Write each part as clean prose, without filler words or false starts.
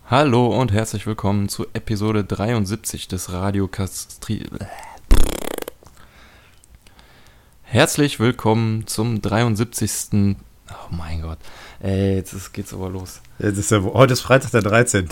Hallo und herzlich willkommen zu Episode 73 des Herzlich willkommen zum 73. Oh mein Gott. Ey, jetzt geht's aber los. Heute ist Freitag der 13.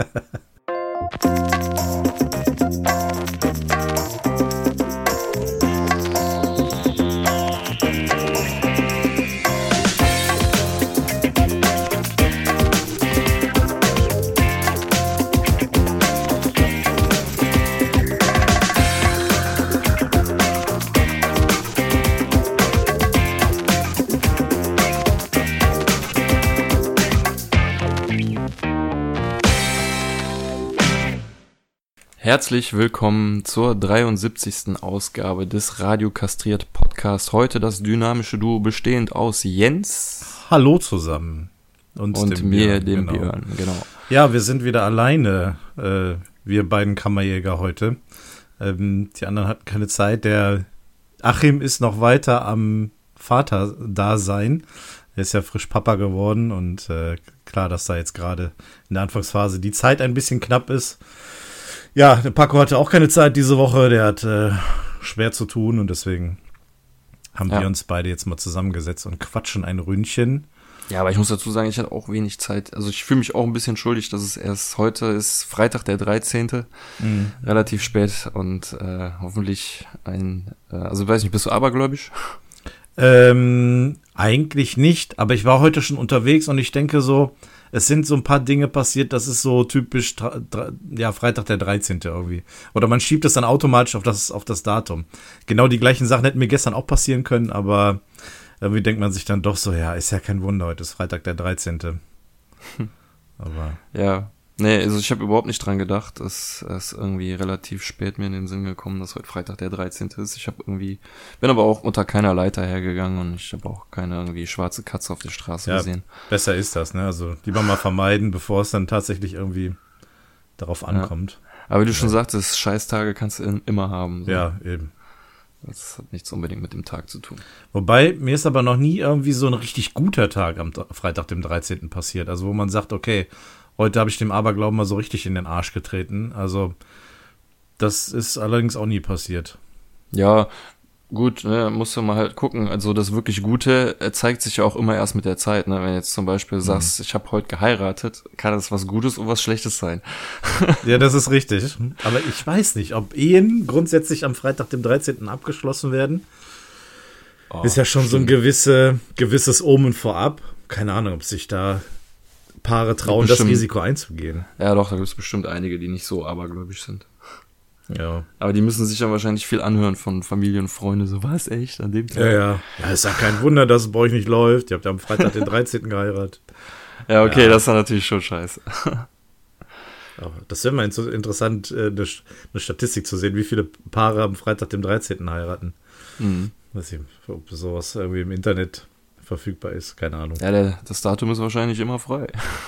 Herzlich willkommen zur 73. Ausgabe des Radio Kastriert Podcast. Heute das dynamische Duo bestehend aus Jens. Hallo zusammen. Und mir, dem Björn. Genau. Ja, wir sind wieder alleine, wir beiden Kammerjäger heute. Die anderen hatten keine Zeit. Der Achim ist noch weiter am Vater-Dasein. Er ist ja frisch Papa geworden und klar, dass da jetzt gerade in der Anfangsphase die Zeit ein bisschen knapp ist. Ja, der Paco hatte auch keine Zeit diese Woche, der hat schwer zu tun und deswegen haben wir uns beide jetzt mal zusammengesetzt und quatschen ein Ründchen. Ja, aber ich muss dazu sagen, ich hatte auch wenig Zeit. Also ich fühle mich auch ein bisschen schuldig, dass es erst heute ist, Freitag der 13. Relativ spät und hoffentlich also weiß nicht, bist du abergläubisch? Eigentlich nicht, aber ich war heute schon unterwegs und ich denke so, es sind so ein paar Dinge passiert, das ist so typisch, Freitag der 13. irgendwie. Oder man schiebt es dann automatisch auf das Datum. Genau die gleichen Sachen hätten mir gestern auch passieren können, aber irgendwie denkt man sich dann doch so, ja, ist ja kein Wunder, heute ist Freitag der 13. Aber ja, nee, also ich habe überhaupt nicht dran gedacht. Es ist irgendwie relativ spät mir in den Sinn gekommen, dass heute Freitag der 13. ist. Bin aber auch unter keiner Leiter hergegangen und ich habe auch keine irgendwie schwarze Katze auf der Straße gesehen. Besser ist das, ne? Also lieber mal vermeiden, bevor es dann tatsächlich irgendwie darauf ankommt. Ja. Aber wie du schon sagtest, Scheißtage kannst du immer haben. So. Ja, eben. Das hat nichts unbedingt mit dem Tag zu tun. Wobei, mir ist aber noch nie irgendwie so ein richtig guter Tag am Freitag, dem 13. passiert. Also wo man sagt, okay, heute habe ich dem Aberglauben mal so richtig in den Arsch getreten. Also, das ist allerdings auch nie passiert. Ja, gut, ne, musst du mal halt gucken. Also, das wirklich Gute zeigt sich ja auch immer erst mit der Zeit. Ne? Wenn du jetzt zum Beispiel sagst, ich habe heute geheiratet, kann das was Gutes und was Schlechtes sein. Ja, das ist richtig. Aber ich weiß nicht, ob Ehen grundsätzlich am Freitag, dem 13. abgeschlossen werden. Ist ja schon stimmt. So ein gewisses Omen vorab. Keine Ahnung, ob sich da Paare trauen, das Risiko einzugehen. Ja, doch, da gibt es bestimmt einige, die nicht so abergläubisch sind. Ja. Aber die müssen sich ja wahrscheinlich viel anhören von Familie und Freunde. So, was, echt, an dem Tag? Ja, ist ja kein Wunder, dass es bei euch nicht läuft. Ihr habt ja am Freitag den 13. geheiratet. Ja, okay, das ist dann natürlich schon scheiße. Aber das wäre mal interessant, eine Statistik zu sehen, wie viele Paare am Freitag, dem 13. heiraten. Weiß ich, ob sowas irgendwie im Internet verfügbar ist, keine Ahnung. Ja, das Datum ist wahrscheinlich immer frei.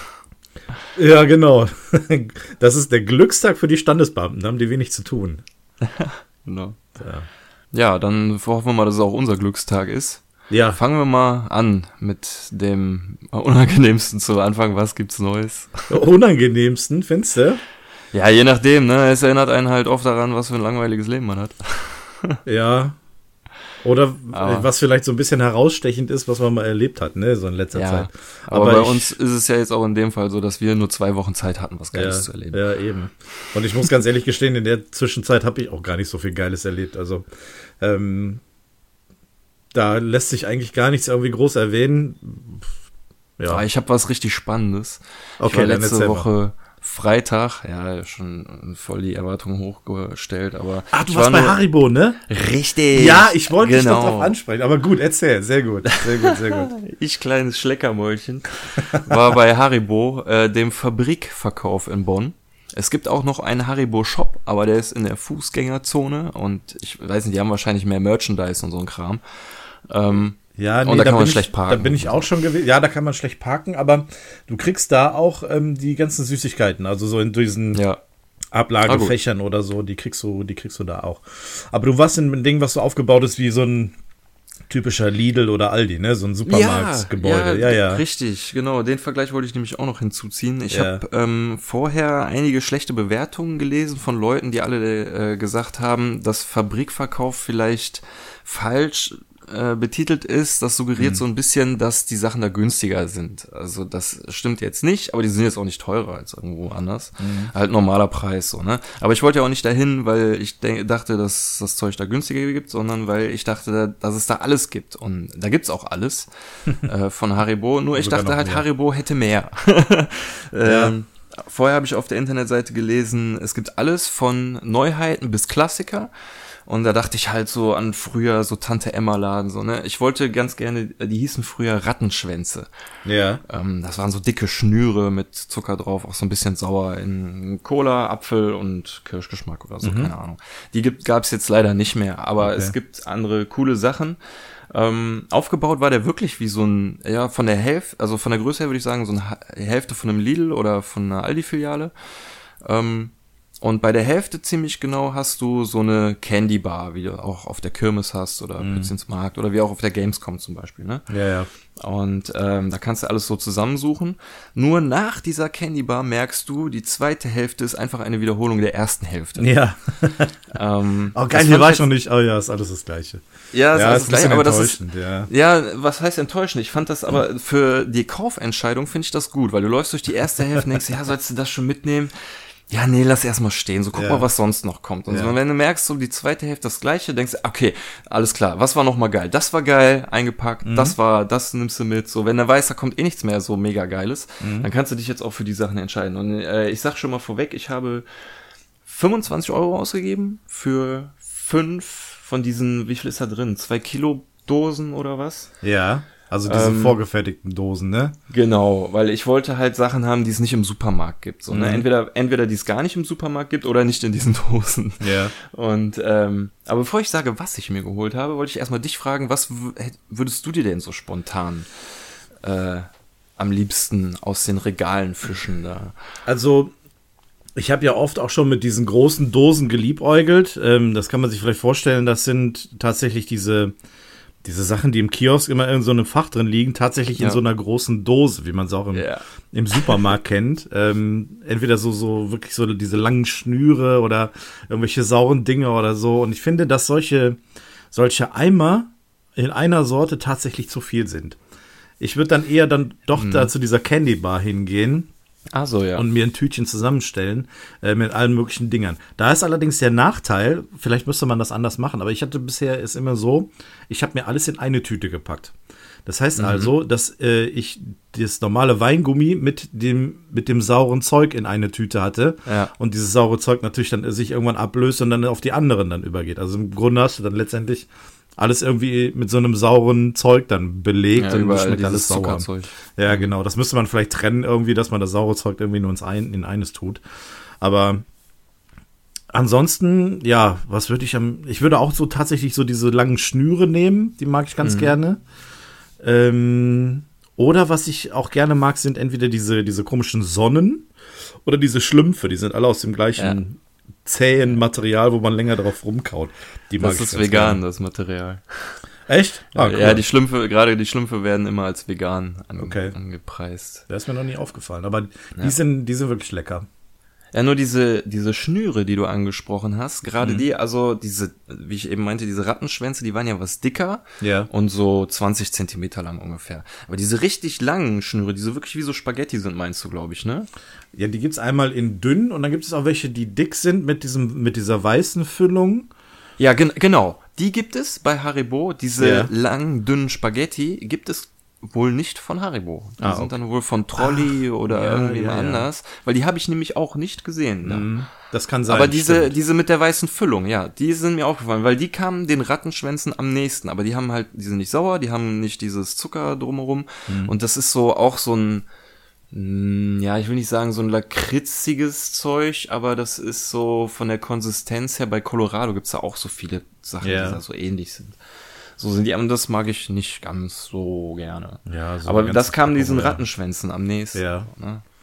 Ja, genau. Das ist der Glückstag für die Standesbeamten, da haben die wenig zu tun. Genau. Ja, dann hoffen wir mal, dass es auch unser Glückstag ist. Ja. Fangen wir mal an mit dem Unangenehmsten zu Anfang. Was gibt's Neues? Unangenehmsten, findest du? Ja, je nachdem, ne? Es erinnert einen halt oft daran, was für ein langweiliges Leben man hat. Ja. Oder was vielleicht so ein bisschen herausstechend ist, was man mal erlebt hat, ne, so in letzter Zeit. Aber bei uns ist es ja jetzt auch in dem Fall so, dass wir nur 2 Wochen Zeit hatten, was Geiles zu erleben. Ja, eben. Und ich muss ganz ehrlich gestehen, in der Zwischenzeit habe ich auch gar nicht so viel Geiles erlebt. Also, da lässt sich eigentlich gar nichts irgendwie groß erwähnen. Ja. Aber ich habe was richtig Spannendes. Okay, ich war letzte Woche Freitag, ja, schon voll die Erwartungen hochgestellt, aber... Ach, du warst bei Haribo, ne? Richtig! Ja, ich wollte dich noch drauf ansprechen, aber gut, erzähl, sehr gut. Ich, kleines Schleckermäulchen, war bei Haribo, dem Fabrikverkauf in Bonn. Es gibt auch noch einen Haribo-Shop, aber der ist in der Fußgängerzone und ich weiß nicht, die haben wahrscheinlich mehr Merchandise und so ein Kram. Ja, nee, und da kann man schlecht parken. Da bin ich auch schon gewesen. Ja, da kann man schlecht parken, aber du kriegst da auch die ganzen Süßigkeiten, also so in diesen Ablagefächern oder so, die kriegst du da auch. Aber du warst in einem Ding, was so aufgebaut ist wie so ein typischer Lidl oder Aldi, ne? So ein Supermarktgebäude. Ja. Richtig, genau. Den Vergleich wollte ich nämlich auch noch hinzuziehen. Ich habe vorher einige schlechte Bewertungen gelesen von Leuten, die alle gesagt haben, dass Fabrikverkauf vielleicht falsch betitelt ist. Das suggeriert so ein bisschen, dass die Sachen da günstiger sind. Also das stimmt jetzt nicht, aber die sind jetzt auch nicht teurer als irgendwo anders. Halt normaler Preis so, ne? Aber ich wollte ja auch nicht dahin, weil ich dachte, dass das Zeug da günstiger gibt, sondern weil ich dachte, dass es da alles gibt. Und da gibt's auch alles von Haribo. Nur ich dachte halt, Haribo hätte mehr. Vorher habe ich auf der Internetseite gelesen, es gibt alles von Neuheiten bis Klassiker. Und da dachte ich halt so an früher so Tante-Emma-Laden, so, ne? Ich wollte ganz gerne, die hießen früher Rattenschwänze. Ja. Das waren so dicke Schnüre mit Zucker drauf, auch so ein bisschen sauer in Cola, Apfel und Kirschgeschmack oder so, keine Ahnung. Die gab's jetzt leider nicht mehr, aber es gibt andere coole Sachen. Aufgebaut war der wirklich wie so ein, ja, von der Hälfte, also von der Größe her würde ich sagen, so eine Hälfte von einem Lidl oder von einer Aldi-Filiale. Und bei der Hälfte ziemlich genau hast du so eine Candy Bar, wie du auch auf der Kirmes hast oder Pützins Markt oder wie auch auf der Gamescom zum Beispiel, ne? Ja. Und da kannst du alles so zusammensuchen. Nur nach dieser Candy Bar merkst du, die zweite Hälfte ist einfach eine Wiederholung der ersten Hälfte. Ja. Oh geil, hier war ich noch nicht. Oh ja, ist alles das Gleiche. Ja, ist alles das Gleiche, aber das ist, ja, was heißt enttäuschend? Ich fand das aber für die Kaufentscheidung finde ich das gut, weil du läufst durch die erste Hälfte und denkst, ja, sollst du das schon mitnehmen? Ja, nee, lass erstmal stehen, so guck mal, was sonst noch kommt. Und so, und wenn du merkst, so die zweite Hälfte das Gleiche, denkst du, okay, alles klar, was war noch mal geil? Das war geil, eingepackt, das nimmst du mit. So, wenn du weißt, da kommt eh nichts mehr so mega Geiles, dann kannst du dich jetzt auch für die Sachen entscheiden. Und ich sag schon mal vorweg, ich habe 25 € ausgegeben für 5 von diesen, wie viel ist da drin? 2 Kilo Dosen oder was? Ja. Also diese vorgefertigten Dosen, ne? Genau, weil ich wollte halt Sachen haben, die es nicht im Supermarkt gibt. So, ne? Entweder die es gar nicht im Supermarkt gibt oder nicht in diesen Dosen. Ja. Und aber bevor ich sage, was ich mir geholt habe, wollte ich erstmal dich fragen, was würdest du dir denn so spontan am liebsten aus den Regalen fischen da? Also ich habe ja oft auch schon mit diesen großen Dosen geliebäugelt. Das kann man sich vielleicht vorstellen, das sind tatsächlich diese Sachen, die im Kiosk immer in so einem Fach drin liegen, tatsächlich in so einer großen Dose, wie man es auch im Supermarkt kennt. Entweder so wirklich so diese langen Schnüre oder irgendwelche sauren Dinge oder so. Und ich finde, dass solche Eimer in einer Sorte tatsächlich zu viel sind. Ich würde dann eher doch da zu dieser Candy Bar hingehen. Ach so, ja. Und mir ein Tütchen zusammenstellen mit allen möglichen Dingern. Da ist allerdings der Nachteil, vielleicht müsste man das anders machen, aber ich hatte bisher ist immer so, ich habe mir alles in eine Tüte gepackt. Das heißt also, dass ich das normale Weingummi mit dem sauren Zeug in eine Tüte hatte und dieses saure Zeug natürlich dann sich irgendwann ablöst und dann auf die anderen dann übergeht. Also im Grunde hast du dann letztendlich alles irgendwie mit so einem sauren Zeug dann belegt und schmeckt alles sauer. Zuckerzeug. Ja, genau. Das müsste man vielleicht trennen irgendwie, dass man das saure Zeug irgendwie nur in eines tut. Aber ansonsten, ja, was würde ich würde auch so tatsächlich so diese langen Schnüre nehmen, die mag ich ganz gerne. Oder was ich auch gerne mag, sind entweder diese komischen Sonnen oder diese Schlümpfe, die sind alle aus dem gleichen zähen Material, wo man länger drauf rumkaut. Das ist vegan, das Material. Echt? Cool. Ja, die Schlümpfe werden immer als vegan angepreist. Das ist mir noch nie aufgefallen, aber die sind wirklich lecker. Ja, nur diese Schnüre, die du angesprochen hast, gerade die, also diese, wie ich eben meinte, diese Rattenschwänze, die waren ja was dicker und so 20 Zentimeter lang ungefähr. Aber diese richtig langen Schnüre, die so wirklich wie so Spaghetti sind, meinst du, glaube ich, ne? Ja, die gibt's einmal in dünn und dann gibt es auch welche, die dick sind mit dieser weißen Füllung. Ja, genau. Die gibt es bei Haribo. Diese langen, dünnen Spaghetti gibt es wohl nicht von Haribo. Die sind dann wohl von Trolli oder irgendwie anders. Weil die habe ich nämlich auch nicht gesehen. Ne? Das kann sein. Aber diese mit der weißen Füllung, die sind mir aufgefallen, weil die kamen den Rattenschwänzen am nächsten. Aber die sind nicht sauer, die haben nicht dieses Zucker drumherum. Und das ist so auch so ein, ich will nicht sagen so ein lakritziges Zeug, aber das ist so von der Konsistenz her, bei Colorado gibt's da auch so viele Sachen, die da so ähnlich sind. So sind die, und das mag ich nicht ganz so gerne. Ja, so aber das kam diesen Rattenschwänzen am nächsten. Ja. Ne?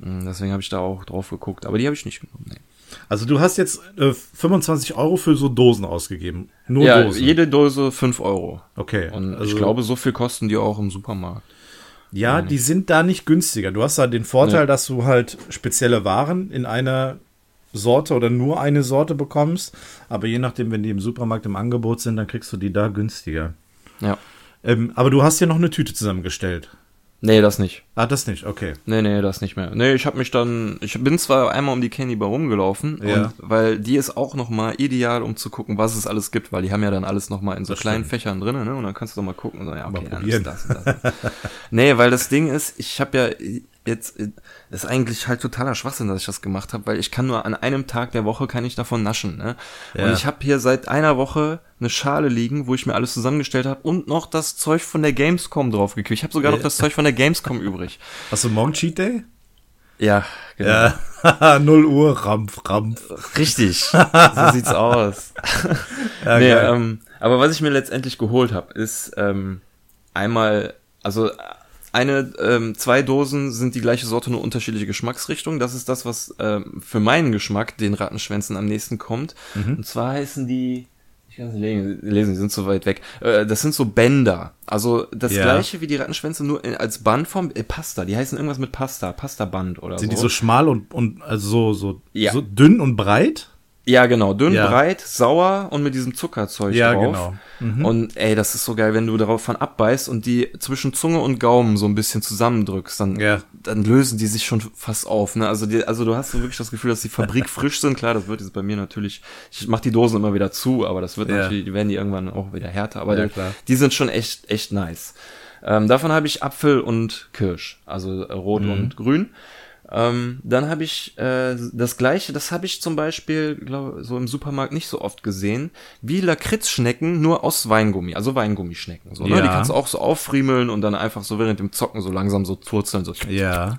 Deswegen habe ich da auch drauf geguckt. Aber die habe ich nicht genommen, nee. Also du hast jetzt 25 Euro für so Dosen ausgegeben. Nur ja, Dosen. Jede Dose 5 Euro. Okay. Und also, ich glaube, so viel kosten die auch im Supermarkt. Ja, die sind da nicht günstiger. Du hast da den Vorteil, dass du halt spezielle Waren in einer Sorte oder nur eine Sorte bekommst. Aber je nachdem, wenn die im Supermarkt im Angebot sind, dann kriegst du die da günstiger. Ja. Aber du hast ja noch eine Tüte zusammengestellt. Nee, das nicht. Ah, das nicht, okay. Nee, das nicht mehr. Nee, ich bin zwar einmal um die Candy Bar rumgelaufen, und, weil die ist auch nochmal ideal, um zu gucken, was es alles gibt, weil die haben ja dann alles nochmal in so kleinen Fächern drin, ne, und dann kannst du doch mal gucken und so, ja, okay, dann ist das. Nee, weil das Ding ist, ich habe ja jetzt, ist eigentlich halt totaler Schwachsinn, dass ich das gemacht habe, weil ich kann nur an einem Tag der Woche kann ich davon naschen, ne? Ja. Und ich habe hier seit einer Woche eine Schale liegen, wo ich mir alles zusammengestellt habe und noch das Zeug von der Gamescom draufgekriegt. Ich habe sogar noch das Zeug von der Gamescom übrig. Hast du morgen Cheat Day? Ja, genau. Ja. 0 Uhr, Rampf. Richtig, so sieht's aus. Ja, nee, aber was ich mir letztendlich geholt habe, ist einmal, also zwei Dosen sind die gleiche Sorte, nur unterschiedliche Geschmacksrichtungen. Das ist das, was für meinen Geschmack den Rattenschwänzen am nächsten kommt. Und zwar heißen die, ich kann es nicht lesen, die sind so weit weg. Das sind so Bänder. Also das gleiche wie die Rattenschwänze, nur als Bandform. Pasta, die heißen irgendwas mit Pasta-Band oder so. Sind die so schmal und also so dünn und breit? Ja, genau. Dünn, breit, sauer und mit diesem Zuckerzeug drauf. Genau. Und das ist so geil, wenn du davon abbeißt und die zwischen Zunge und Gaumen so ein bisschen zusammendrückst, dann lösen die sich schon fast auf. Ne? Also du hast so wirklich das Gefühl, dass die Fabrik frisch sind. Klar, das wird jetzt bei mir natürlich, ich mache die Dosen immer wieder zu, aber das wird natürlich, die werden die irgendwann auch wieder härter. Aber die sind schon echt nice. Davon habe ich Apfel und Kirsch, also rot und grün. Dann habe ich das gleiche, das habe ich zum Beispiel, glaube so im Supermarkt nicht so oft gesehen, wie Lakritzschnecken, nur aus Weingummi, also Weingummischnecken. So, ne? Die kannst du auch so auffriemeln und dann einfach so während dem Zocken so langsam so purzeln. So. Ja.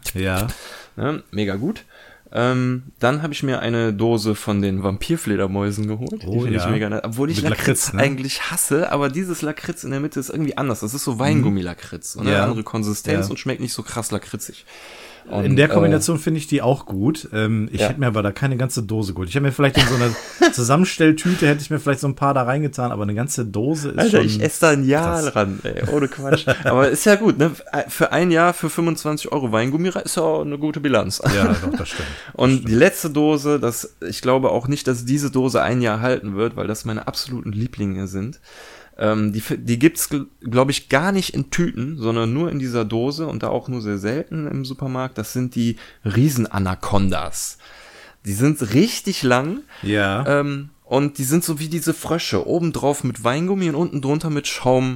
Ne? Mega gut. Dann habe ich mir eine Dose von den Vampirfledermäusen geholt. Die finde ich mega nice. Obwohl ich Lakritz eigentlich hasse, aber dieses Lakritz in der Mitte ist irgendwie anders. Das ist so Weingummi-Lakritz. Ne? Andere Konsistenz und schmeckt nicht so krass lakritzig. Und, in der Kombination finde ich die auch gut. Ich hätte mir aber da keine ganze Dose geholt. Ich hätte mir vielleicht in so einer Zusammenstelltüte hätte ich mir vielleicht so ein paar da reingetan, aber eine ganze Dose ist Alter, schon ich esse da ein Jahr dran, ey, ohne Quatsch. Aber ist ja gut, ne? Für ein Jahr für 25 Euro Weingummi ist ja auch eine gute Bilanz. Ja, doch, das stimmt. Und die letzte Dose, ich glaube auch nicht, dass diese Dose ein Jahr halten wird, weil das meine absoluten Lieblinge sind. Die gibt's, glaube ich, gar nicht in Tüten, sondern nur in dieser Dose und da auch nur sehr selten im Supermarkt. Das sind die Riesenanacondas. Die sind richtig lang. Ja. Und die sind so wie diese Frösche. Obendrauf mit Weingummi und unten drunter mit Schaumgummi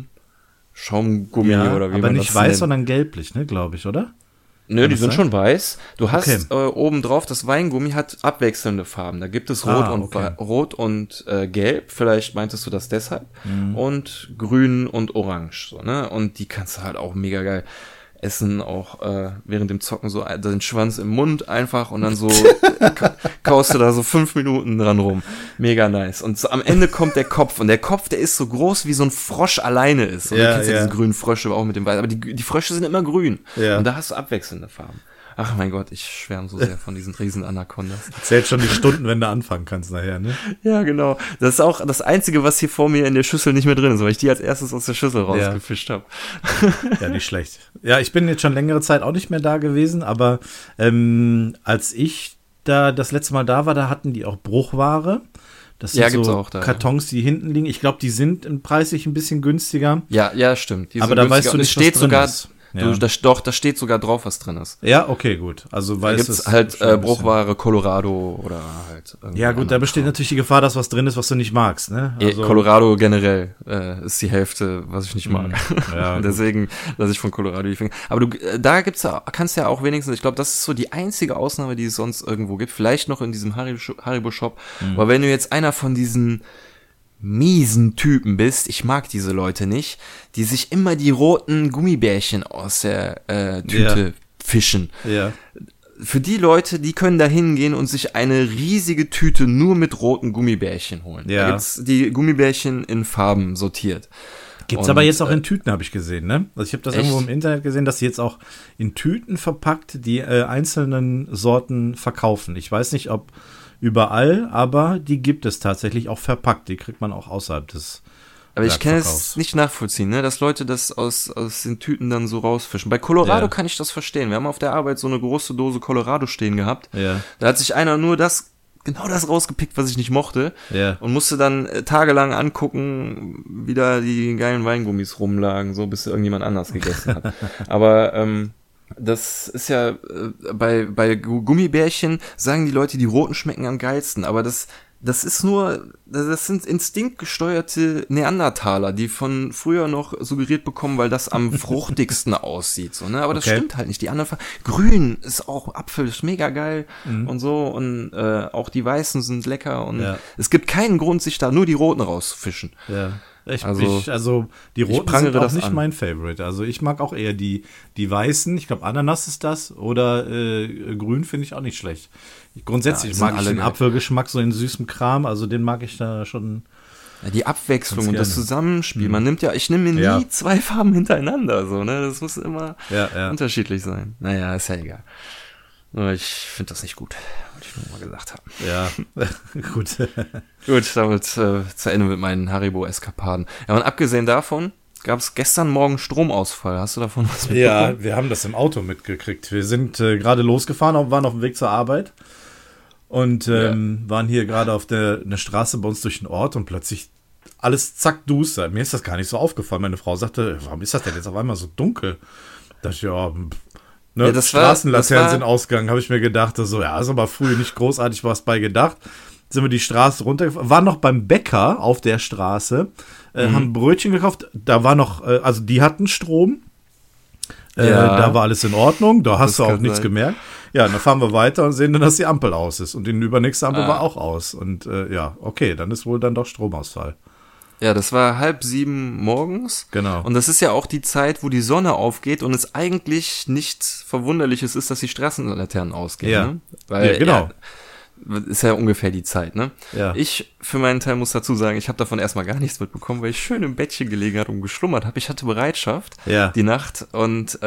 oder wie aber man nicht das weiß, nennt. sondern gelblich, ne, glaube ich, oder? Nö, die sind schon weiß. Du hast obendrauf, das Weingummi hat abwechselnde Farben. Da gibt es Rot und Gelb. Vielleicht meintest du das deshalb. Und Grün und Orange. So, ne? Und die kannst du halt auch mega geil essen, auch während dem Zocken so den Schwanz im Mund einfach und dann so kaust du da so 5 Minuten dran rum. Mega nice. Und so, am Ende kommt der Kopf und der Kopf, der ist so groß, wie so ein Frosch alleine ist. Und du kennst ja diese grünen Frösche auch mit dem Weiß. Aber die Frösche sind immer grün. Ja. Und da hast du abwechselnde Farben. Ach mein Gott, ich schwärme so sehr von diesen riesen Anacondas. Zählt schon die Stunden, wenn du anfangen kannst nachher, ne? Ja, genau. Das ist auch das Einzige, was hier vor mir in der Schüssel nicht mehr drin ist, weil ich die als erstes aus der Schüssel rausgefischt habe. Ja, nicht schlecht. Ja, ich bin jetzt schon längere Zeit auch nicht mehr da gewesen, aber als ich da das letzte Mal da war, da hatten die auch Bruchware. Das sind so auch da, Kartons, die hinten liegen. Ich glaube, die sind preislich ein bisschen günstiger. Ja, stimmt. Die aber da weißt du nicht, was drin sogar ist. Ja. Da steht sogar drauf, was drin ist. Ja, okay, gut. Also da gibt's halt Bruchware Colorado oder halt. Ja, gut, da besteht natürlich die Gefahr, dass was drin ist, was du nicht magst, ne? Also Colorado generell ist die Hälfte, was ich nicht mag. Ja, deswegen lasse ich von Colorado die Finger. Aber kannst ja auch wenigstens, ich glaube, das ist so die einzige Ausnahme, die es sonst irgendwo gibt. Vielleicht noch in diesem Haribo-Shop. Aber wenn du jetzt einer von diesen miesen Typen bist, ich mag diese Leute nicht, die sich immer die roten Gummibärchen aus der Tüte fischen. Ja. Für die Leute, die können da hingehen und sich eine riesige Tüte nur mit roten Gummibärchen holen. Ja. Da gibt's die Gummibärchen in Farben sortiert. Gibt's aber jetzt auch in Tüten, habe ich gesehen, ne? Also ich habe das echt? irgendwo im Internet gesehen, dass sie jetzt auch in Tüten verpackt die einzelnen Sorten verkaufen. Ich weiß nicht, ob überall, aber die gibt es tatsächlich auch verpackt. Die kriegt man auch außerhalb des Aber ich kann Werkverkaufs. es nicht nachvollziehen, ne, dass Leute das aus den Tüten dann so rausfischen. Bei Colorado Ja. kann ich das verstehen. Wir haben auf der Arbeit so eine große Dose Colorado stehen gehabt. Ja. Da hat sich einer nur genau das rausgepickt, was ich nicht mochte. Ja. Und musste dann tagelang angucken, wie da die geilen Weingummis rumlagen, so bis irgendjemand anders gegessen hat. Aber das ist ja bei Gummibärchen sagen die Leute, die roten schmecken am geilsten, aber das sind instinktgesteuerte Neandertaler, die von früher noch suggeriert bekommen, weil das am fruchtigsten aussieht, so, ne? Aber das stimmt halt nicht. Die anderen grün ist auch Apfel, ist mega geil und so und auch die weißen sind lecker und es gibt keinen Grund, sich da nur die roten rauszufischen. Ja. Also die roten prangere sind auch das nicht an. mein Favorite. Also ich mag auch eher die weißen. Ich glaube, Ananas ist das. Oder grün finde ich auch nicht schlecht. Grundsätzlich sind mag ich alle den geil. Apfelgeschmack so in süßem Kram. Also den mag ich da schon. Ja, die Abwechslung Ganz und das gerne. Zusammenspiel. Ich nehme mir Ja. nie 2 Farben hintereinander, so, ne? Das muss immer Ja. unterschiedlich sein. Naja, ist ja egal. Nur ich finde das nicht gut, wollte ich nur mal gesagt haben. Ja, gut. Gut, damit zu Ende mit meinen Haribo-Eskapaden. Ja, und abgesehen davon gab es gestern Morgen Stromausfall. Hast du davon was mitbekommen? Ja, wir haben das im Auto mitgekriegt. Wir sind gerade losgefahren, waren auf dem Weg zur Arbeit und waren hier gerade auf eine Straße bei uns durch den Ort und plötzlich alles zack duster. Mir ist das gar nicht so aufgefallen. Meine Frau sagte, warum ist das denn jetzt auf einmal so dunkel? Da dachte ich, Ja, das war- Straßenlaternen sind ausgegangen, habe ich mir gedacht. So, ja, ist aber früh nicht großartig was bei gedacht. Sind wir die Straße runtergefahren, waren noch beim Bäcker auf der Straße, haben Brötchen gekauft. Da war noch, also die hatten Strom. Ja. Da war alles in Ordnung, da hast Das du auch kann nichts sein. gemerkt. Ja, und dann fahren wir weiter und sehen dann, dass die Ampel aus ist. Und die übernächste Ampel Ah. war auch aus. Und okay, dann ist wohl dann doch Stromausfall. Ja, das war 6:30 morgens. Genau. Und das ist ja auch die Zeit, wo die Sonne aufgeht und es eigentlich nichts Verwunderliches ist, dass die Straßenlaternen ausgehen. Ja. Ne? Weil, Ja, genau. ist ja ungefähr die Zeit, ne? Ja. Ich für meinen Teil muss dazu sagen, ich habe davon erstmal gar nichts mitbekommen, weil ich schön im Bettchen gelegen habe und geschlummert habe. Ich hatte Bereitschaft Ja. die Nacht und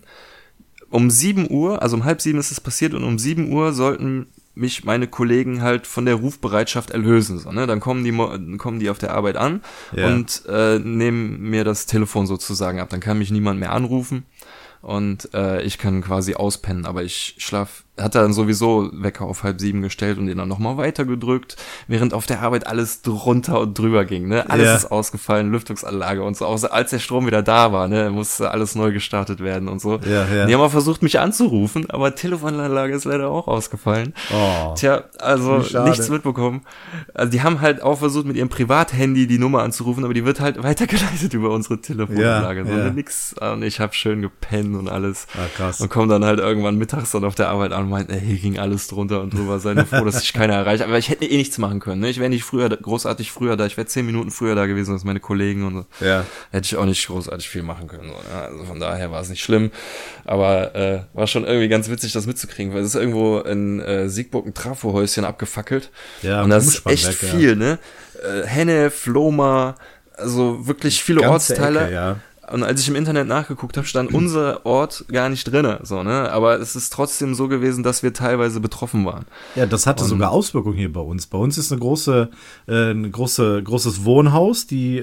um 7 Uhr, also um 6:30 ist es passiert und um 7 Uhr sollten mich meine Kollegen halt von der Rufbereitschaft erlösen. So, ne? Dann kommen die auf der Arbeit an Ja. und nehmen mir das Telefon sozusagen ab. Dann kann mich niemand mehr anrufen und ich kann quasi auspennen, aber ich hatte dann sowieso Wecker auf 6:30 gestellt und den dann nochmal weitergedrückt, während auf der Arbeit alles drunter und drüber ging, ne? Alles Ja. ist ausgefallen, Lüftungsanlage und so. Auch als der Strom wieder da war, ne, musste alles neu gestartet werden und so. Ja. Die haben auch versucht, mich anzurufen, aber Telefonanlage ist leider auch ausgefallen. Oh. Tja, also Wie schade. nichts mitbekommen. Also die haben halt auch versucht, mit ihrem Privathandy die Nummer anzurufen, aber die wird halt weitergeleitet über unsere Telefonanlage. Ja, So, ja. nix. Und ich habe schön gepennt und alles. Ah, krass. Und komme dann halt irgendwann mittags dann auf der Arbeit an und meint, hier ging alles drunter und drüber. Sei nur froh, dass ich keiner erreicht. Aber ich hätte eh nichts machen können. Ne? Ich wäre nicht großartig früher da. Ich wäre 10 Minuten früher da gewesen als meine Kollegen und so. Ja. Hätte ich auch nicht großartig viel machen können. So, ja. Also von daher war es nicht schlimm. Aber war schon irgendwie ganz witzig, das mitzukriegen, weil es ist irgendwo in Siegburg ein Trafohäuschen abgefackelt. Ja, und das ist Umspannwerk, echt ja. viel, ne? Hennef, Lohmar, also wirklich viele Ganze Ortsteile. Ecke, ja. Und als ich im Internet nachgeguckt habe, stand unser Ort gar nicht drinne, so, ne? Aber es ist trotzdem so gewesen, dass wir teilweise betroffen waren. Ja, das hatte sogar Auswirkungen hier bei uns. Bei uns ist ein großes Wohnhaus, die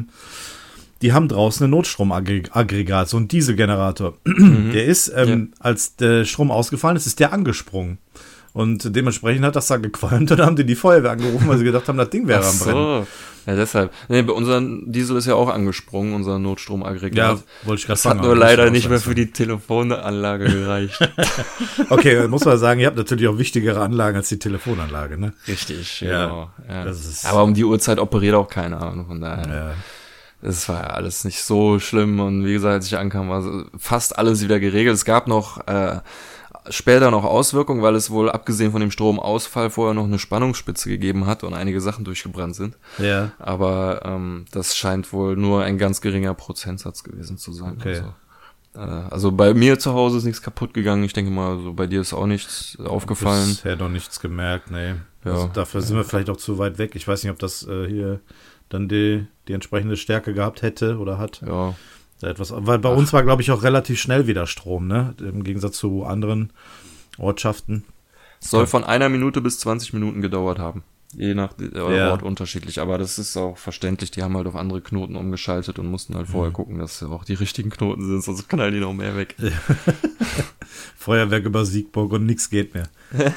haben draußen ein Notstromaggregat, so ein Dieselgenerator. Der ist, als der Strom ausgefallen ist der angesprungen. Und dementsprechend hat das da gequalmt und dann haben die Feuerwehr angerufen, weil sie gedacht haben, das Ding wäre am Brennen. So. Ja, deshalb. Nee, bei unserem Diesel ist ja auch angesprungen, unser Notstromaggregat. Ja, wollte ich gerade Das sagen. hat nur aber leider muss nicht auch mehr sein. für die Telefonanlage gereicht. Okay, muss man sagen, ihr habt natürlich auch wichtigere Anlagen als die Telefonanlage, ne? Richtig, Ja, genau. Ja. das ist- Aber um die Uhrzeit operiert auch keiner. Und von daher, Ja. es war ja alles nicht so schlimm. Und wie gesagt, als ich ankam, war so fast alles wieder geregelt. Es gab noch später noch Auswirkungen, weil es wohl abgesehen von dem Stromausfall vorher noch eine Spannungsspitze gegeben hat und einige Sachen durchgebrannt sind. Ja. Aber das scheint wohl nur ein ganz geringer Prozentsatz gewesen zu sein. Okay. Also bei mir zu Hause ist nichts kaputt gegangen. Ich denke mal, so bei dir ist auch nichts aufgefallen. Bisher noch nichts gemerkt, nee. Ja. Also dafür sind wir vielleicht auch zu weit weg. Ich weiß nicht, ob das hier dann die entsprechende Stärke gehabt hätte oder hat. Ja. Weil bei uns war, glaube ich, auch relativ schnell wieder Strom, ne? Im Gegensatz zu anderen Ortschaften. Soll von 1 Minute bis 20 Minuten gedauert haben. Je nach Ort unterschiedlich. Aber das ist auch verständlich. Die haben halt auf andere Knoten umgeschaltet und mussten halt vorher gucken, dass auch die richtigen Knoten sind, sonst knallen die noch mehr weg. Feuerwerk über Siegburg und nichts geht mehr.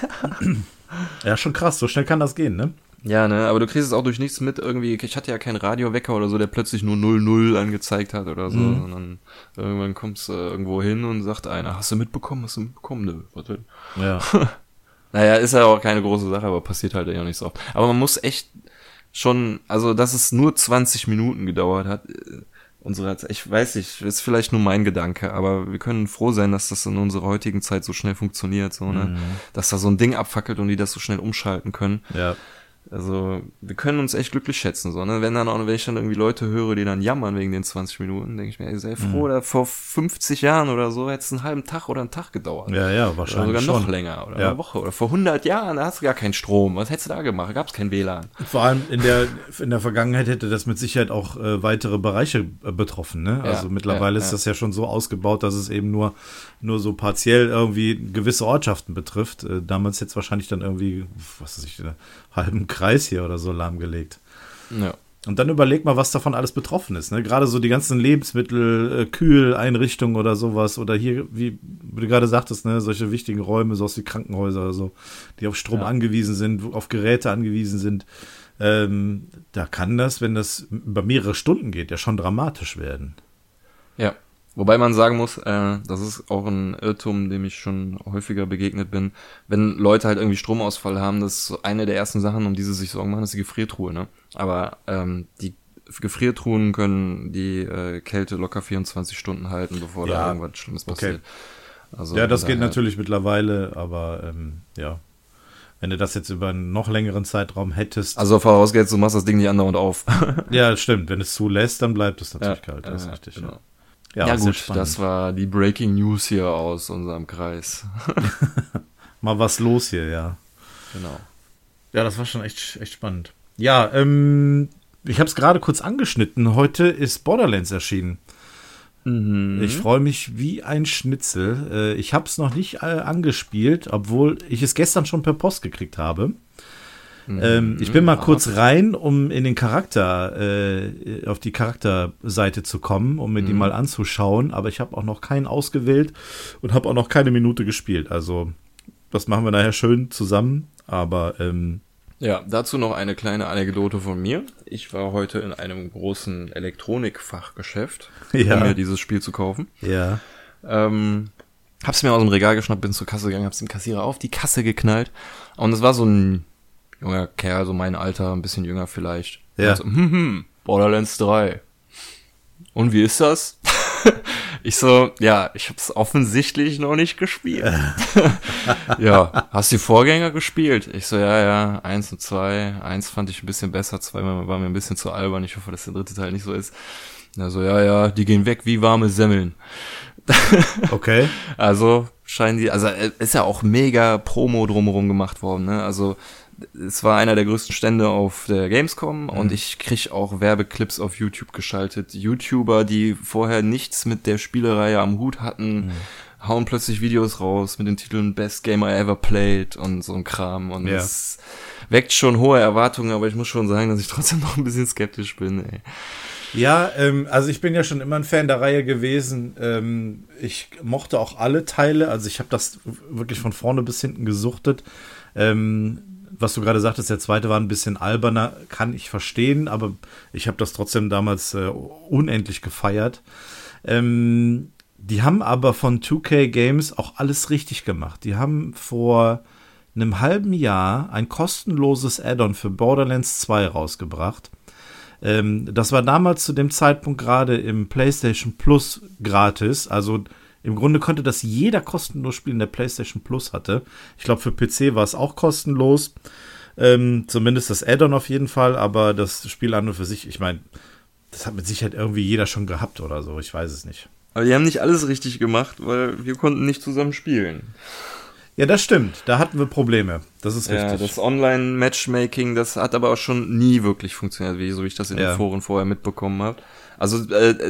Ja, schon krass. So schnell kann das gehen, ne? Ja, ne, aber du kriegst es auch durch nichts mit irgendwie. Ich hatte ja keinen Radiowecker oder so, der plötzlich nur 00 angezeigt hat oder so. Und dann irgendwann kommst du irgendwo hin und sagt einer, hast du mitbekommen? Nö, was denn? Ja. Naja, ist ja auch keine große Sache, aber passiert halt ja nicht so oft. Aber man muss echt schon, also dass es nur 20 Minuten gedauert hat, ich weiß nicht, ist vielleicht nur mein Gedanke, aber wir können froh sein, dass das in unserer heutigen Zeit so schnell funktioniert, so, ne? Dass da so ein Ding abfackelt und die das so schnell umschalten können. Ja. Also, wir können uns echt glücklich schätzen, so, ne? Wenn ich dann irgendwie Leute höre, die dann jammern wegen den 20 Minuten, denke ich mir, ey, sei froh, oder vor 50 Jahren oder so hätte es einen halben Tag oder einen Tag gedauert. Ja, wahrscheinlich oder sogar noch schon. länger, oder eine Woche, oder vor 100 Jahren, da hast du gar keinen Strom. Was hättest du da gemacht? Gab es kein WLAN. Vor allem in der Vergangenheit hätte das mit Sicherheit auch weitere Bereiche betroffen, ne? Ja, also mittlerweile ist das ja schon so ausgebaut, dass es eben nur so partiell irgendwie gewisse Ortschaften betrifft. Damals hätte es wahrscheinlich dann irgendwie, was weiß ich, einen halben Kreis hier oder so lahmgelegt. Ja. Und dann überleg mal, was davon alles betroffen ist. Ne? Gerade so die ganzen Lebensmittel, Kühleinrichtungen oder sowas. Oder hier, wie du gerade sagtest, ne, solche wichtigen Räume, so aus wie Krankenhäuser oder so, die auf Strom angewiesen sind, auf Geräte angewiesen sind. Da kann das, wenn das über mehrere Stunden geht, ja schon dramatisch werden. Ja. Wobei man sagen muss, das ist auch ein Irrtum, dem ich schon häufiger begegnet bin. Wenn Leute halt irgendwie Stromausfall haben, das ist so eine der ersten Sachen, um die sie sich Sorgen machen, ist die Gefriertruhe, ne? Aber die Gefriertruhen können die Kälte locker 24 Stunden halten, bevor da irgendwas Schlimmes passiert. Also, ja, das geht natürlich mittlerweile, aber ja. Wenn du das jetzt über einen noch längeren Zeitraum hättest. Also vorausgesetzt, du machst das Ding nicht andauernd auf. Ja, stimmt. Wenn es zulässt, dann bleibt es natürlich kalt. Das ist richtig. Genau. Ja, gut, das war die Breaking News hier aus unserem Kreis. Mal was los hier, ja. Genau. Ja, das war schon echt spannend. Ja, ich habe es gerade kurz angeschnitten. Heute ist Borderlands erschienen. Ich freue mich wie ein Schnitzel. Ich habe es noch nicht angespielt, obwohl ich es gestern schon per Post gekriegt habe. Ich bin mal kurz rein, um in den auf die Charakterseite zu kommen, um mir die mal anzuschauen, aber ich habe auch noch keinen ausgewählt und habe auch noch keine Minute gespielt. Also, das machen wir nachher schön zusammen, aber ja, dazu noch eine kleine Anekdote von mir. Ich war heute in einem großen Elektronikfachgeschäft, um mir dieses Spiel zu kaufen. Ja. Hab's mir aus dem Regal geschnappt, bin zur Kasse gegangen, hab's dem Kassierer auf die Kasse geknallt und es war so ein junger Kerl, so mein Alter, ein bisschen jünger vielleicht. Ja. So, Borderlands 3. Und wie ist das? Ich so, ja, ich hab's offensichtlich noch nicht gespielt. Ja, hast du die Vorgänger gespielt? Ich so, ja, 1 und 2. 1 fand ich ein bisschen besser, 2 war mir ein bisschen zu albern. Ich hoffe, dass der dritte Teil nicht so ist. Also, ja, die gehen weg wie warme Semmeln. Okay. Also, ist ja auch mega Promo drumherum gemacht worden, ne? Also, es war einer der größten Stände auf der Gamescom und ich krieg auch Werbeclips auf YouTube geschaltet. YouTuber, die vorher nichts mit der Spielereihe am Hut hatten, hauen plötzlich Videos raus mit den Titeln Best Game I Ever Played und so ein Kram. Und es weckt schon hohe Erwartungen, aber ich muss schon sagen, dass ich trotzdem noch ein bisschen skeptisch bin, ey. Ja, also ich bin ja schon immer ein Fan der Reihe gewesen. Ich mochte auch alle Teile, also ich habe das wirklich von vorne bis hinten gesuchtet. Was du gerade sagtest, der zweite war ein bisschen alberner, kann ich verstehen, aber ich habe das trotzdem damals unendlich gefeiert. Die haben aber von 2K Games auch alles richtig gemacht. Die haben vor einem halben Jahr ein kostenloses Add-on für Borderlands 2 rausgebracht. Das war damals zu dem Zeitpunkt gerade im PlayStation Plus gratis, also im Grunde konnte das jeder kostenlos spielen, der PlayStation Plus hatte. Ich glaube, für PC war es auch kostenlos. Zumindest das Add-on auf jeden Fall, aber das Spiel an und für sich, ich meine, das hat mit Sicherheit irgendwie jeder schon gehabt oder so, ich weiß es nicht. Aber die haben nicht alles richtig gemacht, weil wir konnten nicht zusammen spielen. Ja, das stimmt. Da hatten wir Probleme. Das ist richtig. Ja, das Online-Matchmaking, das hat aber auch schon nie wirklich funktioniert, so wie ich das in den Foren vorher mitbekommen habe. Also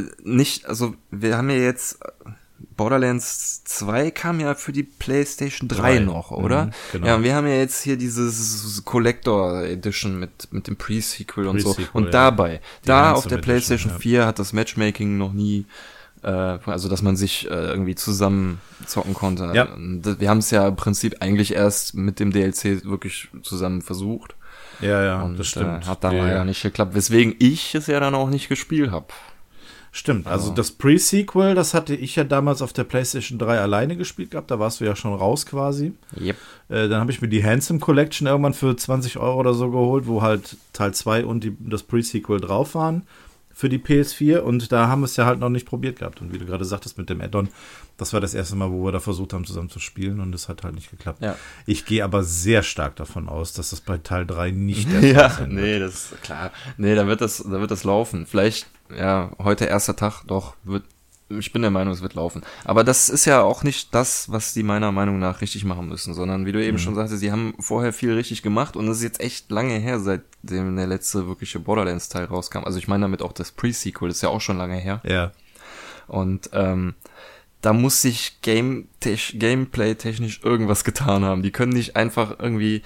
wir haben ja jetzt Borderlands 2 kam ja für die PlayStation 3 noch, oder? Genau. Ja, und wir haben ja jetzt hier dieses Collector Edition mit dem Pre-Sequel und so. Und dabei, auf der PlayStation 4 hat das Matchmaking noch nie also dass man sich irgendwie zusammen zocken konnte. Ja. Wir haben es ja im Prinzip eigentlich erst mit dem DLC wirklich zusammen versucht. Ja, und das stimmt. Hat dann leider nicht geklappt, weswegen ich es ja dann auch nicht gespielt habe. Stimmt, also das Pre-Sequel, das hatte ich ja damals auf der PlayStation 3 alleine gespielt gehabt, da warst du ja schon raus quasi. Yep. Dann habe ich mir die Handsome Collection irgendwann für 20 Euro oder so geholt, wo halt Teil 2 und das Pre-Sequel drauf waren für die PS4 und da haben wir es ja halt noch nicht probiert gehabt. Und wie du gerade sagtest mit dem Add-on, das war das erste Mal, wo wir da versucht haben, zusammen zu spielen und es hat halt nicht geklappt. Ja. Ich gehe aber sehr stark davon aus, dass das bei Teil 3 nicht der Fall sein wird. Nee, das ist klar. Nee, da wird das laufen. Vielleicht, ja, heute erster Tag, ich bin der Meinung, es wird laufen. Aber das ist ja auch nicht das, was die meiner Meinung nach richtig machen müssen, sondern wie du eben schon sagtest, sie haben vorher viel richtig gemacht und es ist jetzt echt lange her, seitdem der letzte wirkliche Borderlands-Teil rauskam. Also ich meine damit auch das Pre-Sequel, ist ja auch schon lange her. Ja. Und da muss sich Gameplay-technisch irgendwas getan haben. Die können nicht einfach irgendwie,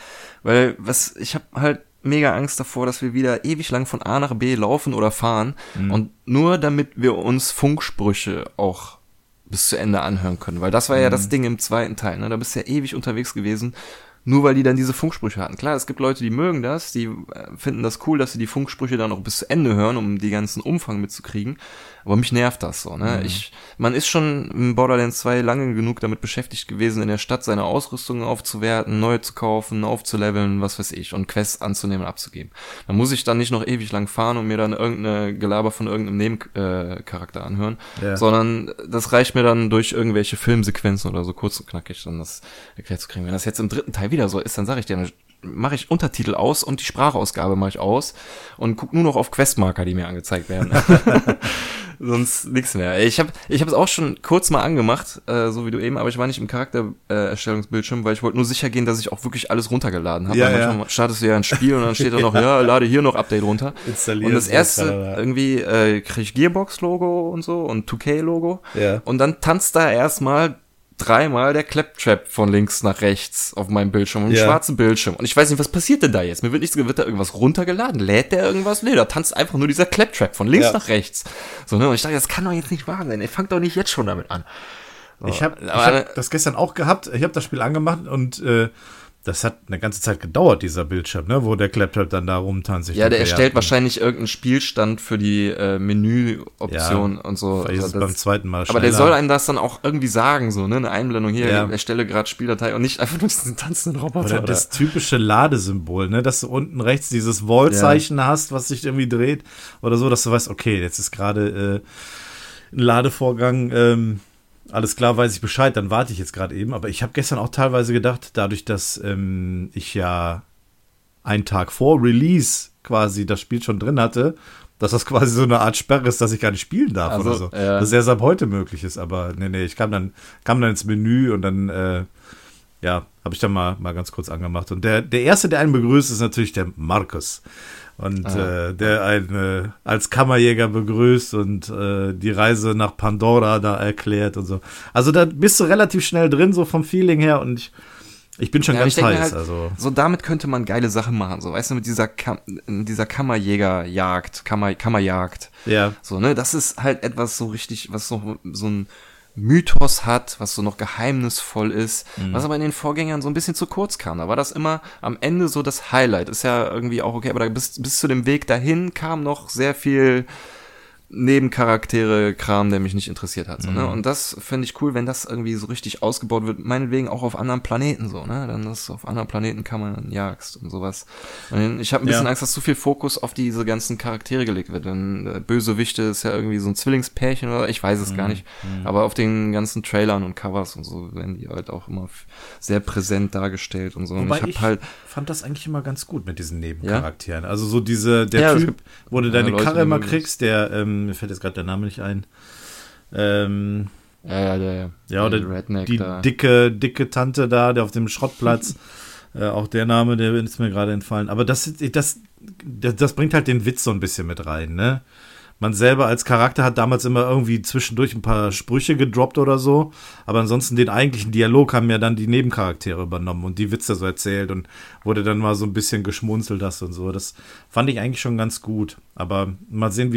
ich habe halt mega Angst davor, dass wir wieder ewig lang von A nach B laufen oder fahren und nur damit wir uns Funksprüche auch bis zu Ende anhören können, weil das war ja das Ding im zweiten Teil, ne? Da bist du ja ewig unterwegs gewesen, nur weil die dann diese Funksprüche hatten. Klar, es gibt Leute, die mögen das, die finden das cool, dass sie die Funksprüche dann auch bis zu Ende hören, um die ganzen Umfang mitzukriegen. Aber mich nervt das so, ne? Man ist schon in Borderlands 2 lange genug damit beschäftigt gewesen, in der Stadt seine Ausrüstung aufzuwerten, neu zu kaufen, aufzuleveln, was weiß ich, und Quests anzunehmen und abzugeben. Da muss ich dann nicht noch ewig lang fahren und mir dann irgendeine Gelaber von irgendeinem Nebencharakter anhören, sondern das reicht mir dann durch irgendwelche Filmsequenzen oder so kurz und knackig, dann das erklärt zu kriegen. Wenn das jetzt im dritten Teil wieder so ist, dann sage ich dir, dann mache ich Untertitel aus und die Sprachausgabe mache ich aus und gucke nur noch auf Questmarker, die mir angezeigt werden. Sonst nichts mehr. Ich hab es auch schon kurz mal angemacht, so wie du eben, aber ich war nicht im Charaktererstellungsbildschirm, weil ich wollte nur sicher gehen, dass ich auch wirklich alles runtergeladen habe. Weil manchmal startest du ja ein Spiel und dann steht da noch, lade hier noch Update runter. Und das erste irgendwie krieg ich Gearbox-Logo und so und 2K-Logo. Ja. Und dann tanzt da erstmal dreimal der Claptrap von links nach rechts auf meinem Bildschirm, einen schwarzen Bildschirm. Und ich weiß nicht, was passiert denn da jetzt? Wird da irgendwas runtergeladen? Lädt der irgendwas? Nee, da tanzt einfach nur dieser Claptrap von links nach rechts. So, ne? Und ich dachte, das kann doch jetzt nicht wahr sein. Ihr fangt doch nicht jetzt schon damit an. So, ich hab das gestern auch gehabt. Ich habe das Spiel angemacht und das hat eine ganze Zeit gedauert, dieser Bildschirm, ne, wo der Claptrap dann da rumtanzt. Ja, der erstellt wahrscheinlich irgendeinen Spielstand für die Menüoption und so. Vielleicht ist es beim zweiten Mal schneller. Aber der soll einem das dann auch irgendwie sagen, so, ne, eine Einblendung hier, erstelle gerade Spieldatei und nicht einfach nur diesen tanzenden Roboter. Oder das typische Ladesymbol, ne, dass du unten rechts dieses Wall-Zeichen hast, was sich irgendwie dreht oder so, dass du weißt, okay, jetzt ist gerade ein Ladevorgang, alles klar, weiß ich Bescheid, dann warte ich jetzt gerade eben. Aber ich habe gestern auch teilweise gedacht, dadurch, dass ich ja einen Tag vor Release quasi das Spiel schon drin hatte, dass das quasi so eine Art Sperre ist, dass ich gar nicht spielen darf oder so. Ja. Dass erst ab heute möglich ist. Aber nee, ich kam dann ins Menü und dann, habe ich dann mal ganz kurz angemacht. Und der Erste, der einen begrüßt, ist natürlich der Markus. Und der einen als Kammerjäger begrüßt und die Reise nach Pandora da erklärt und so. Also da bist du relativ schnell drin, so vom Feeling her. Und ich bin schon ganz heiß. Halt, also. So damit könnte man geile Sachen machen. So, weißt du, mit dieser Kammerjägerjagd, Kammerjagd. Ja. So, ne, das ist halt etwas so richtig, was so ein Mythos hat, was so noch geheimnisvoll ist, was aber in den Vorgängern so ein bisschen zu kurz kam. Da war das immer am Ende so das Highlight. Ist ja irgendwie auch okay, aber da bis zu dem Weg dahin kam noch sehr viel Nebencharaktere-Kram, der mich nicht interessiert hat. So, ne? Und das finde ich cool, wenn das irgendwie so richtig ausgebaut wird, meinetwegen auch auf anderen Planeten so, ne? Dann ist auf anderen Planeten kann man jagst und sowas. Und ich habe ein bisschen Angst, dass zu viel Fokus auf diese ganzen Charaktere gelegt wird. Denn Bösewichte ist ja irgendwie so ein Zwillingspärchen oder ich weiß es gar nicht. Aber auf den ganzen Trailern und Covers und so werden die halt auch immer sehr präsent dargestellt und so. Wobei und ich halt fand das eigentlich immer ganz gut mit diesen Nebencharakteren. Also so der Typ, wo du deine Karre immer kriegst, der mir fällt jetzt gerade der Name nicht ein. Ja, oder Redneck die da. dicke Tante da, der auf dem Schrottplatz, auch der Name, der ist mir gerade entfallen. Aber das bringt halt den Witz so ein bisschen mit rein, ne? Man selber als Charakter hat damals immer irgendwie zwischendurch ein paar Sprüche gedroppt oder so, aber ansonsten den eigentlichen Dialog haben ja dann die Nebencharaktere übernommen und die Witze so erzählt und wurde dann mal so ein bisschen geschmunzelt hast und so. Das fand ich eigentlich schon ganz gut. Aber mal sehen, wie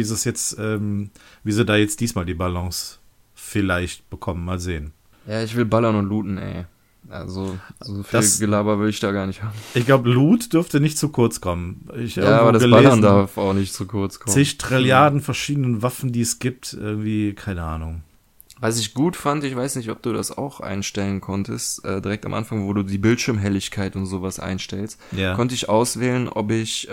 sie da jetzt diesmal die Balance vielleicht bekommen. Mal sehen. Ja, ich will ballern und looten, ey. Also, so viel Das- Gelaber will ich da gar nicht haben. Ich glaube, Loot dürfte nicht zu kurz kommen. Ja, aber das Ballern darf auch nicht zu kurz kommen. Zig Trilliarden verschiedenen Waffen, die es gibt, irgendwie, keine Ahnung. Was ich gut fand, ich weiß nicht, ob du das auch einstellen konntest, direkt am Anfang, wo du die Bildschirmhelligkeit und sowas einstellst, Ja. konnte ich auswählen, ob ich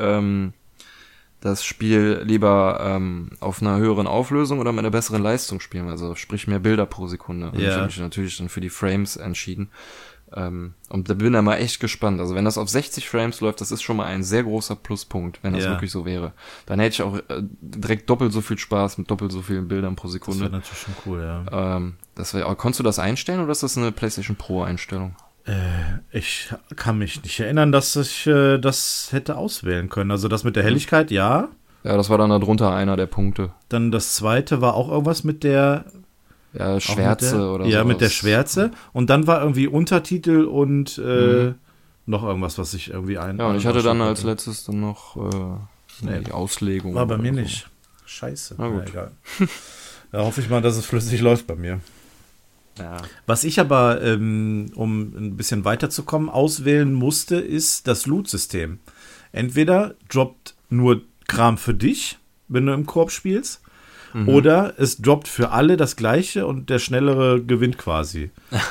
das Spiel lieber auf einer höheren Auflösung oder mit einer besseren Leistung spielen, also sprich mehr Bilder pro Sekunde. Und ich habe mich natürlich dann für die Frames entschieden. Und da bin ich mal echt gespannt. Also wenn das auf 60 Frames läuft, das ist schon mal ein sehr großer Pluspunkt, wenn das wirklich so wäre. Dann hätte ich auch direkt doppelt so viel Spaß mit doppelt so vielen Bildern pro Sekunde. Das wäre natürlich schon cool, ja. Konntest du das einstellen oder ist das eine PlayStation Pro Einstellung? Ich kann mich nicht erinnern, dass ich das hätte auswählen können. Also das mit der Helligkeit, ja. Ja, das war dann darunter einer der Punkte. Dann das zweite war auch irgendwas mit der Schwärze oder so. Ja, mit der Schwärze. Und dann war irgendwie Untertitel und noch irgendwas, was ich irgendwie Ja, und ich hatte dann als letztes dann noch die Auslegung. War bei mir so. nicht. Scheiße. Na gut. egal. Da hoffe ich mal, dass es flüssig läuft bei mir. Ja. Was ich aber, um ein bisschen weiterzukommen, auswählen musste, ist das Loot-System. Entweder droppt nur Kram für dich, wenn du im Koop spielst, oder es droppt für alle das Gleiche und der Schnellere gewinnt quasi.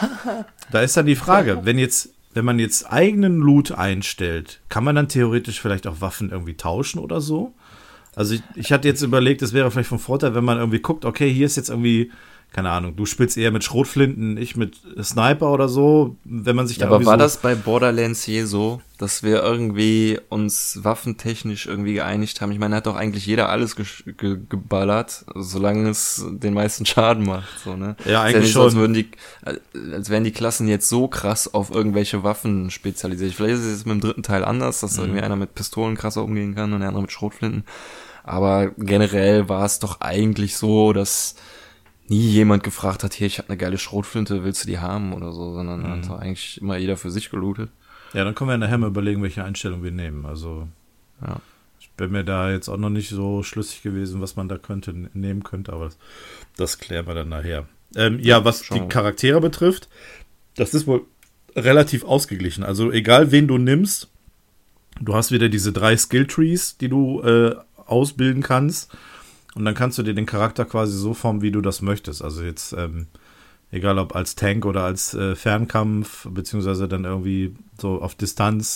Da ist dann die Frage, wenn man jetzt eigenen Loot einstellt, kann man dann theoretisch vielleicht auch Waffen irgendwie tauschen oder so? Also ich hatte jetzt überlegt, es wäre vielleicht von Vorteil, wenn man irgendwie guckt, okay, hier ist jetzt irgendwie, keine Ahnung, du spielst eher mit Schrotflinten, ich mit Sniper oder so, wenn man sich da Aber irgendwie war so das bei Borderlands je so, dass wir irgendwie uns waffentechnisch irgendwie geeinigt haben? Ich meine, hat doch eigentlich jeder alles geballert, solange es den meisten Schaden macht, so, ne? Ja, Ist eigentlich nicht so, schon. als wären die Klassen jetzt so krass auf irgendwelche Waffen spezialisiert. Vielleicht ist es jetzt mit dem dritten Teil anders, dass irgendwie einer mit Pistolen krasser umgehen kann und der andere mit Schrotflinten. Aber generell war es doch eigentlich so, dass nie jemand gefragt hat, hier, ich habe eine geile Schrotflinte, willst du die haben oder so, sondern hat doch eigentlich immer jeder für sich gelootet. Ja, dann können wir nachher mal überlegen, welche Einstellung wir nehmen. Also Ja. ich bin mir da jetzt auch noch nicht so schlüssig gewesen, was man da nehmen könnte, aber das klären wir dann nachher. Was die Charaktere betrifft, das ist wohl relativ ausgeglichen. Also egal, wen du nimmst, du hast wieder diese 3 Skill-Trees, die du ausbilden kannst. Und dann kannst du dir den Charakter quasi so formen, wie du das möchtest. Also jetzt, egal ob als Tank oder als Fernkampf, beziehungsweise dann irgendwie so auf Distanz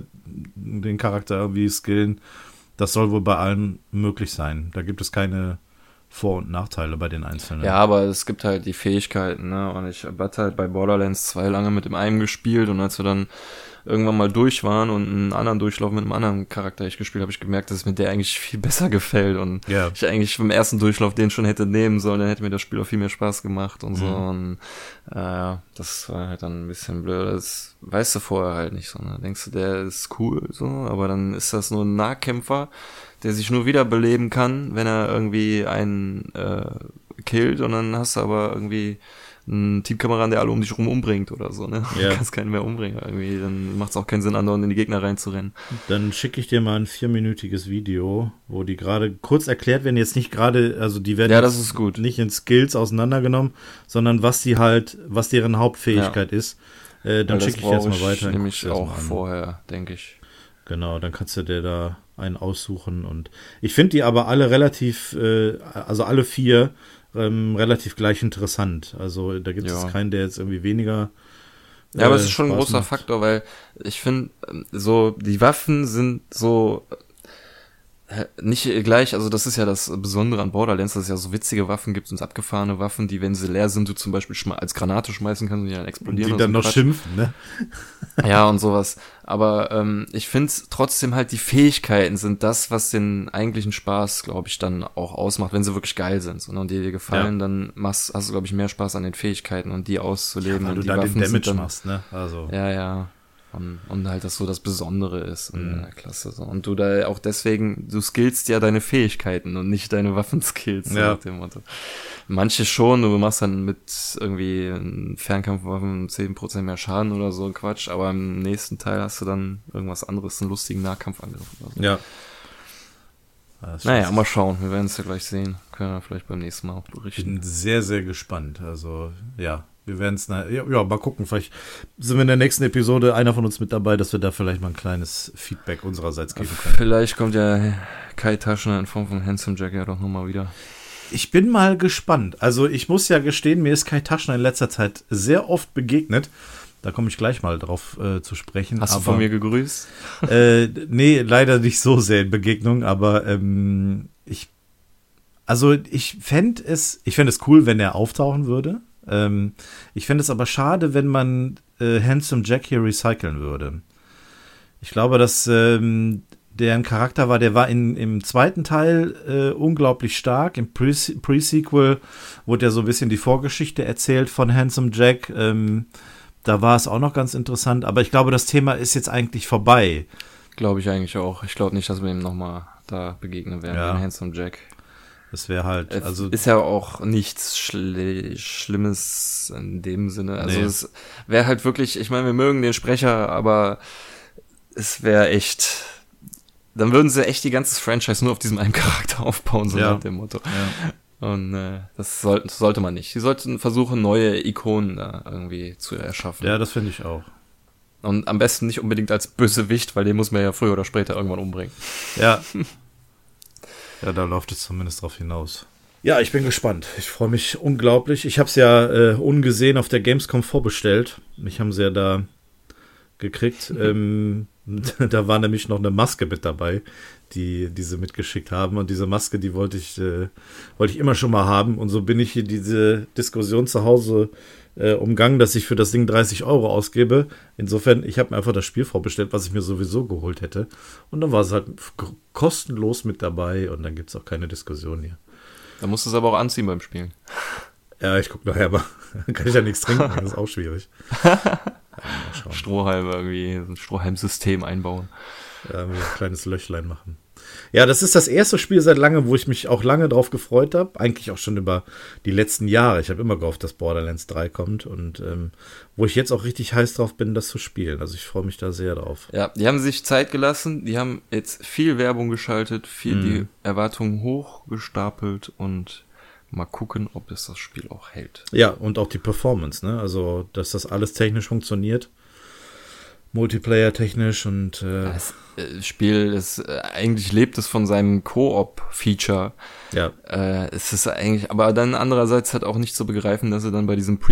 den Charakter irgendwie skillen. Das soll wohl bei allen möglich sein. Da gibt es keine Vor- und Nachteile bei den Einzelnen. Ja, aber es gibt halt die Fähigkeiten, ne? Und ich hatte halt bei Borderlands 2 lange mit dem einen gespielt und als wir dann irgendwann mal durch waren und einen anderen Durchlauf mit einem anderen Charakter ich gespielt habe, ich gemerkt, dass es mir der eigentlich viel besser gefällt und ich eigentlich vom ersten Durchlauf den schon hätte nehmen sollen, dann hätte mir das Spiel auch viel mehr Spaß gemacht und so und das war halt dann ein bisschen blöd, das weißt du vorher halt nicht so, ne? Denkst du, der ist cool, so, aber dann ist das nur ein Nahkämpfer, der sich nur wiederbeleben kann, wenn er irgendwie einen killt und dann hast du aber irgendwie einen Teamkameraden, der alle um dich rum umbringt oder so, ne? Ja. Du kannst keinen mehr umbringen irgendwie, dann macht es auch keinen Sinn, andauernd in die Gegner reinzurennen. Dann schicke ich dir mal ein 4-minütiges Video, wo die gerade kurz erklärt werden, jetzt nicht gerade, also die werden das ist gut. Nicht in Skills auseinandergenommen, sondern was deren Hauptfähigkeit ist. Dann schicke ich dir jetzt mal weiter. Nämlich auch vorher, denke ich. Genau, dann kannst du dir da einen aussuchen und ich finde die aber alle relativ, also alle 4 relativ gleich interessant. Also da gibt es keinen, der jetzt irgendwie weniger. Ja, aber es ist schon ein Spaß großer macht. Faktor, weil ich finde, so die Waffen sind so, Nicht gleich, also das ist ja das Besondere an Borderlands, dass es ja so witzige Waffen gibt und abgefahrene Waffen, die, wenn sie leer sind, du zum Beispiel als Granate schmeißen kannst und die dann explodieren. Die dann so noch schimpfen, ne? Ja, und sowas. Aber ich find's trotzdem halt, die Fähigkeiten sind das, was den eigentlichen Spaß, glaube ich, dann auch ausmacht, wenn sie wirklich geil sind. So, ne? Und die dir gefallen, dann hast du, glaube ich, mehr Spaß an den Fähigkeiten und die auszuleben. Ja, weil und du die dann Waffen den Damage dann, machst, ne? Also. Ja. Und halt, dass so das Besondere ist in der Klasse. So. Und du da auch deswegen, du skillst ja deine Fähigkeiten und nicht deine Waffenskills. So nach dem Motto. Manche schon, du machst dann mit irgendwie Fernkampfwaffen 10% mehr Schaden oder so ein Quatsch, aber im nächsten Teil hast du dann irgendwas anderes, einen lustigen Nahkampfangriff oder so. Ja. Naja, mal schauen, wir werden es ja gleich sehen. Können wir vielleicht beim nächsten Mal auch berichten. Ich bin sehr, sehr gespannt. Also, ja. Wir werden es, mal gucken. Vielleicht sind wir in der nächsten Episode einer von uns mit dabei, dass wir da vielleicht mal ein kleines Feedback unsererseits geben können. Vielleicht kommt ja Kai Taschner in Form von Handsome Jack ja doch nochmal wieder. Ich bin mal gespannt. Also ich muss ja gestehen, mir ist Kai Taschner in letzter Zeit sehr oft begegnet. Da komme ich gleich mal drauf zu sprechen. Hast du von mir gegrüßt? Nee, leider nicht so sehr in Begegnung, aber ich fände es cool, wenn er auftauchen würde. Ich fände es aber schade, wenn man Handsome Jack hier recyceln würde. Ich glaube, dass der ein Charakter war, der war im zweiten Teil unglaublich stark. Im Pre-Sequel wurde ja so ein bisschen die Vorgeschichte erzählt von Handsome Jack. Da war es auch noch ganz interessant. Aber ich glaube, das Thema ist jetzt eigentlich vorbei. Glaube ich eigentlich auch. Ich glaube nicht, dass wir ihm nochmal da begegnen werden, Handsome Jack. Das wäre halt, also. Ist ja auch nichts Schlimmes in dem Sinne. Also es wäre halt wirklich, ich meine, wir mögen den Sprecher, aber es wäre echt, dann würden sie echt die ganze Franchise nur auf diesem einen Charakter aufbauen, so nach dem Motto. Ja. Und das sollte man nicht. Sie sollten versuchen, neue Ikonen da irgendwie zu erschaffen. Ja, das finde ich auch. Und am besten nicht unbedingt als Bösewicht, weil den muss man ja früher oder später irgendwann umbringen. Ja. Ja, da läuft es zumindest drauf hinaus. Ja, ich bin gespannt. Ich freue mich unglaublich. Ich habe es ja ungesehen auf der Gamescom vorbestellt. Mich haben sie ja da gekriegt. Da war nämlich noch eine Maske mit dabei, die sie mitgeschickt haben. Und diese Maske, die wollte ich immer schon mal haben. Und so bin ich hier diese Diskussion zu Hause umgangen, dass ich für das Ding 30 € ausgebe. Insofern, ich habe mir einfach das Spiel vorbestellt, was ich mir sowieso geholt hätte. Und dann war es halt kostenlos mit dabei und dann gibt es auch keine Diskussion hier. Da musst du es aber auch anziehen beim Spielen. Ja, ich gucke nachher mal. Dann kann ich ja nichts trinken, das ist auch schwierig. Strohhalme irgendwie, so ein Strohhalmsystem einbauen. Ja, ein kleines Löchlein machen. Ja, das ist das erste Spiel seit langem, wo ich mich auch lange drauf gefreut habe. Eigentlich auch schon über die letzten Jahre. Ich habe immer gehofft, dass Borderlands 3 kommt und wo ich jetzt auch richtig heiß drauf bin, das zu spielen. Also ich freue mich da sehr drauf. Ja, die haben sich Zeit gelassen. Die haben jetzt viel Werbung geschaltet, die Erwartungen hochgestapelt und mal gucken, ob es das Spiel auch hält. Ja, und auch die Performance, ne? Also, dass das alles technisch funktioniert. Multiplayer-technisch und das Spiel eigentlich lebt es von seinem Koop-Feature. Ja. Es ist eigentlich, aber dann andererseits halt auch nicht zu begreifen, dass sie dann bei diesem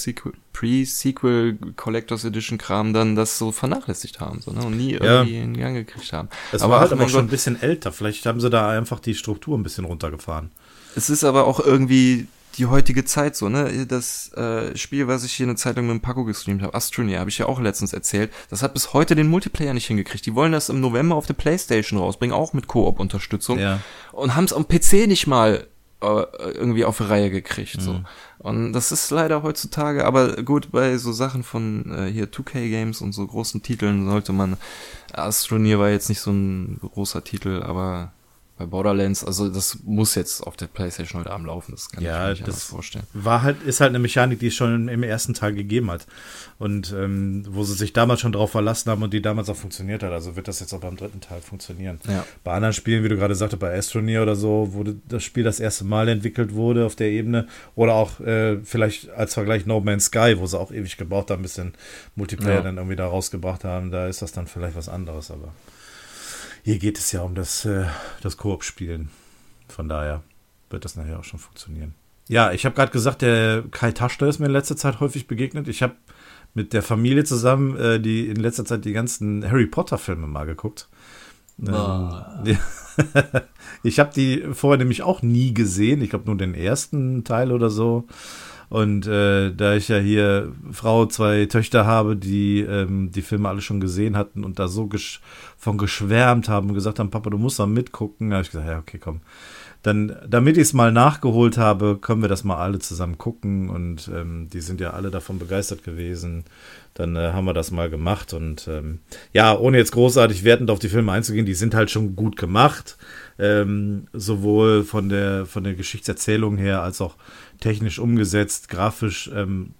Pre-Sequel Collectors Edition Kram dann das so vernachlässigt haben, so, ne? Und nie irgendwie in Gang gekriegt haben. Es war halt aber schon ein bisschen älter. Vielleicht haben sie da einfach die Struktur ein bisschen runtergefahren. Es ist aber auch irgendwie die heutige Zeit so, ne? Das Spiel, was ich hier eine Zeit lang mit dem Paco gestreamt habe, Astroneer, habe ich ja auch letztens erzählt, das hat bis heute den Multiplayer nicht hingekriegt. Die wollen das im November auf der PlayStation rausbringen, auch mit Koop-Unterstützung. Ja. Und haben es am PC nicht mal irgendwie auf die Reihe gekriegt. So. Und das ist leider heutzutage, aber gut, bei so Sachen von hier 2K-Games und so großen Titeln sollte man, Astroneer war jetzt nicht so ein großer Titel, aber bei Borderlands, also das muss jetzt auf der PlayStation heute Abend laufen, das kann ich mir nicht anders vorstellen. Ist halt eine Mechanik, die es schon im ersten Teil gegeben hat und wo sie sich damals schon drauf verlassen haben und die damals auch funktioniert hat, also wird das jetzt auch beim dritten Teil funktionieren. Ja. Bei anderen Spielen, wie du gerade sagte, bei Astroneer oder so, wo das Spiel das erste Mal entwickelt wurde auf der Ebene oder auch vielleicht als Vergleich No Man's Sky, wo sie auch ewig gebraucht haben, ein bisschen Multiplayer dann irgendwie da rausgebracht haben, da ist das dann vielleicht was anderes, aber hier geht es ja um das Koop-Spielen. Von daher wird das nachher auch schon funktionieren. Ja, ich habe gerade gesagt, der Kai Taschner ist mir in letzter Zeit häufig begegnet. Ich habe mit der Familie zusammen die in letzter Zeit die ganzen Harry Potter-Filme mal geguckt. Ich habe die vorher nämlich auch nie gesehen. Ich glaube nur den ersten Teil oder so. Und da ich ja hier Frau, 2 Töchter habe, die die Filme alle schon gesehen hatten und da so von geschwärmt haben und gesagt haben, Papa, du musst da mitgucken, habe ich gesagt, ja, okay, komm. Dann, damit ich es mal nachgeholt habe, können wir das mal alle zusammen gucken und die sind ja alle davon begeistert gewesen. Dann haben wir das mal gemacht und ja, ohne jetzt großartig wertend auf die Filme einzugehen, die sind halt schon gut gemacht, sowohl von der Geschichtserzählung her als auch technisch umgesetzt, grafisch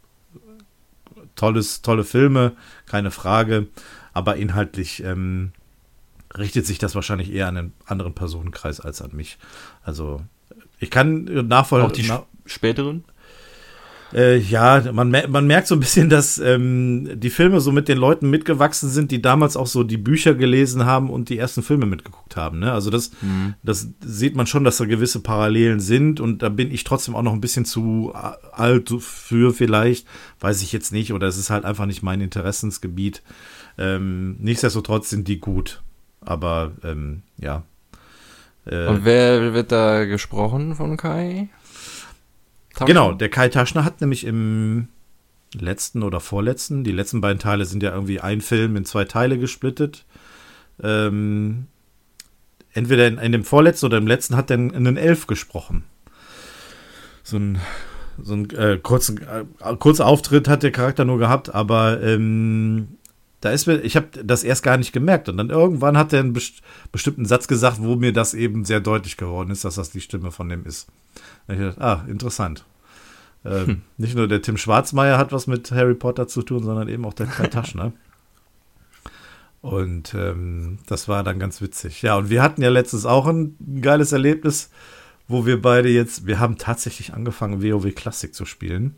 tolle Filme, keine Frage, aber inhaltlich richtet sich das wahrscheinlich eher an einen anderen Personenkreis als an mich. Also ich kann Auch die späteren? Ja, man merkt so ein bisschen, dass die Filme so mit den Leuten mitgewachsen sind, die damals auch so die Bücher gelesen haben und die ersten Filme mitgeguckt haben. Ne? Also das sieht man schon, dass da gewisse Parallelen sind und da bin ich trotzdem auch noch ein bisschen zu alt für vielleicht, weiß ich jetzt nicht, oder es ist halt einfach nicht mein Interessensgebiet. Nichtsdestotrotz sind die gut, aber ja. Und wer wird da gesprochen von Kai? Taschner? Genau, der Kai Taschner hat nämlich im letzten oder vorletzten, die letzten beiden Teile sind ja irgendwie ein Film in 2 Teile gesplittet. Entweder in dem vorletzten oder im letzten hat er einen Elf gesprochen. So ein kurzer Auftritt hat der Charakter nur gehabt, aber ich habe das erst gar nicht gemerkt und dann irgendwann hat er einen bestimmten Satz gesagt, wo mir das eben sehr deutlich geworden ist, dass das die Stimme von dem ist. Da hab ich gedacht, interessant. Nicht nur der Tim Schwarzmeier hat was mit Harry Potter zu tun, sondern eben auch der Kai Taschner. Und das war dann ganz witzig. Ja, und wir hatten ja letztens auch ein geiles Erlebnis, wo wir beide wir haben tatsächlich angefangen, WoW Classic zu spielen.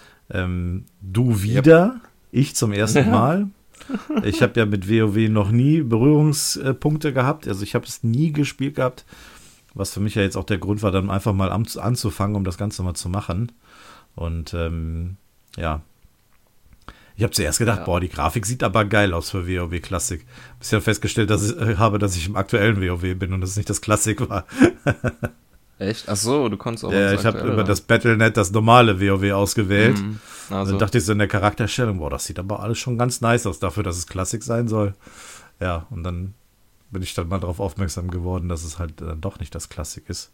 Du wieder, ich zum ersten Mal. Ich habe ja mit WoW noch nie Berührungspunkte gehabt. Also ich habe es nie gespielt gehabt, was für mich ja jetzt auch der Grund war, dann einfach mal anzufangen, um das Ganze mal zu machen. Und ja, ich habe zuerst gedacht, die Grafik sieht aber geil aus für WoW Classic. Bis ich dann festgestellt dass ich im aktuellen WoW bin und es nicht das Classic war. Echt? Ach so, du konntest auch ich habe über das Battle.net das normale WoW ausgewählt. Also. Dann dachte ich so in der Charakterstellung, das sieht aber alles schon ganz nice aus, dafür, dass es Classic sein soll. Ja, und dann bin ich dann mal darauf aufmerksam geworden, dass es halt dann doch nicht das Classic ist.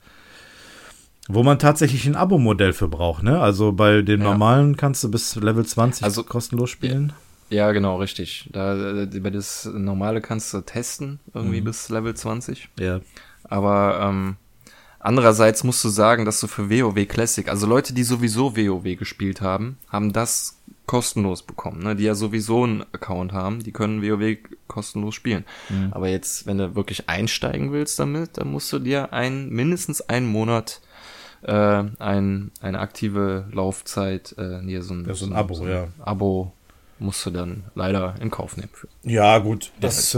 Wo man tatsächlich ein Abo-Modell für braucht, ne? Also bei den normalen kannst du bis Level 20 kostenlos spielen. Ja, genau, richtig. Bei das normale kannst du testen, irgendwie bis Level 20. Ja. Aber andererseits musst du sagen, dass du für WoW Classic, also Leute, die sowieso WoW gespielt haben das kostenlos bekommen, ne? Die ja sowieso einen Account haben, die können WoW kostenlos spielen. Aber jetzt, wenn du wirklich einsteigen willst damit, dann musst du dir mindestens einen Monat eine aktive Laufzeit, so ein Abo, Abo musst du dann leider in Kauf nehmen. Ja, gut, das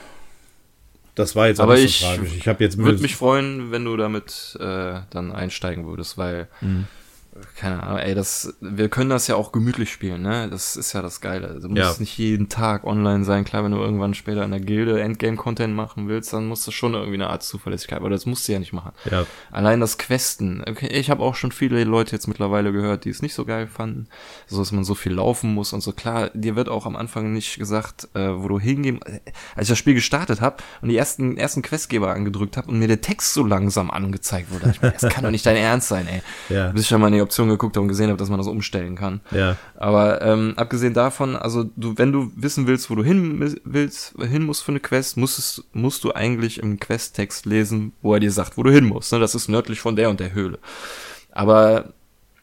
war jetzt aber nicht so tragisch. Ich würde mich freuen, wenn du damit dann einsteigen würdest, weil keine Ahnung, wir können das ja auch gemütlich spielen, ne? Das ist ja das Geile. Du musst nicht jeden Tag online sein. Klar, wenn du irgendwann später in der Gilde Endgame-Content machen willst, dann musst du schon irgendwie eine Art Zuverlässigkeit, aber das musst du ja nicht machen. Ja. Allein das Questen. Okay, ich habe auch schon viele Leute jetzt mittlerweile gehört, die es nicht so geil fanden, so dass man so viel laufen muss und so. Klar, dir wird auch am Anfang nicht gesagt, wo du hingehen. Als ich das Spiel gestartet habe und die ersten Questgeber angedrückt habe und mir der Text so langsam angezeigt wurde, ich meine, das kann doch nicht dein Ernst sein, ey. Ja. Bis ich dann mal in die Option geguckt habe und gesehen habe, dass man das umstellen kann. Ja. Aber abgesehen davon, also wenn du wissen willst, wo du hin musst für eine Quest, musst du eigentlich im Questtext lesen, wo er dir sagt, wo du hin musst. Ne? Das ist nördlich von der und der Höhle. Aber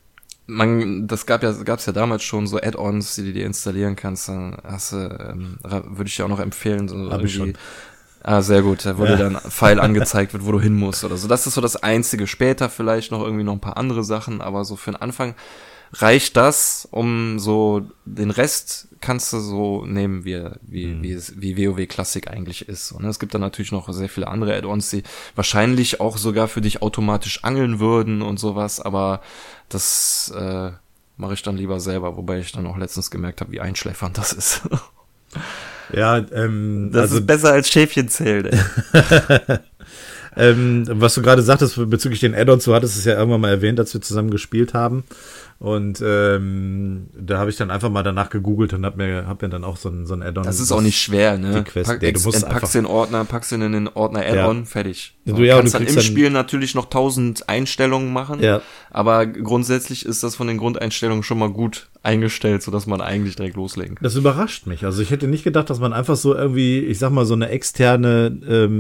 gab's ja damals schon so Add-ons, die du dir installieren kannst. Dann würde ich dir auch noch empfehlen. So hab ich schon. Sehr gut, wo dir dann ein Pfeil angezeigt wird, wo du hin musst oder so. Das ist so das Einzige. Später vielleicht noch irgendwie noch ein paar andere Sachen, aber so für den Anfang reicht das, um so den Rest kannst du so nehmen, wie WoW Classic eigentlich ist. Und es gibt dann natürlich noch sehr viele andere Add-ons, die wahrscheinlich auch sogar für dich automatisch angeln würden und sowas, aber das mache ich dann lieber selber, wobei ich dann auch letztens gemerkt habe, wie einschläfernd das ist. Ja, das ist besser als Schäfchenzählen, was du gerade sagtest bezüglich den Add-ons, du hattest es ja irgendwann mal erwähnt, als wir zusammen gespielt haben. Und da habe ich dann einfach mal danach gegoogelt und hab mir dann auch so ein Add-on. Das ist auch nicht schwer, ne? Die Quest, packst den Ordner, packst ihn in den Ordner Add-on, fertig. So, du kannst dann im Spiel natürlich noch 1000 Einstellungen machen, aber grundsätzlich ist das von den Grundeinstellungen schon mal gut eingestellt, sodass man eigentlich direkt loslegen kann. Das überrascht mich. Also ich hätte nicht gedacht, dass man einfach so irgendwie, ich sag mal, so eine externe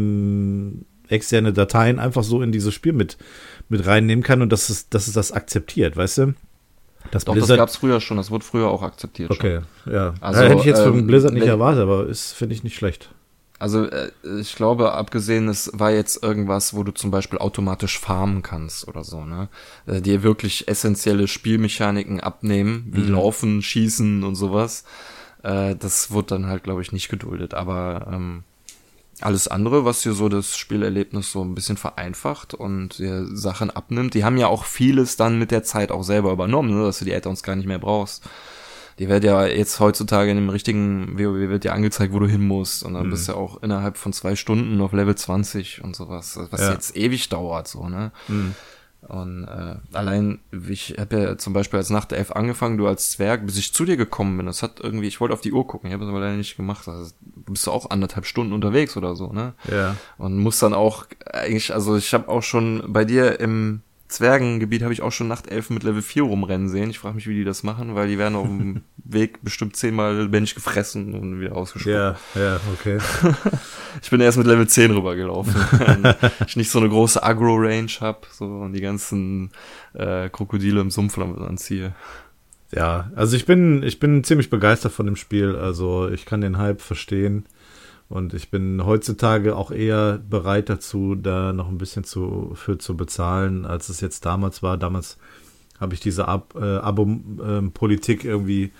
Dateien einfach so in dieses Spiel mit reinnehmen kann und dass es das akzeptiert, weißt du? Das gab's früher schon, das wurde früher auch akzeptiert. Okay, schon. Ja. Also, hätte ich jetzt von Blizzard nicht erwartet, aber finde ich nicht schlecht. Also ich glaube, abgesehen, es war jetzt irgendwas, wo du zum Beispiel automatisch farmen kannst oder so, ne? Dir wirklich essentielle Spielmechaniken abnehmen, wie Laufen, Schießen und sowas. Das wurde dann halt, glaube ich, nicht geduldet. Aber alles andere, was dir so das Spielerlebnis so ein bisschen vereinfacht und dir Sachen abnimmt, die haben ja auch vieles dann mit der Zeit auch selber übernommen, ne, dass du die Add-ons gar nicht mehr brauchst. Die werden ja jetzt heutzutage in dem richtigen WoW wird ja angezeigt, wo du hin musst und dann bist du ja auch innerhalb von 2 Stunden auf Level 20 und sowas, was jetzt ewig dauert, so, ne. Und allein, ich habe ja zum Beispiel als Nacht 11 angefangen, du als Zwerg, bis ich zu dir gekommen bin, das hat irgendwie, ich wollte auf die Uhr gucken, ich habe das aber leider nicht gemacht, also du bist auch 1,5 Stunden unterwegs oder so, ne? Ja. Und muss dann auch eigentlich, also ich habe auch schon bei dir im Zwergengebiet habe ich auch schon Nacht 11 mit Level 4 rumrennen sehen. Ich frage mich, wie die das machen, weil die werden auf dem Weg bestimmt 10-mal lebendig gefressen und wieder ausgespuckt. Ja, okay. Ich bin erst mit Level 10 rübergelaufen, weil ich nicht so eine große Agro-Range habe so, und die ganzen Krokodile im Sumpf anziehe. Ja, also ich bin ziemlich begeistert von dem Spiel. Also ich kann den Hype verstehen. Und ich bin heutzutage auch eher bereit dazu, da noch ein bisschen für zu bezahlen, als es jetzt damals war. Damals habe ich diese Abo-Politik irgendwie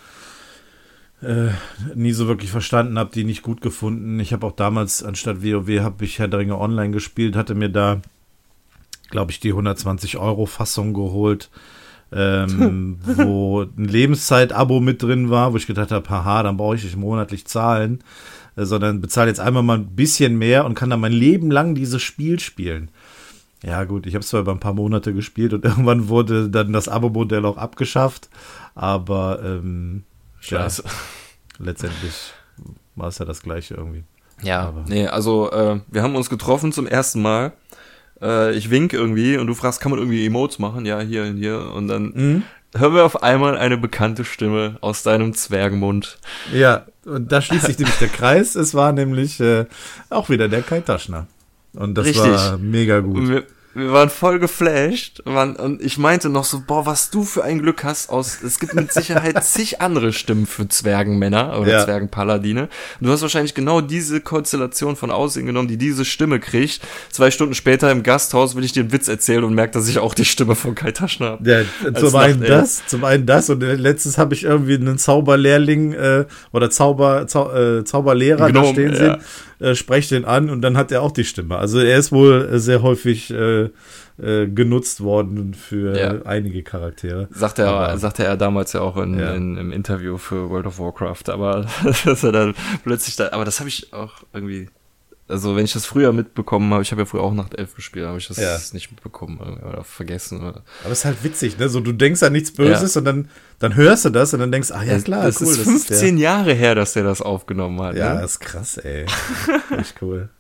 nie so wirklich verstanden, habe die nicht gut gefunden. Ich habe auch damals, anstatt WoW, habe ich Herr der Ringe Online gespielt, hatte mir da, glaube ich, die 120-Euro-Fassung geholt, wo ein Lebenszeit-Abo mit drin war, wo ich gedacht habe, haha, dann brauche ich nicht monatlich zahlen, sondern bezahle jetzt einmal mal ein bisschen mehr und kann dann mein Leben lang dieses Spiel spielen. Ja gut, ich habe es zwar über ein paar Monate gespielt und irgendwann wurde dann das Abo-Modell auch abgeschafft, aber Scheiße. Ja, letztendlich war es ja das Gleiche irgendwie. Ja, aber also wir haben uns getroffen zum ersten Mal. Ich wink irgendwie und du fragst, kann man irgendwie Emotes machen? Ja, hier und hier. Und dann hören wir auf einmal eine bekannte Stimme aus deinem Zwergenmund. Ja, und da schließt sich nämlich der Kreis. Es war nämlich auch wieder der Kai Taschner. Und das war mega gut. Wir waren voll geflasht und ich meinte noch so, boah, was du für ein Glück hast es gibt mit Sicherheit zig andere Stimmen für Zwergenmänner oder Zwergenpaladine. Du hast wahrscheinlich genau diese Konstellation von Aussehen genommen, die diese Stimme kriegt. 2 Stunden später im Gasthaus will ich dir einen Witz erzählen und merke, dass ich auch die Stimme von Kai Taschner habe. Ja, zum einen das und letztens habe ich irgendwie einen Zauberlehrling oder Zauberlehrer da stehen sehen. Spreche den an und dann hat er auch die Stimme. Also er ist wohl sehr häufig genutzt worden für einige Charaktere. Sagte er damals ja auch im Interview für World of Warcraft, aber dass er dann plötzlich aber das habe ich auch irgendwie, also wenn ich das früher mitbekommen habe, ich habe ja früher auch Nacht 11 gespielt, habe ich das nicht mitbekommen oder vergessen. Oder. Aber es ist halt witzig, ne? So, du denkst an nichts Böses und dann hörst du das und dann denkst, ja klar, das cool. Das ist 15 Jahre her, dass der das aufgenommen hat. Ja, ne? Das ist krass, ey. Echt cool.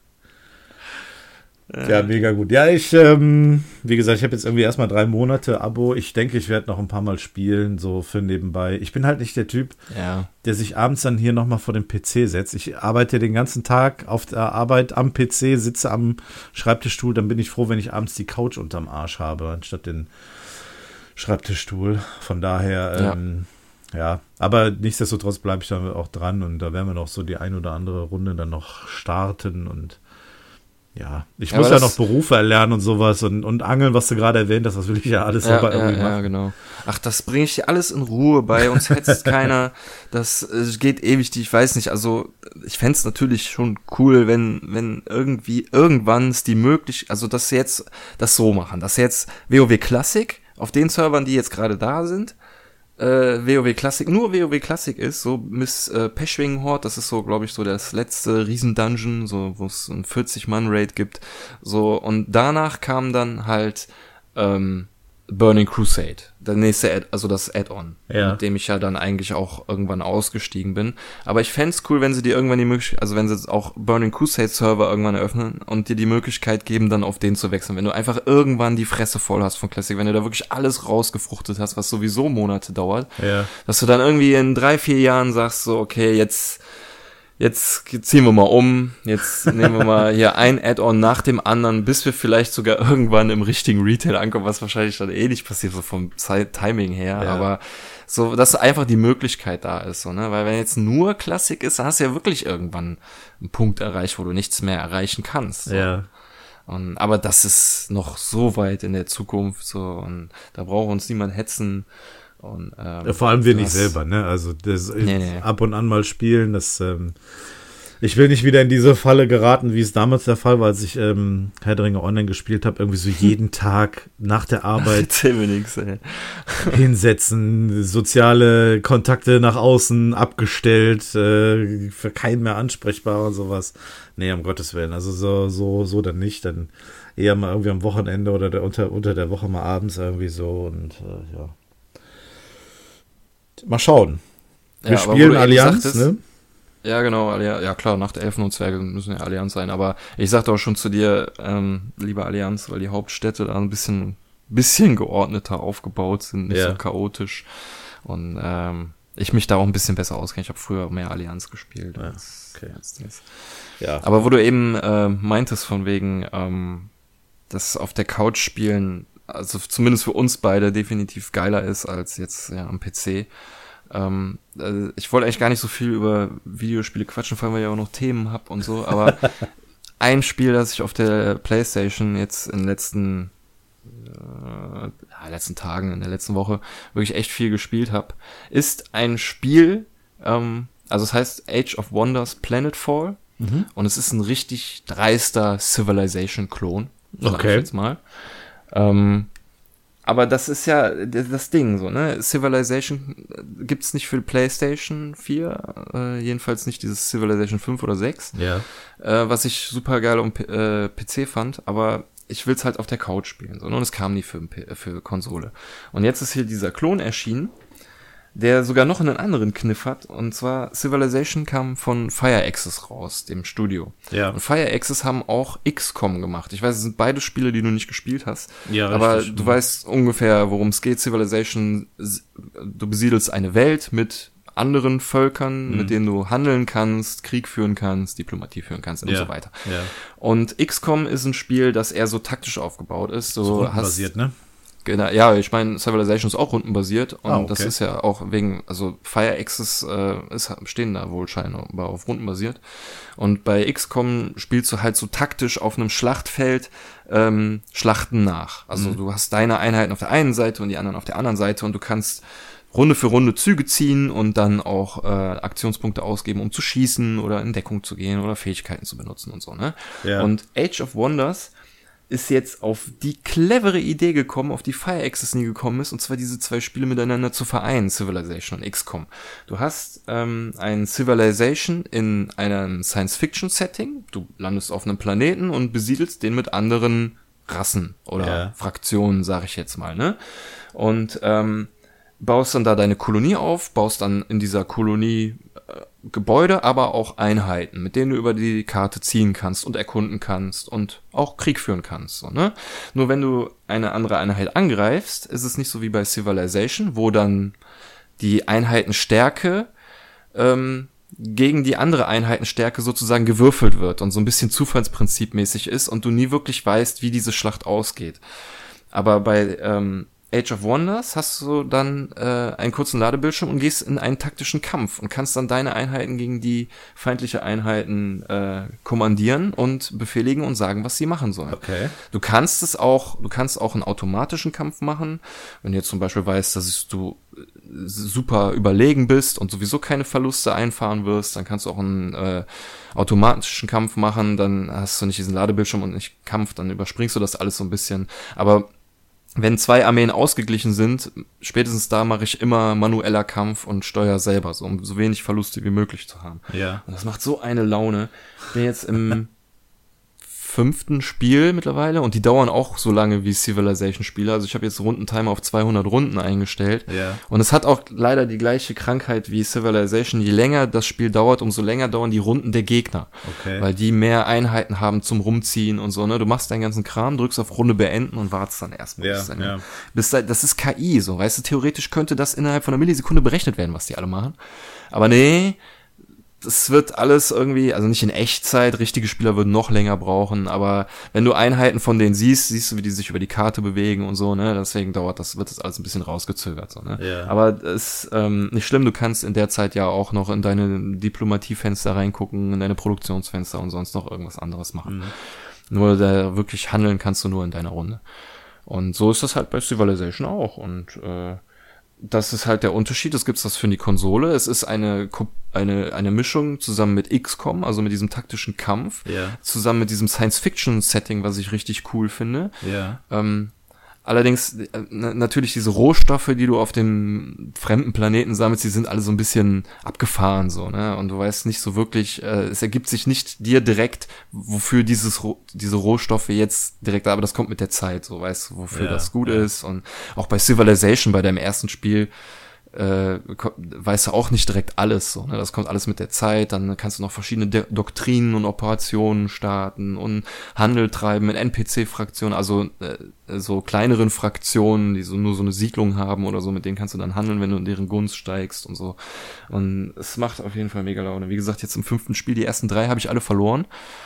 Ja, mega gut. Ja, wie gesagt, ich habe jetzt irgendwie erstmal 3 Monate Abo. Ich denke, ich werde noch ein paar Mal spielen, so für nebenbei. Ich bin halt nicht der Typ, der sich abends dann hier nochmal vor den PC setzt. Ich arbeite den ganzen Tag auf der Arbeit am PC, sitze am Schreibtischstuhl. Dann bin ich froh, wenn ich abends die Couch unterm Arsch habe, anstatt den Schreibtischstuhl. Von daher, aber nichtsdestotrotz bleibe ich da auch dran und da werden wir noch so die ein oder andere Runde dann noch starten und ich muss ja noch Berufe erlernen und sowas und Angeln, was du gerade erwähnt hast, das will ich ja alles selber irgendwie machen. Ja, genau. Ach, das bringe ich dir alles in Ruhe bei, uns hetzt keiner, das geht ewig, ich weiß nicht, also ich fänd's natürlich schon cool, wenn irgendwann es die Möglichkeit, also dass sie jetzt das so machen, dass jetzt WoW Classic auf den Servern, die jetzt gerade da sind, WoW Classic, nur WoW Classic ist, so Miss Peschwingen Horde, das ist so, glaube ich, so das letzte Riesendungeon, so wo es ein 40-Mann-Raid gibt, so, und danach kam dann halt Burning Crusade, der nächste, also das Add-on, mit dem ich ja dann eigentlich auch irgendwann ausgestiegen bin. Aber ich fänd's cool, wenn sie dir irgendwann die Möglichkeit, also wenn sie jetzt auch Burning Crusade Server irgendwann eröffnen und dir die Möglichkeit geben, dann auf den zu wechseln. Wenn du einfach irgendwann die Fresse voll hast von Classic, wenn du da wirklich alles rausgefruchtet hast, was sowieso Monate dauert, dass du dann irgendwie in 3-4 Jahren sagst, so, okay, jetzt ziehen wir mal um, jetzt nehmen wir mal hier ein Add-on nach dem anderen, bis wir vielleicht sogar irgendwann im richtigen Retail ankommen, was wahrscheinlich dann nicht passiert, so vom Timing her, aber so, dass einfach die Möglichkeit da ist, so, ne, weil wenn jetzt nur Klassik ist, dann hast du ja wirklich irgendwann einen Punkt erreicht, wo du nichts mehr erreichen kannst. So. Ja. Aber das ist noch so weit in der Zukunft, so, und da braucht uns niemand hetzen. Und, vor allem wir nicht selber, ne? Also das ab und an mal spielen, das ich will nicht wieder in diese Falle geraten, wie es damals der Fall war, als ich Herr der Ringe Online gespielt habe, irgendwie so jeden Tag nach der Arbeit hinsetzen, soziale Kontakte nach außen abgestellt, für keinen mehr ansprechbar und sowas. Nee, um Gottes Willen, also so dann nicht, dann eher mal irgendwie am Wochenende oder unter der Woche mal abends irgendwie so und ja. Mal schauen. Wir spielen Allianz, ne? Ja, genau. Ja, klar, Nacht Elfen und Zwerge müssen ja Allianz sein. Aber ich sagte auch schon zu dir, lieber Allianz, weil die Hauptstädte da ein bisschen geordneter aufgebaut sind, nicht so chaotisch. Und ich mich da auch ein bisschen besser auskenne. Ich habe früher mehr Allianz gespielt. Als das. Ja. Aber wo du eben meintest von wegen, dass auf der Couch spielen, also zumindest für uns beide definitiv geiler ist als jetzt am PC. Ich wollte eigentlich gar nicht so viel über Videospiele quatschen, vor allem weil ich auch noch Themen hab und so, aber ein Spiel, das ich auf der PlayStation jetzt in den letzten Tagen, in der letzten Woche wirklich echt viel gespielt habe, ist ein Spiel, also es heißt Age of Wonders Planetfall, und es ist ein richtig dreister Civilization-Klon, sag ich jetzt mal. Aber das ist ja das Ding, so, ne? Civilization gibt's nicht für PlayStation 4, jedenfalls nicht dieses Civilization 5 oder 6, was ich super geil am PC fand, aber ich will's halt auf der Couch spielen, so, und es kam nie für Konsole. Und jetzt ist hier dieser Klon erschienen, der sogar noch einen anderen Kniff hat, und zwar Civilization kam von Firaxis raus, dem Studio. Ja. Und Firaxis haben auch XCOM gemacht. Ich weiß, es sind beide Spiele, die du nicht gespielt hast. Ja, aber richtig, du weißt ungefähr, worum es geht. Civilization, du besiedelst eine Welt mit anderen Völkern, mit denen du handeln kannst, Krieg führen kannst, Diplomatie führen kannst und so weiter. Ja. Und XCOM ist ein Spiel, das eher so taktisch aufgebaut ist. So rundenbasiert, ne? Genau, ja, ich meine, Civilization ist auch rundenbasiert und das ist ja auch wegen, also Firaxis stehen da wohl scheinbar auf rundenbasiert, und bei XCOM spielst du halt so taktisch auf einem Schlachtfeld Schlachten nach. Also du hast deine Einheiten auf der einen Seite und die anderen auf der anderen Seite, und du kannst Runde für Runde Züge ziehen und dann auch Aktionspunkte ausgeben, um zu schießen oder in Deckung zu gehen oder Fähigkeiten zu benutzen und so, ne? Ja. Und Age of Wonders ist jetzt auf die clevere Idee gekommen, auf die Firaxis nie gekommen ist, und zwar diese zwei Spiele miteinander zu vereinen, Civilization und XCOM. Du hast ein Civilization in einem Science-Fiction-Setting, du landest auf einem Planeten und besiedelst den mit anderen Rassen oder Fraktionen, sag ich jetzt mal, ne? Und baust dann da deine Kolonie auf, baust dann in dieser Kolonie Gebäude, aber auch Einheiten, mit denen du über die Karte ziehen kannst und erkunden kannst und auch Krieg führen kannst, so, ne? Nur wenn du eine andere Einheit angreifst, ist es nicht so wie bei Civilization, wo dann die Einheitenstärke gegen die andere Einheitenstärke sozusagen gewürfelt wird und so ein bisschen zufallsprinzipmäßig ist und du nie wirklich weißt, wie diese Schlacht ausgeht. Aber bei Age of Wonders hast du dann einen kurzen Ladebildschirm und gehst in einen taktischen Kampf und kannst dann deine Einheiten gegen die feindliche Einheiten kommandieren und befehligen und sagen, was sie machen sollen. Okay. Du kannst auch einen automatischen Kampf machen, wenn du jetzt zum Beispiel weißt, dass du super überlegen bist und sowieso keine Verluste einfahren wirst, dann kannst du auch einen automatischen Kampf machen, dann hast du nicht diesen Ladebildschirm und nicht Kampf, dann überspringst du das alles so ein bisschen, aber wenn 2 Armeen ausgeglichen sind, spätestens da mache ich immer manueller Kampf und steuere selber, so um so wenig Verluste wie möglich zu haben. Ja. Und das macht so eine Laune. Ich bin jetzt im 5. Spiel mittlerweile und die dauern auch so lange wie Civilization-Spiele. Also ich habe jetzt Rundentimer auf 200 Runden eingestellt. Ja. Und es hat auch leider die gleiche Krankheit wie Civilization. Je länger das Spiel dauert, umso länger dauern die Runden der Gegner. Okay. Weil die mehr Einheiten haben zum Rumziehen und so, ne? Du machst deinen ganzen Kram, drückst auf Runde beenden und wartest dann erstmal. Ja. Das ist KI, so, weißt du, theoretisch könnte das innerhalb von einer Millisekunde berechnet werden, was die alle machen. Aber nee, das wird alles irgendwie, also nicht in Echtzeit, richtige Spieler würden noch länger brauchen, aber wenn du Einheiten von denen siehst du, wie die sich über die Karte bewegen und so, ne, deswegen wird das alles ein bisschen rausgezögert, so, ne. Ja. Aber es ist nicht schlimm, du kannst in der Zeit ja auch noch in deine Diplomatiefenster reingucken, in deine Produktionsfenster und sonst noch irgendwas anderes machen. Nur da wirklich handeln kannst du nur in deiner Runde. Und so ist das halt bei Civilization auch und das ist halt der Unterschied. Es gibt das für die Konsole. Es ist eine Mischung zusammen mit XCOM, also mit diesem taktischen Kampf, zusammen mit diesem Science-Fiction-Setting, was ich richtig cool finde. Ja. Allerdings natürlich diese Rohstoffe, die du auf dem fremden Planeten sammelst, die sind alle so ein bisschen abgefahren, so, ne? Und du weißt nicht so wirklich, es ergibt sich nicht dir direkt, wofür diese Rohstoffe jetzt direkt, aber das kommt mit der Zeit, so, weißt du, wofür das gut ist. Und auch bei Civilization, bei deinem ersten Spiel, weißt du auch nicht direkt alles, so, ne? Das kommt alles mit der Zeit, dann kannst du noch verschiedene Doktrinen und Operationen starten und Handel treiben mit NPC-Fraktionen, also so kleineren Fraktionen, die nur so eine Siedlung haben oder so, mit denen kannst du dann handeln, wenn du in deren Gunst steigst und so. Und es macht auf jeden Fall mega Laune. Wie gesagt, jetzt im 5. Spiel, die ersten 3 habe ich alle verloren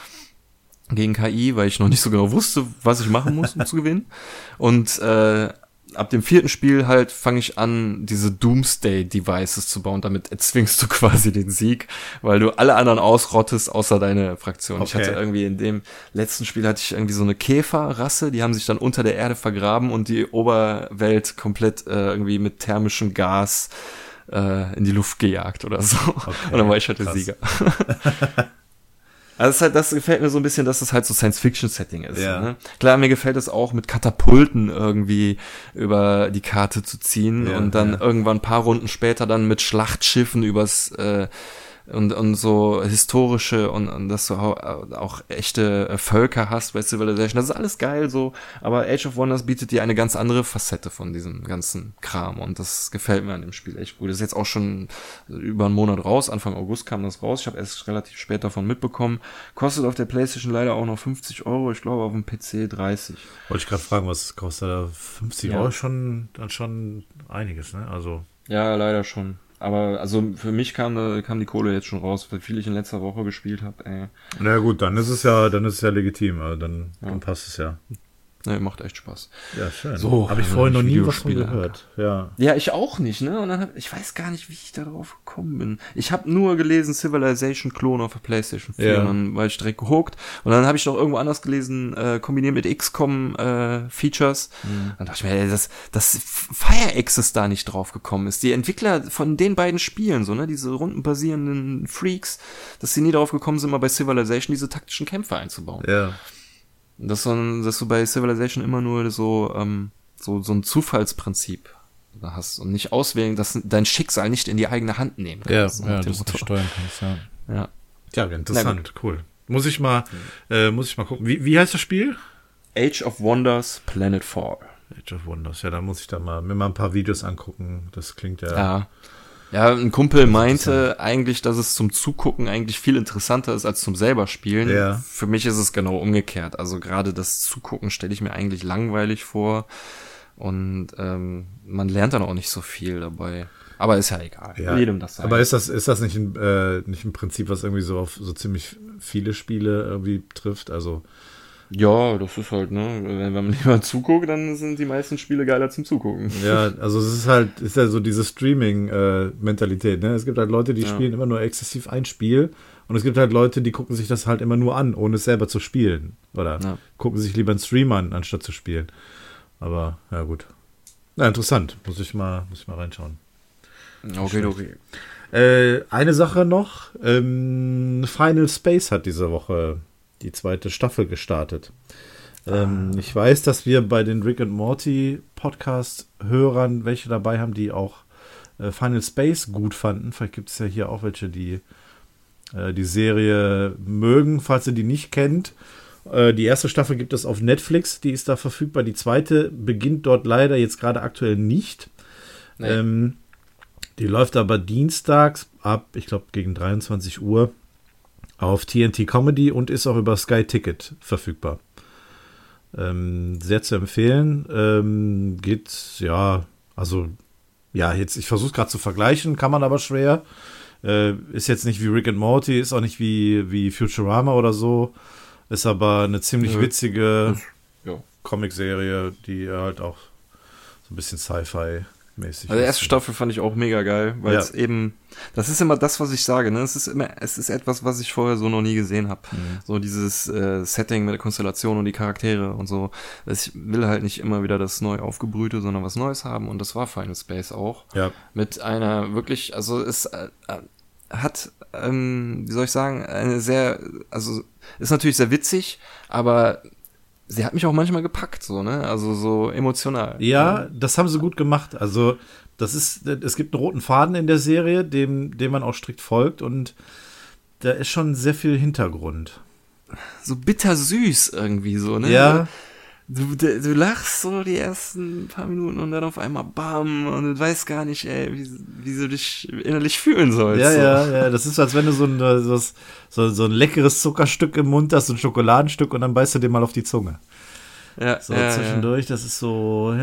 gegen KI, weil ich noch nicht so genau wusste, was ich machen muss, um zu gewinnen. Und ab dem 4. Spiel halt fange ich an, diese Doomsday-Devices zu bauen. Damit erzwingst du quasi den Sieg, weil du alle anderen ausrottest, außer deine Fraktion. Okay. Ich hatte irgendwie in dem letzten Spiel hatte ich irgendwie so eine Käferrasse, die haben sich dann unter der Erde vergraben und die Oberwelt komplett irgendwie mit thermischem Gas in die Luft gejagt oder so. Okay, und dann war ich halt der Sieger. Also das gefällt mir so ein bisschen, dass es halt so Science-Fiction-Setting ist. Ja. Ne? Klar, mir gefällt es auch, mit Katapulten irgendwie über die Karte zu ziehen und dann irgendwann ein paar Runden später dann mit Schlachtschiffen übers und so historische und dass du auch echte Völker hast bei Civilization. Das ist alles geil so, aber Age of Wonders bietet dir eine ganz andere Facette von diesem ganzen Kram und das gefällt mir an dem Spiel echt gut. Das ist jetzt auch schon über einen Monat raus, Anfang August kam das raus. Ich habe erst relativ spät davon mitbekommen. Kostet auf der PlayStation leider auch noch 50 €, ich glaube auf dem PC 30. Wollte ich gerade fragen, was kostet da? 50 € schon einiges, ne? Also ja, leider schon. Aber also für mich kam die Kohle jetzt schon raus, weil viel ich in letzter Woche gespielt habe. Na gut, dann ist es ja legitim, also dann passt es ja. Ne, macht echt Spaß. Ja, schön. So, habe ich vorhin noch nie was von gehört. Ja, ich auch nicht, ne? Und dann ich weiß gar nicht, wie ich da drauf gekommen bin. Ich habe nur gelesen Civilization Klon auf der PlayStation 4 und dann war ich direkt gehuckt. Und dann habe ich noch irgendwo anders gelesen, kombiniert mit XCOM Features. Dann dachte ich mir, dass Fire-Access da nicht drauf gekommen ist. Die Entwickler von den beiden Spielen, so, ne, diese rundenbasierenden Freaks, dass sie nie drauf gekommen sind, mal bei Civilization diese taktischen Kämpfe einzubauen. Ja. Dass du bei Civilization immer nur so ein Zufallsprinzip hast und nicht auswählen, dass dein Schicksal nicht in die eigene Hand nehmen kannst. Ja, dass du steuern kannst, ja. Ja, interessant, cool. Muss ich mal gucken. Wie heißt das Spiel? Age of Wonders Planet Fall. Age of Wonders, ja, da muss ich mir mal ein paar Videos angucken. Das klingt ja... Ja, ein Kumpel meinte eigentlich, dass es zum Zugucken eigentlich viel interessanter ist als zum selber spielen. Ja. Für mich ist es genau umgekehrt. Also gerade das Zugucken stelle ich mir eigentlich langweilig vor und man lernt dann auch nicht so viel dabei. Aber ist ja egal. Ja. Jedem das sein. Aber ist das nicht ein Prinzip, was irgendwie so auf so ziemlich viele Spiele irgendwie trifft? Also ja, das ist halt, ne, wenn man lieber zuguckt, dann sind die meisten Spiele geiler zum Zugucken. Ja, also es ist ja so diese Streaming-Mentalität, ne? Es gibt halt Leute, die spielen immer nur exzessiv ein Spiel und es gibt halt Leute, die gucken sich das halt immer nur an, ohne es selber zu spielen. Oder gucken sich lieber einen Stream an, anstatt zu spielen. Aber, ja gut. Na, interessant. Muss ich mal reinschauen. Okay. Eine Sache noch. Final Space hat diese Woche die 2. Staffel gestartet. Ich weiß, dass wir bei den Rick and Morty Podcast-Hörern welche dabei haben, die auch Final Space gut fanden. Vielleicht gibt es ja hier auch welche, die die Serie mögen, falls ihr die nicht kennt. Die erste Staffel gibt es auf Netflix, die ist da verfügbar. Die zweite beginnt dort leider jetzt gerade aktuell nicht. Nee. Die läuft aber dienstags ab, ich glaube, gegen 23 Uhr auf TNT Comedy und ist auch über Sky Ticket verfügbar. Sehr zu empfehlen. Geht, ja, also, ja, jetzt, ich versuche es gerade zu vergleichen, kann man aber schwer. Ist jetzt nicht wie Rick and Morty, ist auch nicht wie Futurama oder so. Ist aber eine ziemlich witzige Comicserie, die halt auch so ein bisschen Sci-Fi-mäßig Also die erste Staffel fand ich auch mega geil, weil es eben, das ist immer das, was ich sage, ne? Es ist etwas, was ich vorher so noch nie gesehen habe. So dieses Setting mit der Konstellation und die Charaktere und so. Ich will halt nicht immer wieder das neu aufgebrühte, sondern was Neues haben und das war Final Space auch. Ja. Mit einer wirklich, also es hat, wie soll ich sagen, eine sehr, also ist natürlich sehr witzig, aber sie hat mich auch manchmal gepackt, so, ne? Also so emotional. Ja, das haben sie gut gemacht. Also es gibt einen roten Faden in der Serie, dem man auch strikt folgt und da ist schon sehr viel Hintergrund. So bittersüß irgendwie so, ne? Ja. Du lachst so die ersten paar Minuten und dann auf einmal bam und du weißt gar nicht, ey, wie du dich innerlich fühlen sollst. Ja, das ist, als wenn du so ein leckeres Zuckerstück im Mund hast, so ein Schokoladenstück und dann beißt du dir mal auf die Zunge. Ja, so zwischendurch, das ist so,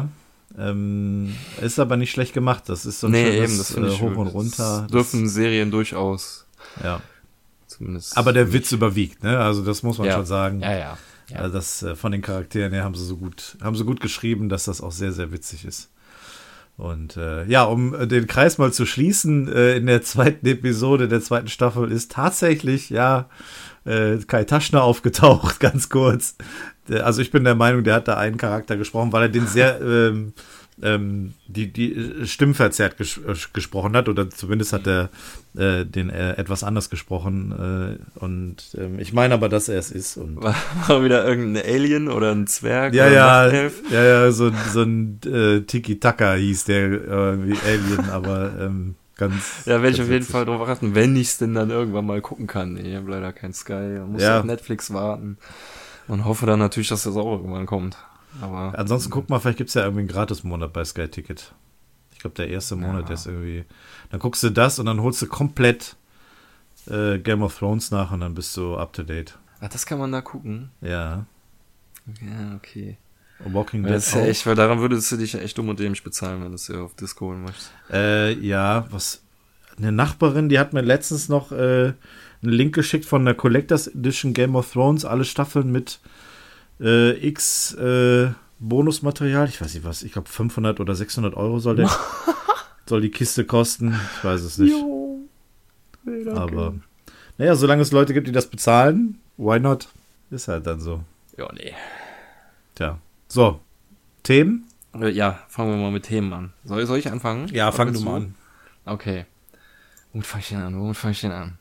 ist aber nicht schlecht gemacht. Das ist so ein schönes das Hoch und Runter. Das dürfen Serien durchaus. Ja. Zumindest. Aber der Witz überwiegt, ne? Also das muss man schon sagen. Ja. Also das von den Charakteren her haben sie gut geschrieben, dass das auch sehr, sehr witzig ist. Und um den Kreis mal zu schließen, in der zweiten Episode der zweiten Staffel ist tatsächlich, Kai Taschner aufgetaucht, ganz kurz. Also ich bin der Meinung, der hat da einen Charakter gesprochen, weil er den sehr die Stimmen verzerrt gesprochen hat, oder zumindest hat er den etwas anders gesprochen ich meine aber, dass er es ist. Und war wieder irgendein Alien oder ein Zwerg? Ja, so ein Tiki-Taka hieß der wie Alien, aber ganz... Ja, werde ich auf jeden Fall drauf achten, wenn ich es denn dann irgendwann mal gucken kann. Ich habe leider kein Sky, muss auf Netflix warten und hoffe dann natürlich, dass das auch irgendwann kommt. Aber ansonsten guck mal, vielleicht gibt es ja irgendwie einen Gratis-Monat bei Sky Ticket. Ich glaube, der erste Monat, der ist irgendwie... Dann guckst du das und dann holst du komplett Game of Thrones nach und dann bist du up to date. Ach, das kann man da gucken? Ja. Ja, okay. Walking Dead das ist ja echt, weil daran würdest du dich ja echt dumm und dämlich bezahlen, wenn du es ja auf Disco holen möchtest. Eine Nachbarin, die hat mir letztens noch einen Link geschickt von der Collectors Edition Game of Thrones, alle Staffeln mit Bonusmaterial, ich weiß nicht was, ich glaube 500 oder 600 Euro soll die Kiste kosten, ich weiß es nicht. Jo. Nee, aber solange es Leute gibt, die das bezahlen, why not? Ist halt dann so. Ja, nee. Tja, so, Themen? Ja, fangen wir mal mit Themen an. Soll ich anfangen? Ja, fang du mal an. Okay. Womit fange ich denn an?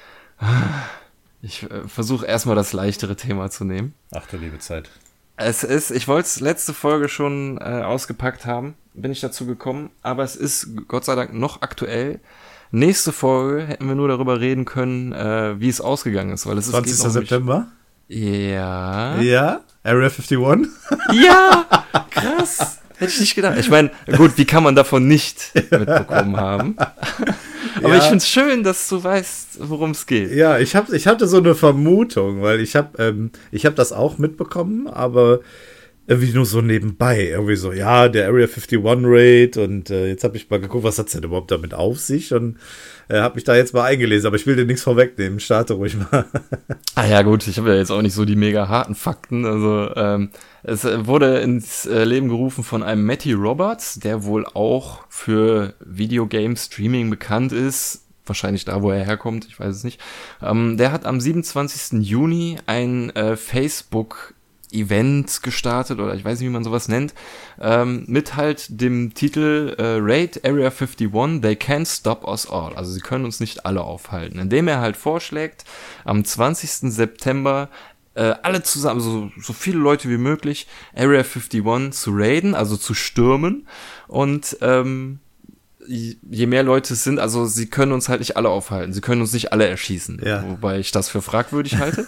Ich versuche erstmal das leichtere Thema zu nehmen. Ach du liebe Zeit. Ich wollte es letzte Folge schon ausgepackt haben, bin ich dazu gekommen, aber es ist Gott sei Dank noch aktuell. Nächste Folge hätten wir nur darüber reden können, wie es ausgegangen ist. Weil es 20. September? Ja. Ja? Area 51? Ja! Krass! Hätte ich nicht gedacht. Ich meine, gut, wie kann man davon nicht mitbekommen haben? Aber ich find's schön, dass du weißt, worum es geht. Ja, ich hatte so eine Vermutung, weil ich hab das auch mitbekommen, aber irgendwie nur so nebenbei. Irgendwie so, der Area 51 Raid und jetzt habe ich mal geguckt, was hat's denn überhaupt damit auf sich und habe mich da jetzt mal eingelesen, aber ich will dir nichts vorwegnehmen, starte ruhig mal. Ja gut, ich habe ja jetzt auch nicht so die mega harten Fakten, also es wurde ins Leben gerufen von einem Matty Roberts, der wohl auch für Videogame-Streaming bekannt ist, wahrscheinlich da, wo er herkommt, ich weiß es nicht. Der hat am 27. Juni ein Facebook-Event gestartet, oder ich weiß nicht, wie man sowas nennt, mit halt dem Titel Raid Area 51, They Can't Stop Us All. Also sie können uns nicht alle aufhalten, indem er halt vorschlägt, am 20. September alle zusammen, so viele Leute wie möglich, Area 51 zu raiden, also zu stürmen. Und je mehr Leute es sind, also sie können uns halt nicht alle aufhalten, sie können uns nicht alle erschießen, wobei ich das für fragwürdig halte.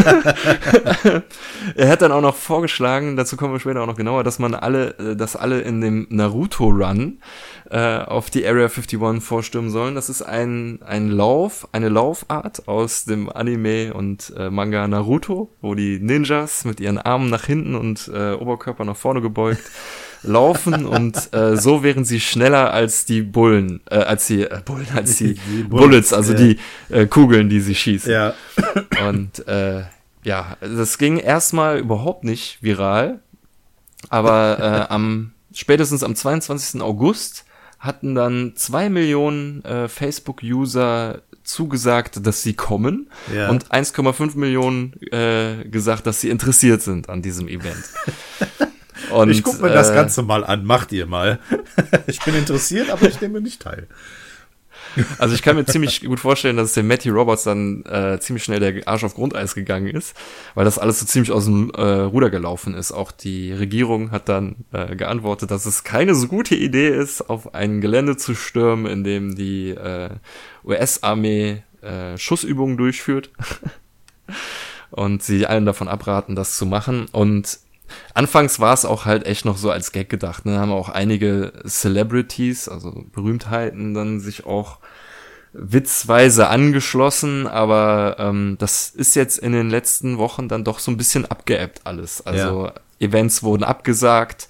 Er hat dann auch noch vorgeschlagen, dazu kommen wir später auch noch genauer, dass alle in dem Naruto-Run auf die Area 51 vorstürmen sollen. Das ist eine Laufart aus dem Anime und Manga Naruto, wo die Ninjas mit ihren Armen nach hinten und Oberkörper nach vorne gebeugt laufen und so wären sie schneller als die als die Bullets, also die Kugeln, die sie schießen. Ja. Und das ging erstmal überhaupt nicht viral, aber spätestens am 22. August hatten dann 2 Millionen Facebook-User zugesagt, dass sie kommen und 1,5 Millionen gesagt, dass sie interessiert sind an diesem Event. Und, ich gucke mir das Ganze mal an, macht ihr mal. Ich bin interessiert, aber ich nehme nicht teil. Also ich kann mir ziemlich gut vorstellen, dass dem Matty Roberts dann ziemlich schnell der Arsch auf Grundeis gegangen ist, weil das alles so ziemlich aus dem Ruder gelaufen ist. Auch die Regierung hat dann geantwortet, dass es keine so gute Idee ist, auf ein Gelände zu stürmen, in dem die US-Armee Schussübungen durchführt. Und sie allen davon abraten, das zu machen. Und anfangs war es auch halt echt noch so als Gag gedacht. Ne? Da haben auch einige Celebrities, also Berühmtheiten, dann sich auch witzweise angeschlossen, aber das ist jetzt in den letzten Wochen dann doch so ein bisschen abgeebbt alles. Also Events wurden abgesagt,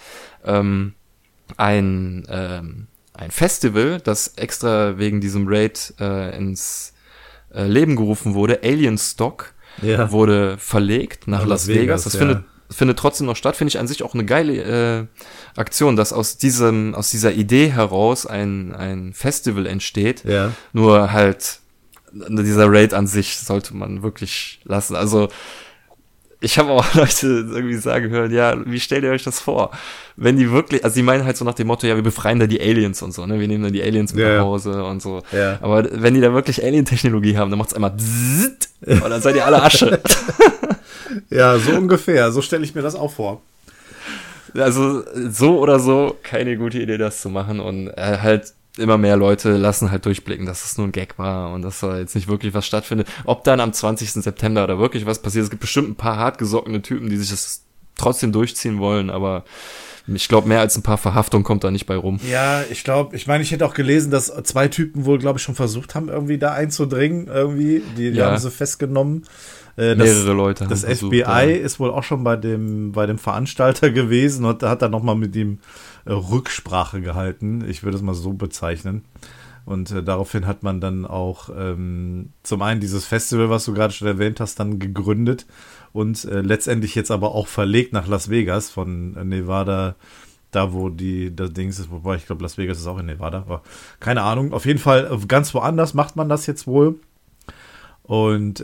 ein Festival, das extra wegen diesem Raid ins Leben gerufen wurde, Alien Stock, wurde verlegt nach Las Vegas. Das findet trotzdem noch statt, finde ich an sich auch eine geile Aktion, dass aus dieser Idee heraus ein Festival entsteht. Ja. Nur halt dieser Raid an sich sollte man wirklich lassen. Also ich habe auch Leute irgendwie sagen hören, ja, wie stellt ihr euch das vor? Wenn die wirklich, also die meinen halt so nach dem Motto, ja, wir befreien da die Aliens und so, ne, wir nehmen dann die Aliens mit nach Hause und so. Ja. Aber wenn die da wirklich Alien-Technologie haben, dann macht's einmal bzzzt und dann seid ihr alle Asche. Ja, so ungefähr. So stelle ich mir das auch vor. Also so oder so keine gute Idee, das zu machen. Und halt immer mehr Leute lassen halt durchblicken, dass es nur ein Gag war und dass da jetzt nicht wirklich was stattfindet. Ob dann am 20. September oder wirklich was passiert, es gibt bestimmt ein paar hartgesockene Typen, die sich das trotzdem durchziehen wollen, aber ich glaube, mehr als ein paar Verhaftungen kommt da nicht bei rum. Ja, ich hätte auch gelesen, dass 2 Typen wohl, glaube ich, schon versucht haben, irgendwie da einzudringen, irgendwie. Die haben sie festgenommen. Mehrere Leute haben das versucht, FBI ist wohl auch schon bei dem Veranstalter gewesen und hat dann nochmal mit ihm Rücksprache gehalten. Ich würde es mal so bezeichnen. Und daraufhin hat man dann auch zum einen dieses Festival, was du gerade schon erwähnt hast, dann gegründet und letztendlich jetzt aber auch verlegt nach Las Vegas von Nevada, da wo das Ding ist, wobei ich glaube, Las Vegas ist auch in Nevada, aber keine Ahnung. Auf jeden Fall ganz woanders macht man das jetzt wohl. Und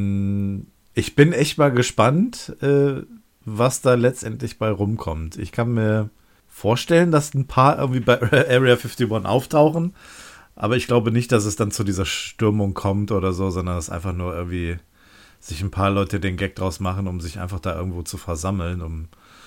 ich bin echt mal gespannt, was da letztendlich bei rumkommt. Ich kann mir vorstellen, dass ein paar irgendwie bei Area 51 auftauchen, aber ich glaube nicht, dass es dann zu dieser Stürmung kommt oder so, sondern dass einfach nur irgendwie sich ein paar Leute den Gag draus machen, um sich einfach da irgendwo zu versammeln,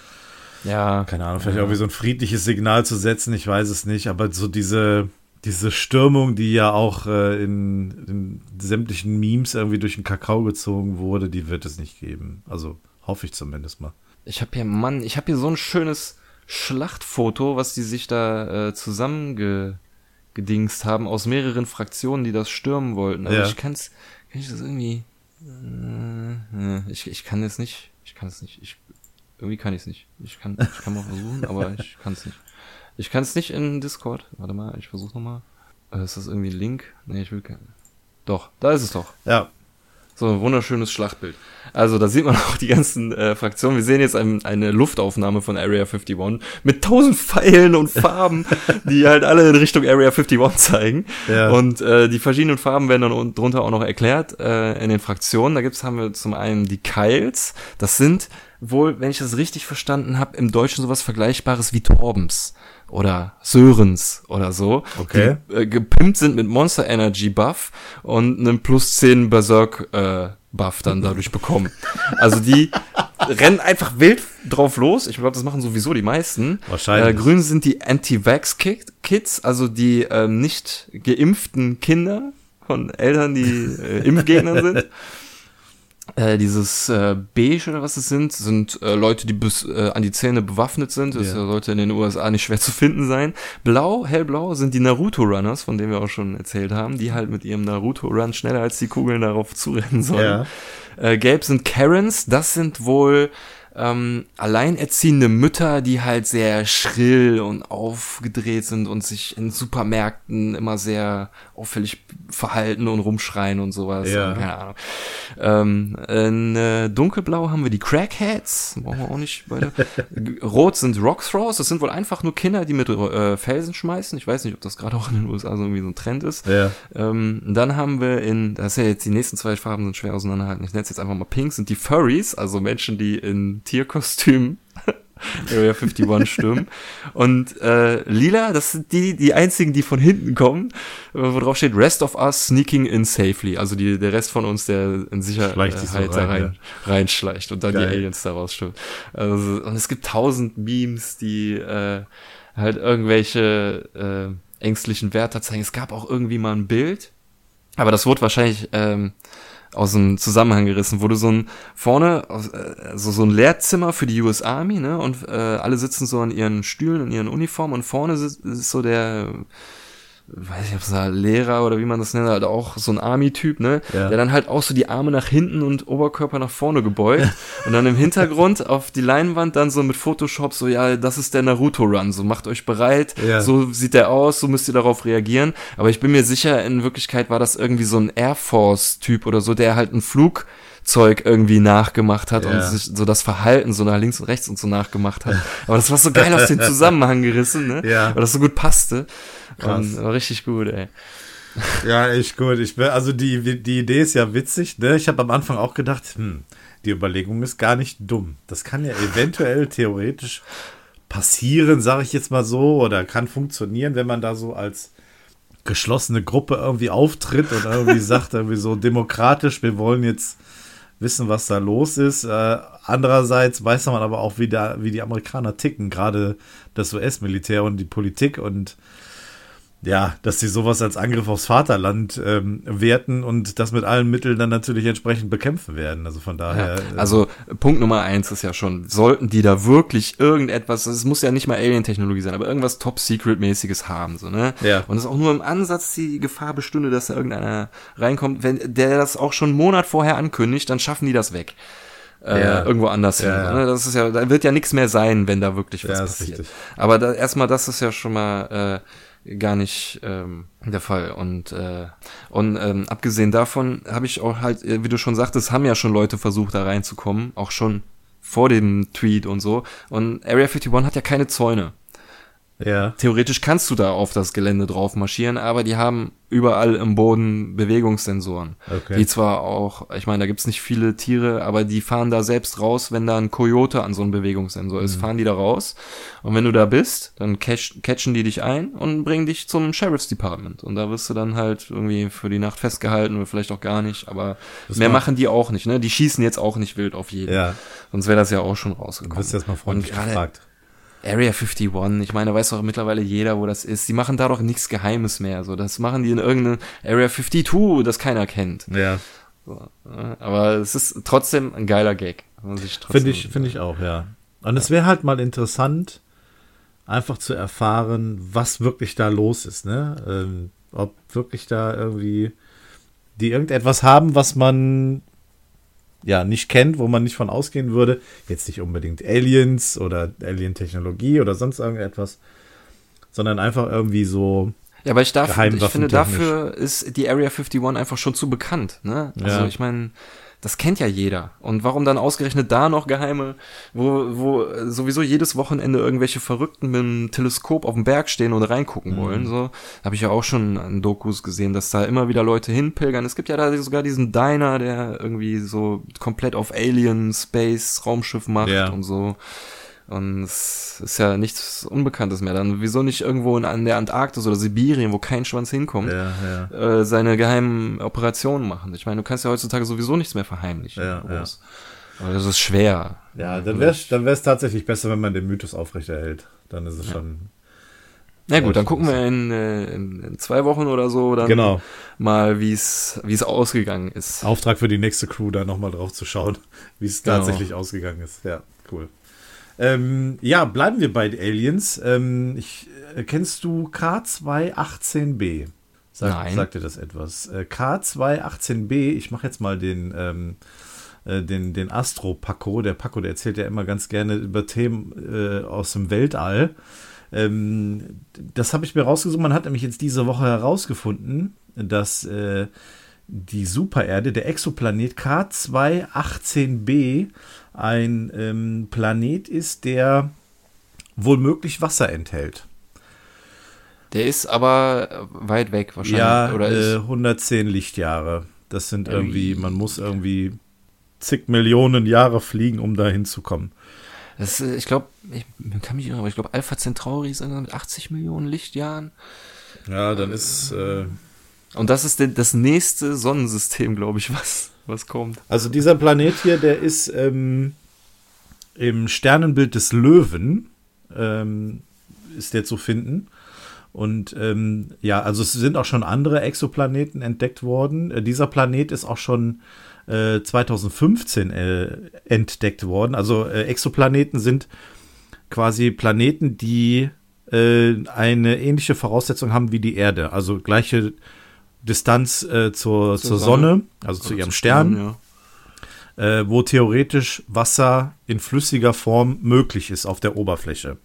keine Ahnung, vielleicht irgendwie so ein friedliches Signal zu setzen, ich weiß es nicht, aber so diese Stürmung, die ja auch in sämtlichen Memes irgendwie durch den Kakao gezogen wurde, die wird es nicht geben. Also hoffe ich zumindest mal. Ich habe hier so ein schönes Schlachtfoto, was die sich da zusammengedingst haben aus mehreren Fraktionen, die das stürmen wollten. Aber ich kann ich das irgendwie... Ich kann es nicht. Irgendwie kann ich es nicht. Ich kann mal versuchen, aber ich kann es nicht. Ich kann es nicht in Discord. Warte mal, ich versuche nochmal. Ist das irgendwie ein Link? Nee, ich will keinen. Doch, da ist es doch. Ja. So ein wunderschönes Schlachtbild. Also da sieht man auch die ganzen Fraktionen. Wir sehen jetzt eine Luftaufnahme von Area 51 mit 1000 Pfeilen und Farben, die halt alle in Richtung Area 51 zeigen. Ja. Und die verschiedenen Farben werden dann drunter auch noch erklärt in den Fraktionen. Haben wir zum einen die Keils. Das sind wohl, wenn ich das richtig verstanden habe, im Deutschen sowas Vergleichbares wie Torbens oder Sörens oder so, die gepimpt sind mit Monster Energy Buff und einem plus 10 Berserk Buff dann dadurch bekommen. Also die rennen einfach wild drauf los. Ich glaube, das machen sowieso die meisten. Wahrscheinlich. Grün sind die Anti-Vax-Kids, also die nicht geimpften Kinder von Eltern, die Impfgegner sind. Dieses Beige oder was es sind Leute, die bis an die Zähne bewaffnet sind. Das sollte in den USA nicht schwer zu finden sein. Blau, hellblau sind die Naruto-Runners, von denen wir auch schon erzählt haben, die halt mit ihrem Naruto-Run schneller als die Kugeln darauf zurennen sollen. Ja. Gelb sind Karens, das sind wohl alleinerziehende Mütter, die halt sehr schrill und aufgedreht sind und sich in Supermärkten immer sehr auffällig verhalten und rumschreien und sowas. Ja. Und keine Ahnung. In dunkelblau haben wir die Crackheads, brauchen wir auch nicht weiter. Rot sind Rockthrows, das sind wohl einfach nur Kinder, die mit Felsen schmeißen. Ich weiß nicht, ob das gerade auch in den USA so irgendwie so ein Trend ist. Ja. Dann haben wir das ist ja jetzt die nächsten zwei Farben sind schwer auseinanderhalten. Ich nenne es jetzt einfach mal Pink, sind die Furries, also Menschen, die in Tierkostüm Area 51 stürmen. Und lila, das sind die einzigen, die von hinten kommen, wo drauf steht, Rest of us sneaking in safely. Also der Rest von uns, der in Sicherheit so da reinschleicht und dann Geil. die Aliens da rausstürmen. Also, und es gibt 1000 Memes, die halt irgendwelche ängstlichen Wärter zeigen. Es gab auch irgendwie mal ein Bild, aber das wurde wahrscheinlich aus dem Zusammenhang gerissen, wo du so ein Lehrzimmer für die US Army, ne, und alle sitzen so an ihren Stühlen, in ihren Uniformen und vorne ist so der, weiß ich, ob es ein Lehrer oder wie man das nennt, halt auch so ein Army-Typ, ne, der dann halt auch so die Arme nach hinten und Oberkörper nach vorne gebeugt und dann im Hintergrund auf die Leinwand dann so mit Photoshop so, ja, das ist der Naruto-Run, so macht euch bereit, so sieht der aus, so müsst ihr darauf reagieren, aber ich bin mir sicher, in Wirklichkeit war das irgendwie so ein Air Force-Typ oder so, der halt ein Flugzeug irgendwie nachgemacht hat und sich so das Verhalten so nach links und rechts und so nachgemacht hat, aber das war so geil aus dem Zusammenhang gerissen, ne, weil das so gut passte. Und war richtig gut, ey. Ja, echt gut. Also die Idee ist ja witzig, ne? Ich habe am Anfang auch gedacht, die Überlegung ist gar nicht dumm. Das kann ja eventuell theoretisch passieren, sage ich jetzt mal so, oder kann funktionieren, wenn man da so als geschlossene Gruppe irgendwie auftritt und irgendwie sagt, irgendwie so demokratisch, wir wollen jetzt wissen, was da los ist. Andererseits weiß man aber auch, wie die Amerikaner ticken, gerade das US-Militär und die Politik und ja, dass sie sowas als Angriff aufs Vaterland werten und das mit allen Mitteln dann natürlich entsprechend bekämpfen werden. Also von daher. Ja, also Punkt Nummer 1 ist ja schon, sollten die da wirklich irgendetwas, es muss ja nicht mal Alien-Technologie sein, aber irgendwas Top-Secret-mäßiges haben, so, ne? Ja. Und es ist auch nur im Ansatz die Gefahr bestünde, dass da irgendeiner reinkommt. Wenn der das auch schon einen Monat vorher ankündigt, dann schaffen die das weg. Irgendwo anders hin. Ne? Das ist ja, da wird ja nichts mehr sein, wenn da wirklich was passiert. Richtig. Aber erstmal, das ist ja schon mal gar nicht der Fall. Und abgesehen davon habe ich auch halt, wie du schon sagtest, haben ja schon Leute versucht, da reinzukommen, auch schon vor dem Tweet und so. Und Area 51 hat ja keine Zäune. Ja. Theoretisch kannst du da auf das Gelände drauf marschieren, aber die haben überall im Boden Bewegungssensoren. Okay. Die zwar auch, ich meine, da gibt's nicht viele Tiere, aber die fahren da selbst raus, wenn da ein Kojote an so einem Bewegungssensor ist, fahren die da raus. Und wenn du da bist, dann catchen die dich ein und bringen dich zum Sheriff's Department. Und da wirst du dann halt irgendwie für die Nacht festgehalten oder vielleicht auch gar nicht, aber das mehr machen die auch nicht, ne? Die schießen jetzt auch nicht wild auf jeden. Ja. Sonst wäre das ja auch schon rausgekommen. Du bist jetzt mal freundlich gefragt. Area 51, ich meine, da weiß doch mittlerweile jeder, wo das ist. Die machen da doch nichts Geheimes mehr. So, das machen die in irgendeinem Area 52, das keiner kennt. Ja. So, aber es ist trotzdem ein geiler Gag. Finde ich auch, ja. Und es wäre halt mal interessant, einfach zu erfahren, was wirklich da los ist, ne? Ob wirklich da irgendwie die irgendetwas haben, was man ja nicht kennt, wo man nicht von ausgehen würde. Jetzt nicht unbedingt Aliens oder Alien-Technologie oder sonst irgendetwas, sondern einfach irgendwie so. Ja, aber ich finde, dafür ist die Area 51 einfach schon zu bekannt, ne? Also ich meine, das kennt ja jeder. Und warum dann ausgerechnet da noch geheime, wo sowieso jedes Wochenende irgendwelche Verrückten mit einem Teleskop auf dem Berg stehen und reingucken wollen, so. Habe ich ja auch schon an Dokus gesehen, dass da immer wieder Leute hinpilgern. Es gibt ja da sogar diesen Diner, der irgendwie so komplett auf Alien, Space, Raumschiff macht und so. Und es ist ja nichts Unbekanntes mehr. Dann wieso nicht irgendwo an der Antarktis oder Sibirien, wo kein Schwanz hinkommt, seine geheimen Operationen machen. Ich meine, du kannst ja heutzutage sowieso nichts mehr verheimlichen. Aber das ist schwer. Ja, dann wär's tatsächlich besser, wenn man den Mythos aufrechterhält. Dann ist es schon... Na gut, dann gucken wir in 2 Wochen oder so dann mal, wie es ausgegangen ist. Auftrag für die nächste Crew, da nochmal drauf zu schauen, wie es tatsächlich ausgegangen ist. Ja, cool. Bleiben wir bei Aliens. Kennst du K218b? Nein. Sagt dir das etwas? K218b, ich mache jetzt mal den Astro-Paco. Der Paco, der erzählt ja immer ganz gerne über Themen aus dem Weltall. Das habe ich mir rausgesucht. Man hat nämlich jetzt diese Woche herausgefunden, dass die Supererde, der Exoplanet K218b, ein Planet ist, der womöglich Wasser enthält. Der ist aber weit weg wahrscheinlich. Ja, oder 110 Lichtjahre. Das sind irgendwie, man muss irgendwie zig Millionen Jahre fliegen, um da hinzukommen. Ich glaube, kann mich irren, aber ich glaube, Alpha Centauri ist mit 80 Millionen Lichtjahren. Ja, dann ist... Und das ist das nächste Sonnensystem, glaube ich, was kommt. Also dieser Planet hier, der ist im Sternenbild des Löwen ist der zu finden. Und also es sind auch schon andere Exoplaneten entdeckt worden. Dieser Planet ist auch schon 2015 entdeckt worden. Also Exoplaneten sind quasi Planeten, die eine ähnliche Voraussetzung haben wie die Erde. Also gleiche Distanz zur Sonne, also zu ihrem Stern, wo theoretisch Wasser in flüssiger Form möglich ist auf der Oberfläche.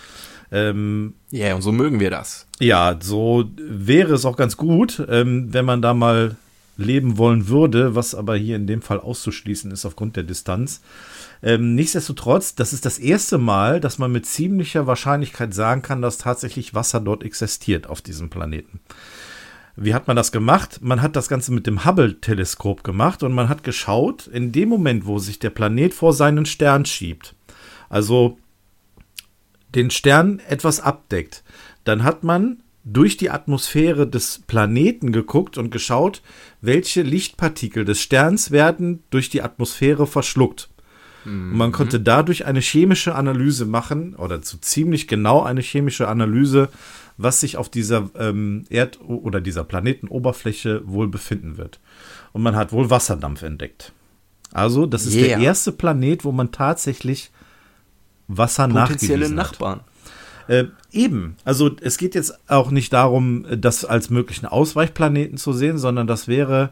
Und so mögen wir das. Ja, so wäre es auch ganz gut, wenn man da mal leben wollen würde, was aber hier in dem Fall auszuschließen ist aufgrund der Distanz. Nichtsdestotrotz, das ist das erste Mal, dass man mit ziemlicher Wahrscheinlichkeit sagen kann, dass tatsächlich Wasser dort existiert auf diesem Planeten. Wie hat man das gemacht? Man hat das Ganze mit dem Hubble-Teleskop gemacht und man hat geschaut, in dem Moment, wo sich der Planet vor seinen Stern schiebt, also den Stern etwas abdeckt, dann hat man durch die Atmosphäre des Planeten geguckt und geschaut, welche Lichtpartikel des Sterns werden durch die Atmosphäre verschluckt. Und man konnte dadurch eine chemische Analyse machen, oder so ziemlich genau eine chemische Analyse, was sich auf dieser oder dieser Planetenoberfläche wohl befinden wird. Und man hat wohl Wasserdampf entdeckt. Also, das ist der erste Planet, wo man tatsächlich Wasser nachgewiesen hat. Potenzielle Nachbarn. Eben. Also es geht jetzt auch nicht darum, das als möglichen Ausweichplaneten zu sehen, sondern das wäre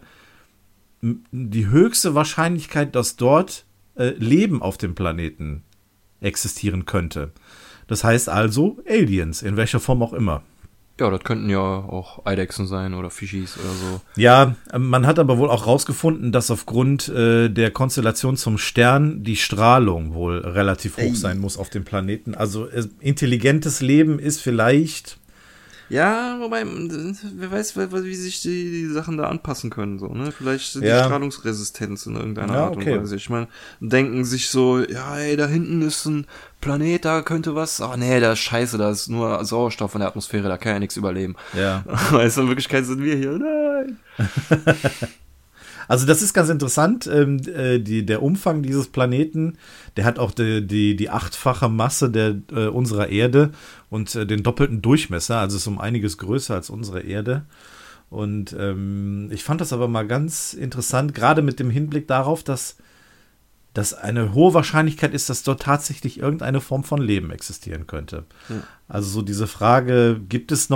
die höchste Wahrscheinlichkeit, dass dort Leben auf dem Planeten existieren könnte. Das heißt also Aliens, in welcher Form auch immer. Ja, das könnten ja auch Eidechsen sein oder Fischis oder so. Ja, man hat aber wohl auch rausgefunden, dass aufgrund der Konstellation zum Stern die Strahlung wohl relativ hoch sein muss auf dem Planeten. Also intelligentes Leben ist vielleicht... Ja, wobei, wer weiß, wie sich die Sachen da anpassen können, so, ne? Vielleicht sind die Strahlungsresistenz in irgendeiner Art und Weise. Ich meine, denken sich so, ja, ey, da hinten ist ein Planet, da könnte was, nee, da ist scheiße, da ist nur Sauerstoff in der Atmosphäre, da kann ja nichts überleben. Ja. Weißt du, in Wirklichkeit sind wir hier, nein. Also das ist ganz interessant, der Umfang dieses Planeten, der hat auch die 8-fache Masse unserer Erde und den doppelten Durchmesser, also ist um einiges größer als unsere Erde. Und ich fand das aber mal ganz interessant, gerade mit dem Hinblick darauf, dass eine hohe Wahrscheinlichkeit ist, dass dort tatsächlich irgendeine Form von Leben existieren könnte. Ja. Also so diese Frage, gibt es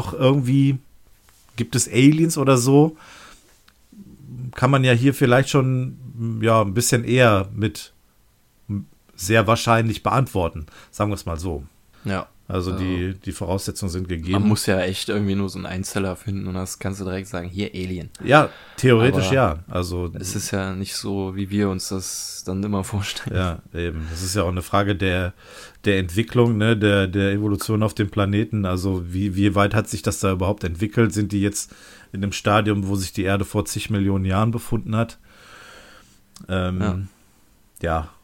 Aliens oder so? Kann man ja hier vielleicht schon ein bisschen eher mit sehr wahrscheinlich beantworten. Sagen wir es mal so. Ja. Also die Voraussetzungen sind gegeben. Man muss ja echt irgendwie nur so einen Einzeller finden und das kannst du direkt sagen, hier Alien. Ja, theoretisch ja. Also es ist ja nicht so, wie wir uns das dann immer vorstellen. Ja, eben. Das ist ja auch eine Frage der Entwicklung, ne, der Evolution auf dem Planeten. Also wie weit hat sich das da überhaupt entwickelt? Sind die jetzt in einem Stadium, wo sich die Erde vor zig Millionen Jahren befunden hat?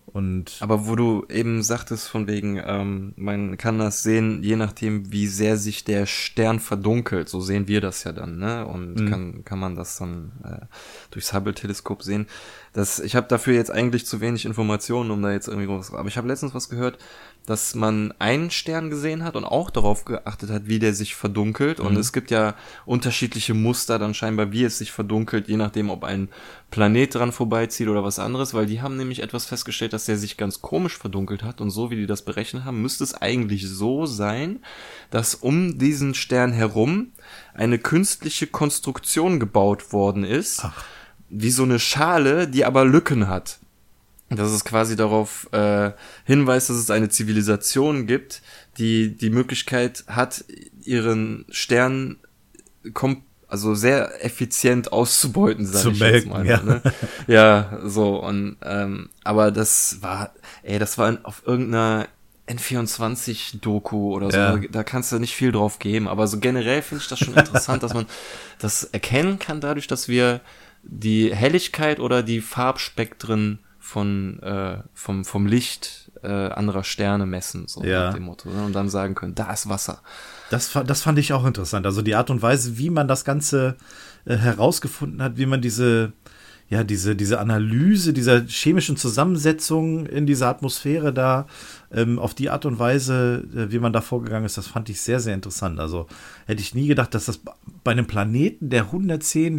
Und aber wo du eben sagtest, von wegen, man kann das sehen, je nachdem, wie sehr sich der Stern verdunkelt, so sehen wir das ja dann, ne? Und kann man das dann durchs Hubble-Teleskop sehen. Ich habe dafür jetzt eigentlich zu wenig Informationen, um da jetzt irgendwie groß. Aber ich habe letztens was gehört, dass man einen Stern gesehen hat und auch darauf geachtet hat, wie der sich verdunkelt. Und es gibt ja unterschiedliche Muster dann scheinbar, wie es sich verdunkelt, je nachdem, ob ein Planet dran vorbeizieht oder was anderes, weil die haben nämlich etwas festgestellt, dass der sich ganz komisch verdunkelt hat. Und so wie die das berechnet haben, müsste es eigentlich so sein, dass um diesen Stern herum eine künstliche Konstruktion gebaut worden ist, wie so eine Schale, die aber Lücken hat. Dass es quasi darauf hinweist, dass es eine Zivilisation gibt, die die Möglichkeit hat, ihren Stern also sehr effizient auszubeuten, sag ich jetzt mal. Ja. Ne? Ja, so und aber das war auf irgendeiner N24-Doku oder so, Ja. da kannst du nicht viel drauf geben, aber so generell finde ich das schon interessant, dass man das erkennen kann dadurch, dass wir die Helligkeit oder die Farbspektren vom Licht anderer Sterne messen, so nach dem Motto, ne? Und dann sagen können, da ist Wasser. das fand ich auch interessant. Also die Art und Weise, wie man das Ganze herausgefunden hat, wie man diese Analyse dieser chemischen Zusammensetzung in dieser Atmosphäre da auf die Art und Weise, wie man da vorgegangen ist, das fand ich sehr, sehr interessant. Also hätte ich nie gedacht, dass das bei einem Planeten, der 110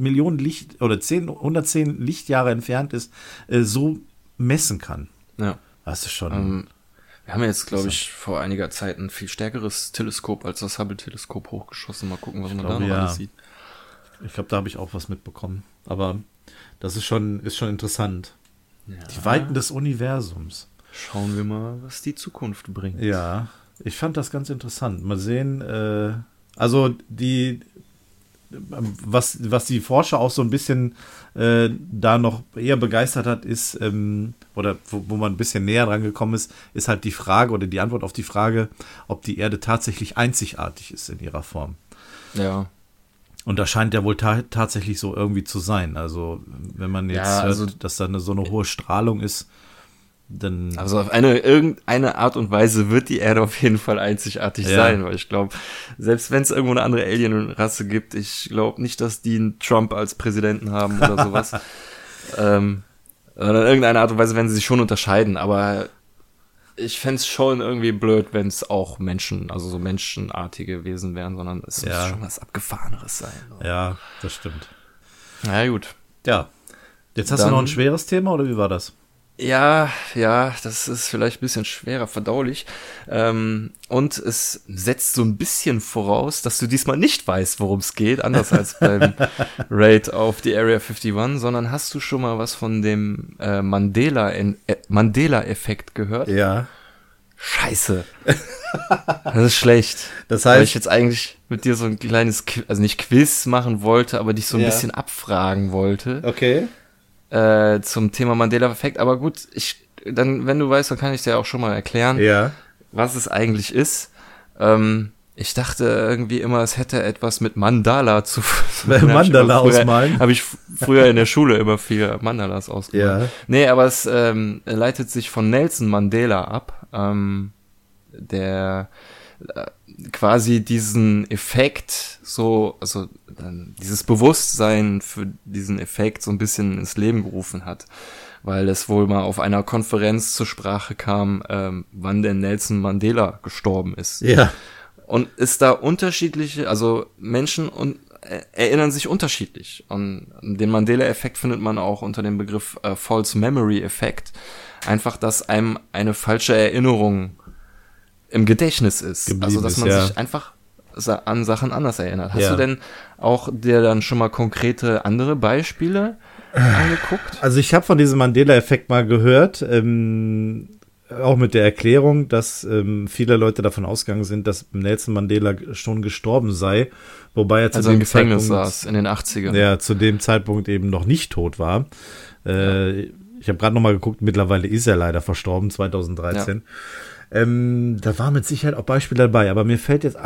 Lichtjahre entfernt ist, so messen kann. Ja. Das ist schon... wir haben jetzt, glaube ich, vor einiger Zeit ein viel stärkeres Teleskop als das Hubble-Teleskop hochgeschossen. Mal gucken, was man da noch alles sieht. Ich glaube, da habe ich auch was mitbekommen. Aber das ist schon interessant. Ja. Die Weiten des Universums. Schauen wir mal, was die Zukunft bringt. Ja, ich fand das ganz interessant. Mal sehen, also was die Forscher auch so ein bisschen da noch eher begeistert hat, ist, oder wo man ein bisschen näher dran gekommen ist halt die Frage oder die Antwort auf die Frage, ob die Erde tatsächlich einzigartig ist in ihrer Form. Ja. Und das scheint ja wohl tatsächlich so irgendwie zu sein. Also wenn man jetzt hört, dass da so eine hohe Strahlung ist, dann... Also auf irgendeine Art und Weise wird die Erde auf jeden Fall einzigartig sein, weil ich glaube, selbst wenn es irgendwo eine andere Alien-Rasse gibt, ich glaube nicht, dass die einen Trump als Präsidenten haben oder sowas. Oder in irgendeiner Art und Weise werden sie sich schon unterscheiden, aber ich fände es schon irgendwie blöd, wenn es auch also so menschenartige Wesen wären, sondern es muss schon was Abgefahreneres sein. So. Ja, das stimmt. Na gut. Ja. Jetzt hast du noch ein schweres Thema, oder wie war das? Ja, das ist vielleicht ein bisschen schwerer verdaulich. Und es setzt so ein bisschen voraus, dass du diesmal nicht weißt, worum es geht, anders als beim Raid auf die Area 51, sondern hast du schon mal was von dem Mandela-Effekt gehört? Ja. Scheiße. Das ist schlecht. Das heißt, weil ich jetzt eigentlich mit dir so ein kleines, also nicht Quiz machen wollte, aber dich so ein bisschen abfragen wollte. Okay. Zum Thema Mandela-Effekt. Aber gut, wenn du weißt, dann kann ich dir auch schon mal erklären, was es eigentlich ist. Ich dachte irgendwie immer, es hätte etwas mit Mandala zu Mandala ausmalen? Habe ich früher in der Schule immer viel Mandalas ausgemalt. Ja. Nee, aber es leitet sich von Nelson Mandela ab, der quasi diesen Effekt dieses Bewusstsein für diesen Effekt so ein bisschen ins Leben gerufen hat, weil es wohl mal auf einer Konferenz zur Sprache kam, wann der Nelson Mandela gestorben ist. Ja. Und ist da unterschiedliche, also Menschen erinnern sich unterschiedlich. Und den Mandela-Effekt findet man auch unter dem Begriff False Memory-Effekt. Einfach, dass einem eine falsche Erinnerung im Gedächtnis ist. Also, dass man sich einfach an Sachen anders erinnert. Hast du denn auch dir dann schon mal konkrete andere Beispiele angeguckt? Also ich habe von diesem Mandela-Effekt mal gehört, auch mit der Erklärung, dass viele Leute davon ausgegangen sind, dass Nelson Mandela schon gestorben sei, wobei er zu dem Gefängnis saß in den 80ern. Ja, zu dem Zeitpunkt eben noch nicht tot war. Ich habe gerade noch mal geguckt, mittlerweile ist er leider verstorben, 2013. Da war mit Sicherheit auch Beispiele dabei, aber mir fällt jetzt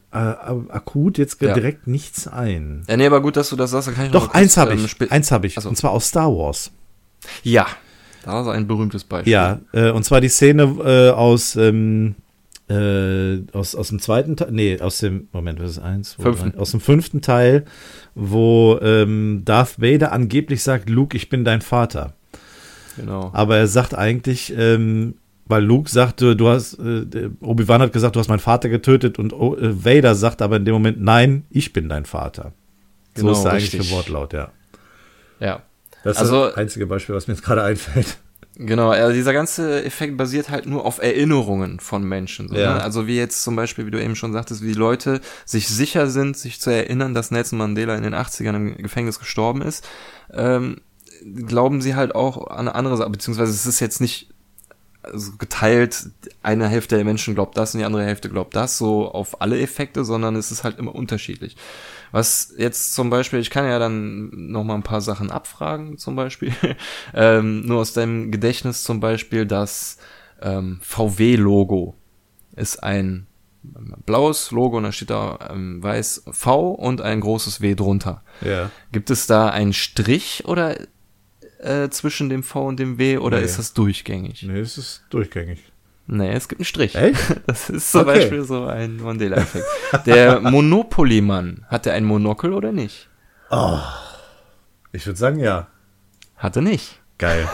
akut jetzt direkt nichts ein. Ja, nee, aber gut, dass du das sagst, dann kann ich Doch, eins habe ich, und zwar aus Star Wars. Ja, Da ist ein berühmtes Beispiel. Ja, und zwar die Szene aus dem zweiten Teil, aus dem, Moment, was ist eins? Fünften. Aus dem 5. Teil, wo Darth Vader angeblich sagt, Luke, ich bin dein Vater. Genau. Aber er sagt eigentlich, weil Luke sagt, Obi-Wan hat gesagt, du hast meinen Vater getötet und Vader sagt aber in dem Moment, nein, ich bin dein Vater. Genau, so ist der eigentliche richtig. Wortlaut, ja. Ja. Das ist das einzige Beispiel, was mir jetzt gerade einfällt. Genau, also dieser ganze Effekt basiert halt nur auf Erinnerungen von Menschen. So, Ja. ne? Also wie jetzt zum Beispiel, wie du eben schon sagtest, wie die Leute sich sicher sind, sich zu erinnern, dass Nelson Mandela in den 80ern im Gefängnis gestorben ist, glauben sie halt auch an eine andere Sache, beziehungsweise es ist jetzt nicht geteilt, eine Hälfte der Menschen glaubt das und die andere Hälfte glaubt das, so auf alle Effekte, sondern es ist halt immer unterschiedlich. Was jetzt zum Beispiel, ich kann ja dann noch mal ein paar Sachen abfragen, zum Beispiel, nur aus deinem Gedächtnis zum Beispiel, das VW-Logo ist ein blaues Logo und da steht da weiß V und ein großes W drunter. Ja. Gibt es da einen Strich oder zwischen dem V und dem W oder ist das durchgängig? Nee, es ist durchgängig. Nee, es gibt einen Strich. Echt? Das ist zum Beispiel so ein Mandela-Effekt. Der Monopoly-Mann, hat er ein Monokel oder nicht? Oh, ich würde sagen, ja. Hatte nicht. Geil.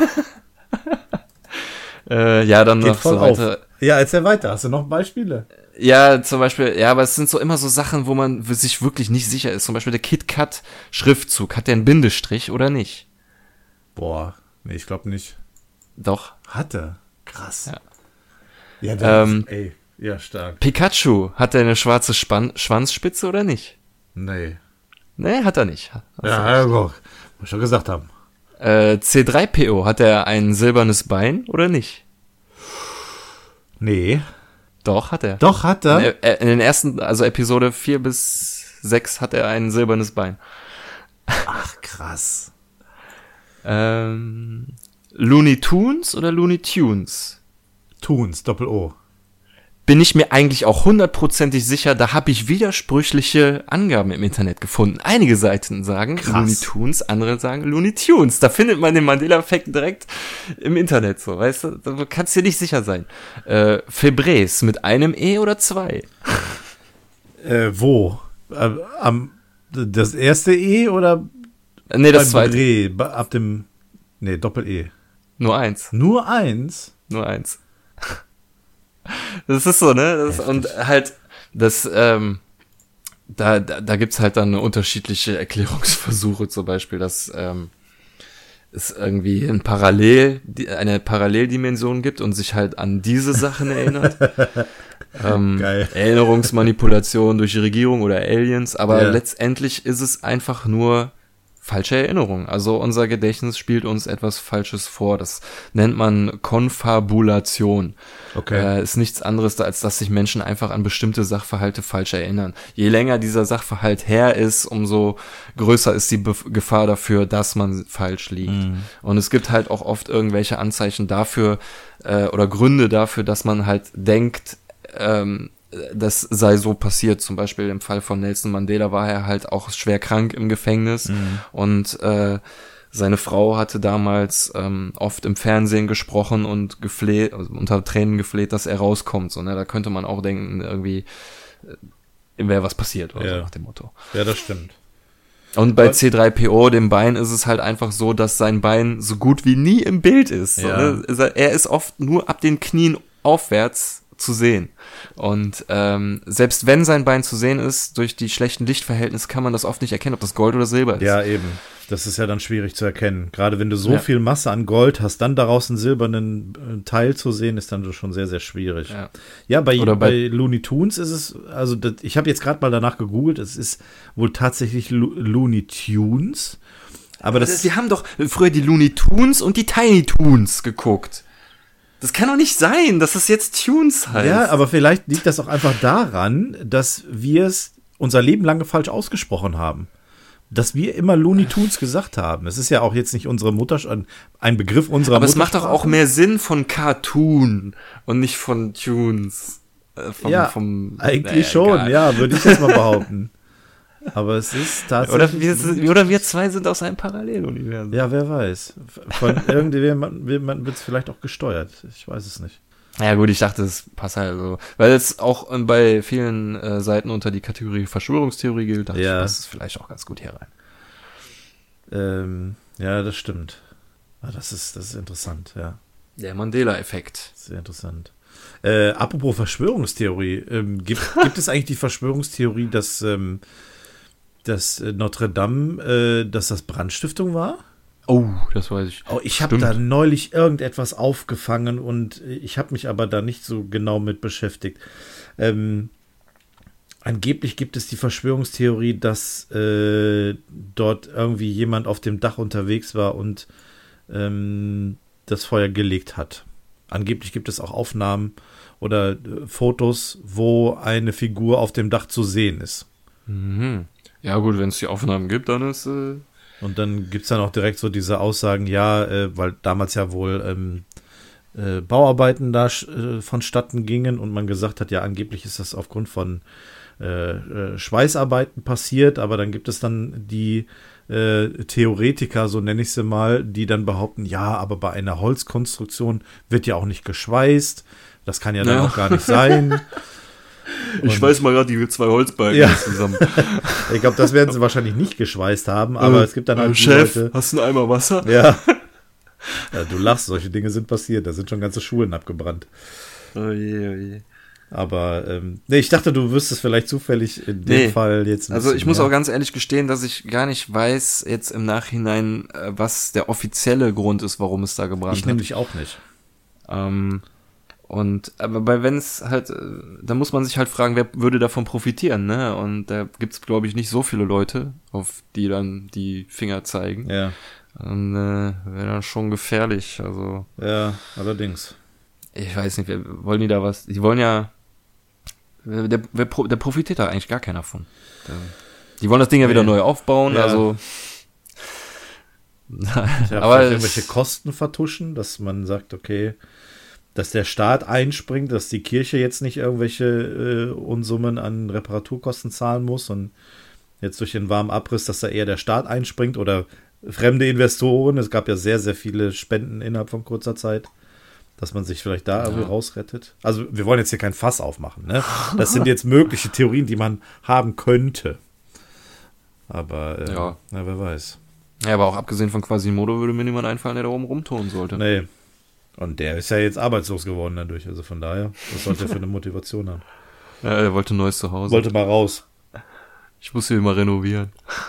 Ja, dann Geht noch voll so weiter. auf. Ja, erzähl weiter. Hast du noch Beispiele? Ja, zum Beispiel, ja, aber es sind so immer so Sachen, wo man sich wirklich nicht sicher ist. Zum Beispiel der KitKat-Schriftzug. Hat der einen Bindestrich oder nicht? Boah, nee, ich glaube nicht. Doch. Hatte. Krass. Ja. Ja, dann ja, stark. Pikachu, hat er eine schwarze Schwanzspitze oder nicht? Nee. Nee, hat er nicht. Ja, muss ich schon gesagt haben. C3PO, hat er ein silbernes Bein oder nicht? Nee. Doch, hat er. Doch, hat er. In den ersten, also Episode 4 bis 6 hat er ein silbernes Bein. Ach, krass. Looney Tunes oder Looney Tunes? Tunes, Doppel-O. Bin ich mir eigentlich auch 100%ig sicher, da habe ich widersprüchliche Angaben im Internet gefunden. Einige Seiten sagen Krass. Looney Tunes, andere sagen Looney Tunes. Da findet man den Mandela-Effekt direkt im Internet, so, weißt du? Da kannst du dir nicht sicher sein. Febrés mit einem E oder 2? Wo? Das erste E oder? Nee, das beim zweite. Bre, ab dem, Doppel-E. Nur eins. Nur eins? Nur eins. Das ist so, ne? Und halt, da gibt's halt dann unterschiedliche Erklärungsversuche, zum Beispiel, dass es irgendwie eine Paralleldimension gibt und sich halt an diese Sachen erinnert. Geil. Erinnerungsmanipulation durch die Regierung oder Aliens, aber Ja. letztendlich ist es einfach nur falsche Erinnerung. Also unser Gedächtnis spielt uns etwas Falsches vor. Das nennt man Konfabulation. Okay. Ist nichts anderes, als dass sich Menschen einfach an bestimmte Sachverhalte falsch erinnern. Je länger dieser Sachverhalt her ist, umso größer ist die Gefahr dafür, dass man falsch liegt. Und es gibt halt auch oft irgendwelche Anzeichen dafür oder Gründe dafür, dass man halt denkt, das sei so passiert. Zum Beispiel im Fall von Nelson Mandela war er halt auch schwer krank im Gefängnis und seine Frau hatte damals oft im Fernsehen gesprochen und gefleht, also unter Tränen gefleht, dass er rauskommt. So, ne? Da könnte man auch denken, irgendwie wäre was passiert oder so nach dem Motto. Ja, das stimmt. Und bei C3PO, dem Bein, ist es halt einfach so, dass sein Bein so gut wie nie im Bild ist. So, Ja. ne? Er ist oft nur ab den Knien aufwärts zu sehen. Und selbst wenn sein Bein zu sehen ist, durch die schlechten Lichtverhältnisse kann man das oft nicht erkennen, ob das Gold oder Silber ist. Ja, eben. Das ist ja dann schwierig zu erkennen. Gerade wenn du so viel Masse an Gold hast, dann daraus einen silbernen Teil zu sehen, ist dann schon sehr, sehr schwierig. Ja, bei Looney Tunes ist es, also ich habe jetzt gerade mal danach gegoogelt, es ist wohl tatsächlich Looney Tunes. Aber wir haben doch früher die Looney Tunes und die Tiny Toons geguckt. Das kann doch nicht sein, dass es jetzt Tunes heißt. Ja, aber vielleicht liegt das auch einfach daran, dass wir es unser Leben lang falsch ausgesprochen haben. Dass wir immer Looney Tunes gesagt haben. Es ist ja auch jetzt nicht unsere ein Begriff unserer aber es Muttersprache. macht doch auch mehr Sinn von Cartoon und nicht von Tunes. Eigentlich schon, ja, würde ich jetzt mal behaupten. Aber es ist tatsächlich... Oder wir zwei sind aus einem Paralleluniversum. Ja, wer weiß. Von irgendjemand wird es vielleicht auch gesteuert. Ich weiß es nicht. Ja gut, ich dachte, es passt halt so. Weil es auch bei vielen Seiten unter die Kategorie Verschwörungstheorie gilt, dachte ich, passt es vielleicht auch ganz gut hier rein. Ja, das stimmt. Das ist interessant, ja. Der Mandela-Effekt. Sehr interessant. Apropos Verschwörungstheorie, gibt es eigentlich die Verschwörungstheorie, dass Notre Dame, dass das Brandstiftung war? Oh, das weiß ich. Oh, ich habe da neulich irgendetwas aufgefangen und ich habe mich aber da nicht so genau mit beschäftigt. Angeblich gibt es die Verschwörungstheorie, dass dort irgendwie jemand auf dem Dach unterwegs war und das Feuer gelegt hat. Angeblich gibt es auch Aufnahmen oder Fotos, wo eine Figur auf dem Dach zu sehen ist. Mhm. Ja gut, wenn es die Aufnahmen gibt, dann ist... Und dann gibt es dann auch direkt so diese Aussagen, weil damals ja wohl Bauarbeiten da vonstatten gingen und man gesagt hat, ja, angeblich ist das aufgrund von Schweißarbeiten passiert, aber dann gibt es dann die Theoretiker, so nenne ich sie mal, die dann behaupten, ja, aber bei einer Holzkonstruktion wird ja auch nicht geschweißt, das kann ja dann auch gar nicht sein. Ich schweiß mal gerade die 2 Holzbalken zusammen. Ich glaube, das werden sie wahrscheinlich nicht geschweißt haben, aber es gibt dann halt Chef, Leute, hast du einen Eimer Wasser? Ja. Du lachst, solche Dinge sind passiert, da sind schon ganze Schulen abgebrannt. Oh je. Aber, ich dachte, du wüsstest vielleicht zufällig in dem Fall jetzt ein Also ich muss auch ganz ehrlich gestehen, dass ich gar nicht weiß jetzt im Nachhinein, was der offizielle Grund ist, warum es da gebrannt hat. Ich nämlich auch nicht. Aber wenn es halt, da muss man sich halt fragen, wer würde davon profitieren, ne? Und da gibt's, glaube ich, nicht so viele Leute, auf die dann die Finger zeigen. Ja. Und wäre dann schon gefährlich, also. Ja, allerdings. Ich weiß nicht, wollen die da was? Die wollen ja, der profitiert da eigentlich gar keiner von. Die wollen das Ding ja wieder neu aufbauen, also. Aber irgendwelche Kosten vertuschen, dass man sagt, okay, dass der Staat einspringt, dass die Kirche jetzt nicht irgendwelche Unsummen an Reparaturkosten zahlen muss und jetzt durch den warmen Abriss, dass da eher der Staat einspringt oder fremde Investoren. Es gab ja sehr, sehr viele Spenden innerhalb von kurzer Zeit, dass man sich vielleicht da irgendwie rausrettet. Also wir wollen jetzt hier kein Fass aufmachen, ne? Das sind jetzt mögliche Theorien, die man haben könnte. Aber wer weiß. Ja, aber auch abgesehen von Quasimodo würde mir niemand einfallen, der da oben rumturnen sollte. Nee. Und der ist ja jetzt arbeitslos geworden dadurch. Also von daher, was sollte er für eine Motivation haben? Ja, er wollte ein neues Zuhause. Wollte mal raus. Ich muss hier mal renovieren.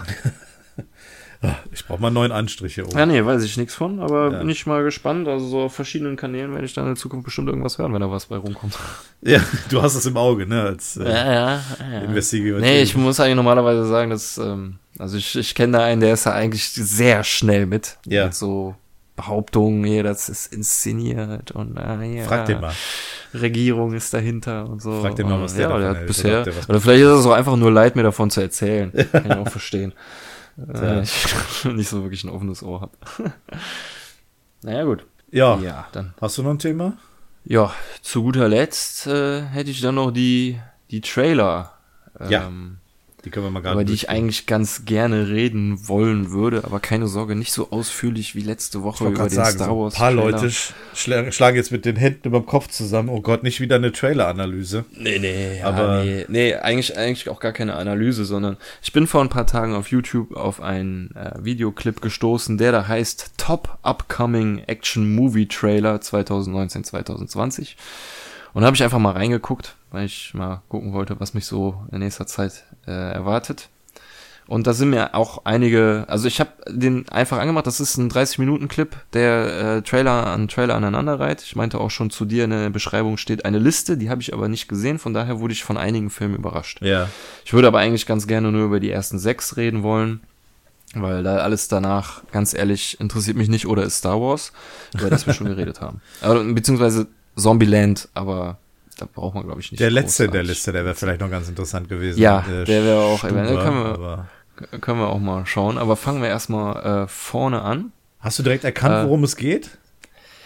Ich brauche mal einen neuen Anstrich hier oben. Ja, nee, weiß ich nichts von, aber bin ich mal gespannt. Also so auf verschiedenen Kanälen werde ich dann in der Zukunft bestimmt irgendwas hören, wenn da was bei rumkommt. Ja, du hast es im Auge, ne? Als Investigator. Nee, ich muss eigentlich normalerweise sagen, dass, also ich kenne da einen, der ist da eigentlich sehr schnell mit. Ja. Mit so Behauptungen, hier, das ist inszeniert und frag den mal. Regierung ist dahinter und so. Frag den mal, was der hat bisher. Oder vielleicht ist es auch einfach nur leid, mir davon zu erzählen. Kann ich auch verstehen. Ich nicht so wirklich ein offenes Ohr habe. Naja, gut. Ja, dann. Hast du noch ein Thema? Ja, zu guter Letzt hätte ich dann noch die Trailer. Die können wir mal gerade über die ich eigentlich ganz gerne reden wollen würde, aber keine Sorge, nicht so ausführlich wie letzte Woche über den Star Wars Trailer. Ein paar Leute schlagen jetzt mit den Händen über dem Kopf zusammen. Oh Gott, nicht wieder eine Trailer-Analyse. Nee, eigentlich auch gar keine Analyse, sondern ich bin vor ein paar Tagen auf YouTube auf einen Videoclip gestoßen, der da heißt Top Upcoming Action Movie Trailer 2019-2020. Und da habe ich einfach mal reingeguckt, weil ich mal gucken wollte, was mich so in nächster Zeit erwartet. Und da sind mir auch einige, also ich habe den einfach angemacht, das ist ein 30-Minuten-Clip, der Trailer aneinander reiht. Ich meinte auch schon zu dir, in der Beschreibung steht eine Liste, die habe ich aber nicht gesehen, von daher wurde ich von einigen Filmen überrascht. Ja. Ich würde aber eigentlich ganz gerne nur über die ersten 6 reden wollen, weil da alles danach, ganz ehrlich, interessiert mich nicht oder ist Star Wars, über das wir schon geredet haben. Aber, beziehungsweise Zombieland, aber da braucht man, glaube ich, nicht. Der letzte der Liste, der wäre vielleicht noch ganz interessant gewesen. Ja, der wäre auch, können wir auch mal schauen, aber fangen wir erstmal vorne an. Hast du direkt erkannt, worum es geht?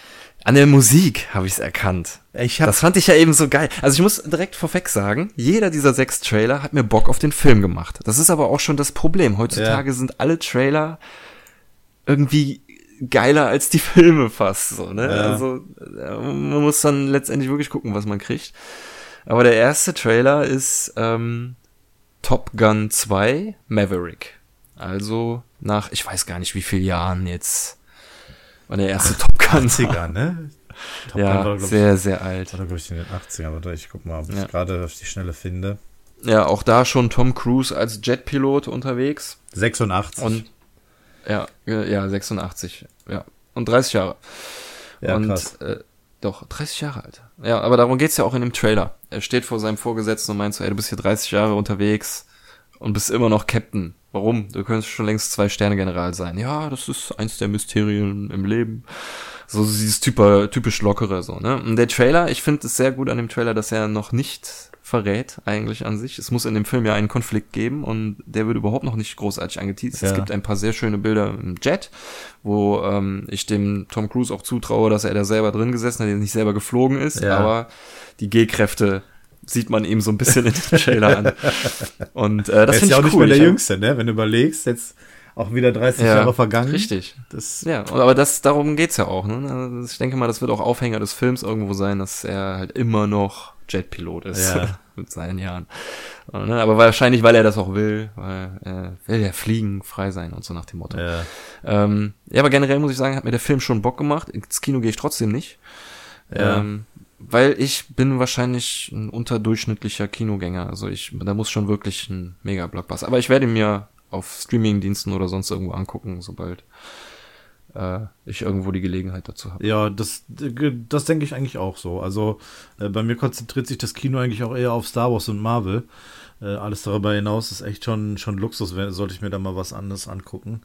An der Musik habe ich es erkannt. Das fand ich ja eben so geil. Also ich muss direkt vorweg sagen, jeder dieser 6 Trailer hat mir Bock auf den Film gemacht. Das ist aber auch schon das Problem. Heutzutage sind alle Trailer irgendwie geiler als die Filme fast. So, ne? Ja. Also man muss dann letztendlich wirklich gucken, was man kriegt. Aber der erste Trailer ist Top Gun 2 Maverick. Also nach, ich weiß gar nicht wie vielen Jahren jetzt war der erste Top Gun. 80er, ne? Top ja, Gun war, sehr, sehr alt. War, glaube ich, in den 80ern. Warte, ich guck mal, ob ich gerade auf die Schnelle finde. Ja, auch da schon Tom Cruise als Jetpilot unterwegs. 86. Und ja, 86. Ja, und 30 Jahre. Ja, und, krass. Doch, 30 Jahre alt. Ja, aber darum geht's ja auch in dem Trailer. Er steht vor seinem Vorgesetzten und meint so, ey, du bist hier 30 Jahre unterwegs und bist immer noch Captain. Warum? Du könntest schon längst 2-Sterne-General sein. Ja, das ist eins der Mysterien im Leben. So dieses typisch Lockere, so, ne? Und der Trailer, ich finde es sehr gut an dem Trailer, dass er noch nicht verrät, eigentlich an sich. Es muss in dem Film ja einen Konflikt geben und der wird überhaupt noch nicht großartig angeteasert. Ja. Es gibt ein paar sehr schöne Bilder im Jet, wo ich dem Tom Cruise auch zutraue, dass er da selber drin gesessen hat, der nicht selber geflogen ist, aber die G-Kräfte sieht man ihm so ein bisschen in den Trailer an. Und das finde ich cool. Er ist ja auch nicht mehr der Jüngste, ne? Wenn du überlegst, jetzt auch wieder 30 Jahre vergangen. Richtig. Aber darum geht's ja auch. Ne? Also ich denke mal, das wird auch Aufhänger des Films irgendwo sein, dass er halt immer noch Jetpilot ist mit seinen Jahren. Aber wahrscheinlich, weil er das auch will, weil er will ja fliegen, frei sein und so nach dem Motto. Ja. Aber generell muss ich sagen, hat mir der Film schon Bock gemacht. Ins Kino gehe ich trotzdem nicht. Ja. Weil ich bin wahrscheinlich ein unterdurchschnittlicher Kinogänger. Also da muss schon wirklich ein Mega-Blockbuster. Aber ich werde ihn mir auf Streaming-Diensten oder sonst irgendwo angucken, sobald ich irgendwo die Gelegenheit dazu habe. Ja, das denke ich eigentlich auch so. Also bei mir konzentriert sich das Kino eigentlich auch eher auf Star Wars und Marvel. Alles darüber hinaus ist echt schon Luxus, sollte ich mir da mal was anderes angucken.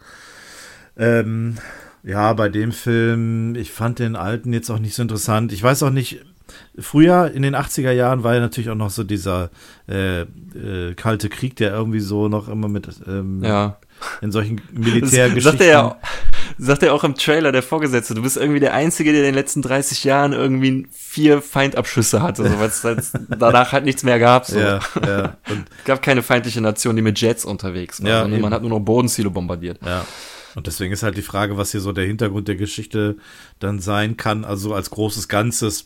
Ja, bei dem Film, ich fand den alten jetzt auch nicht so interessant. Ich weiß auch nicht, früher in den 80er Jahren war ja natürlich auch noch so dieser Kalte Krieg, der irgendwie so noch immer mit in solchen Militärgeschichten. Sagt er auch im Trailer, der Vorgesetzte, du bist irgendwie der Einzige, der in den letzten 30 Jahren irgendwie 4 Feindabschüsse hatte, so, weil es danach halt nichts mehr gab. So. Ja. Und es gab keine feindliche Nation, die mit Jets unterwegs war, sondern man hat nur noch Bodenziele bombardiert. Ja. Und deswegen ist halt die Frage, was hier so der Hintergrund der Geschichte dann sein kann, also als großes Ganzes.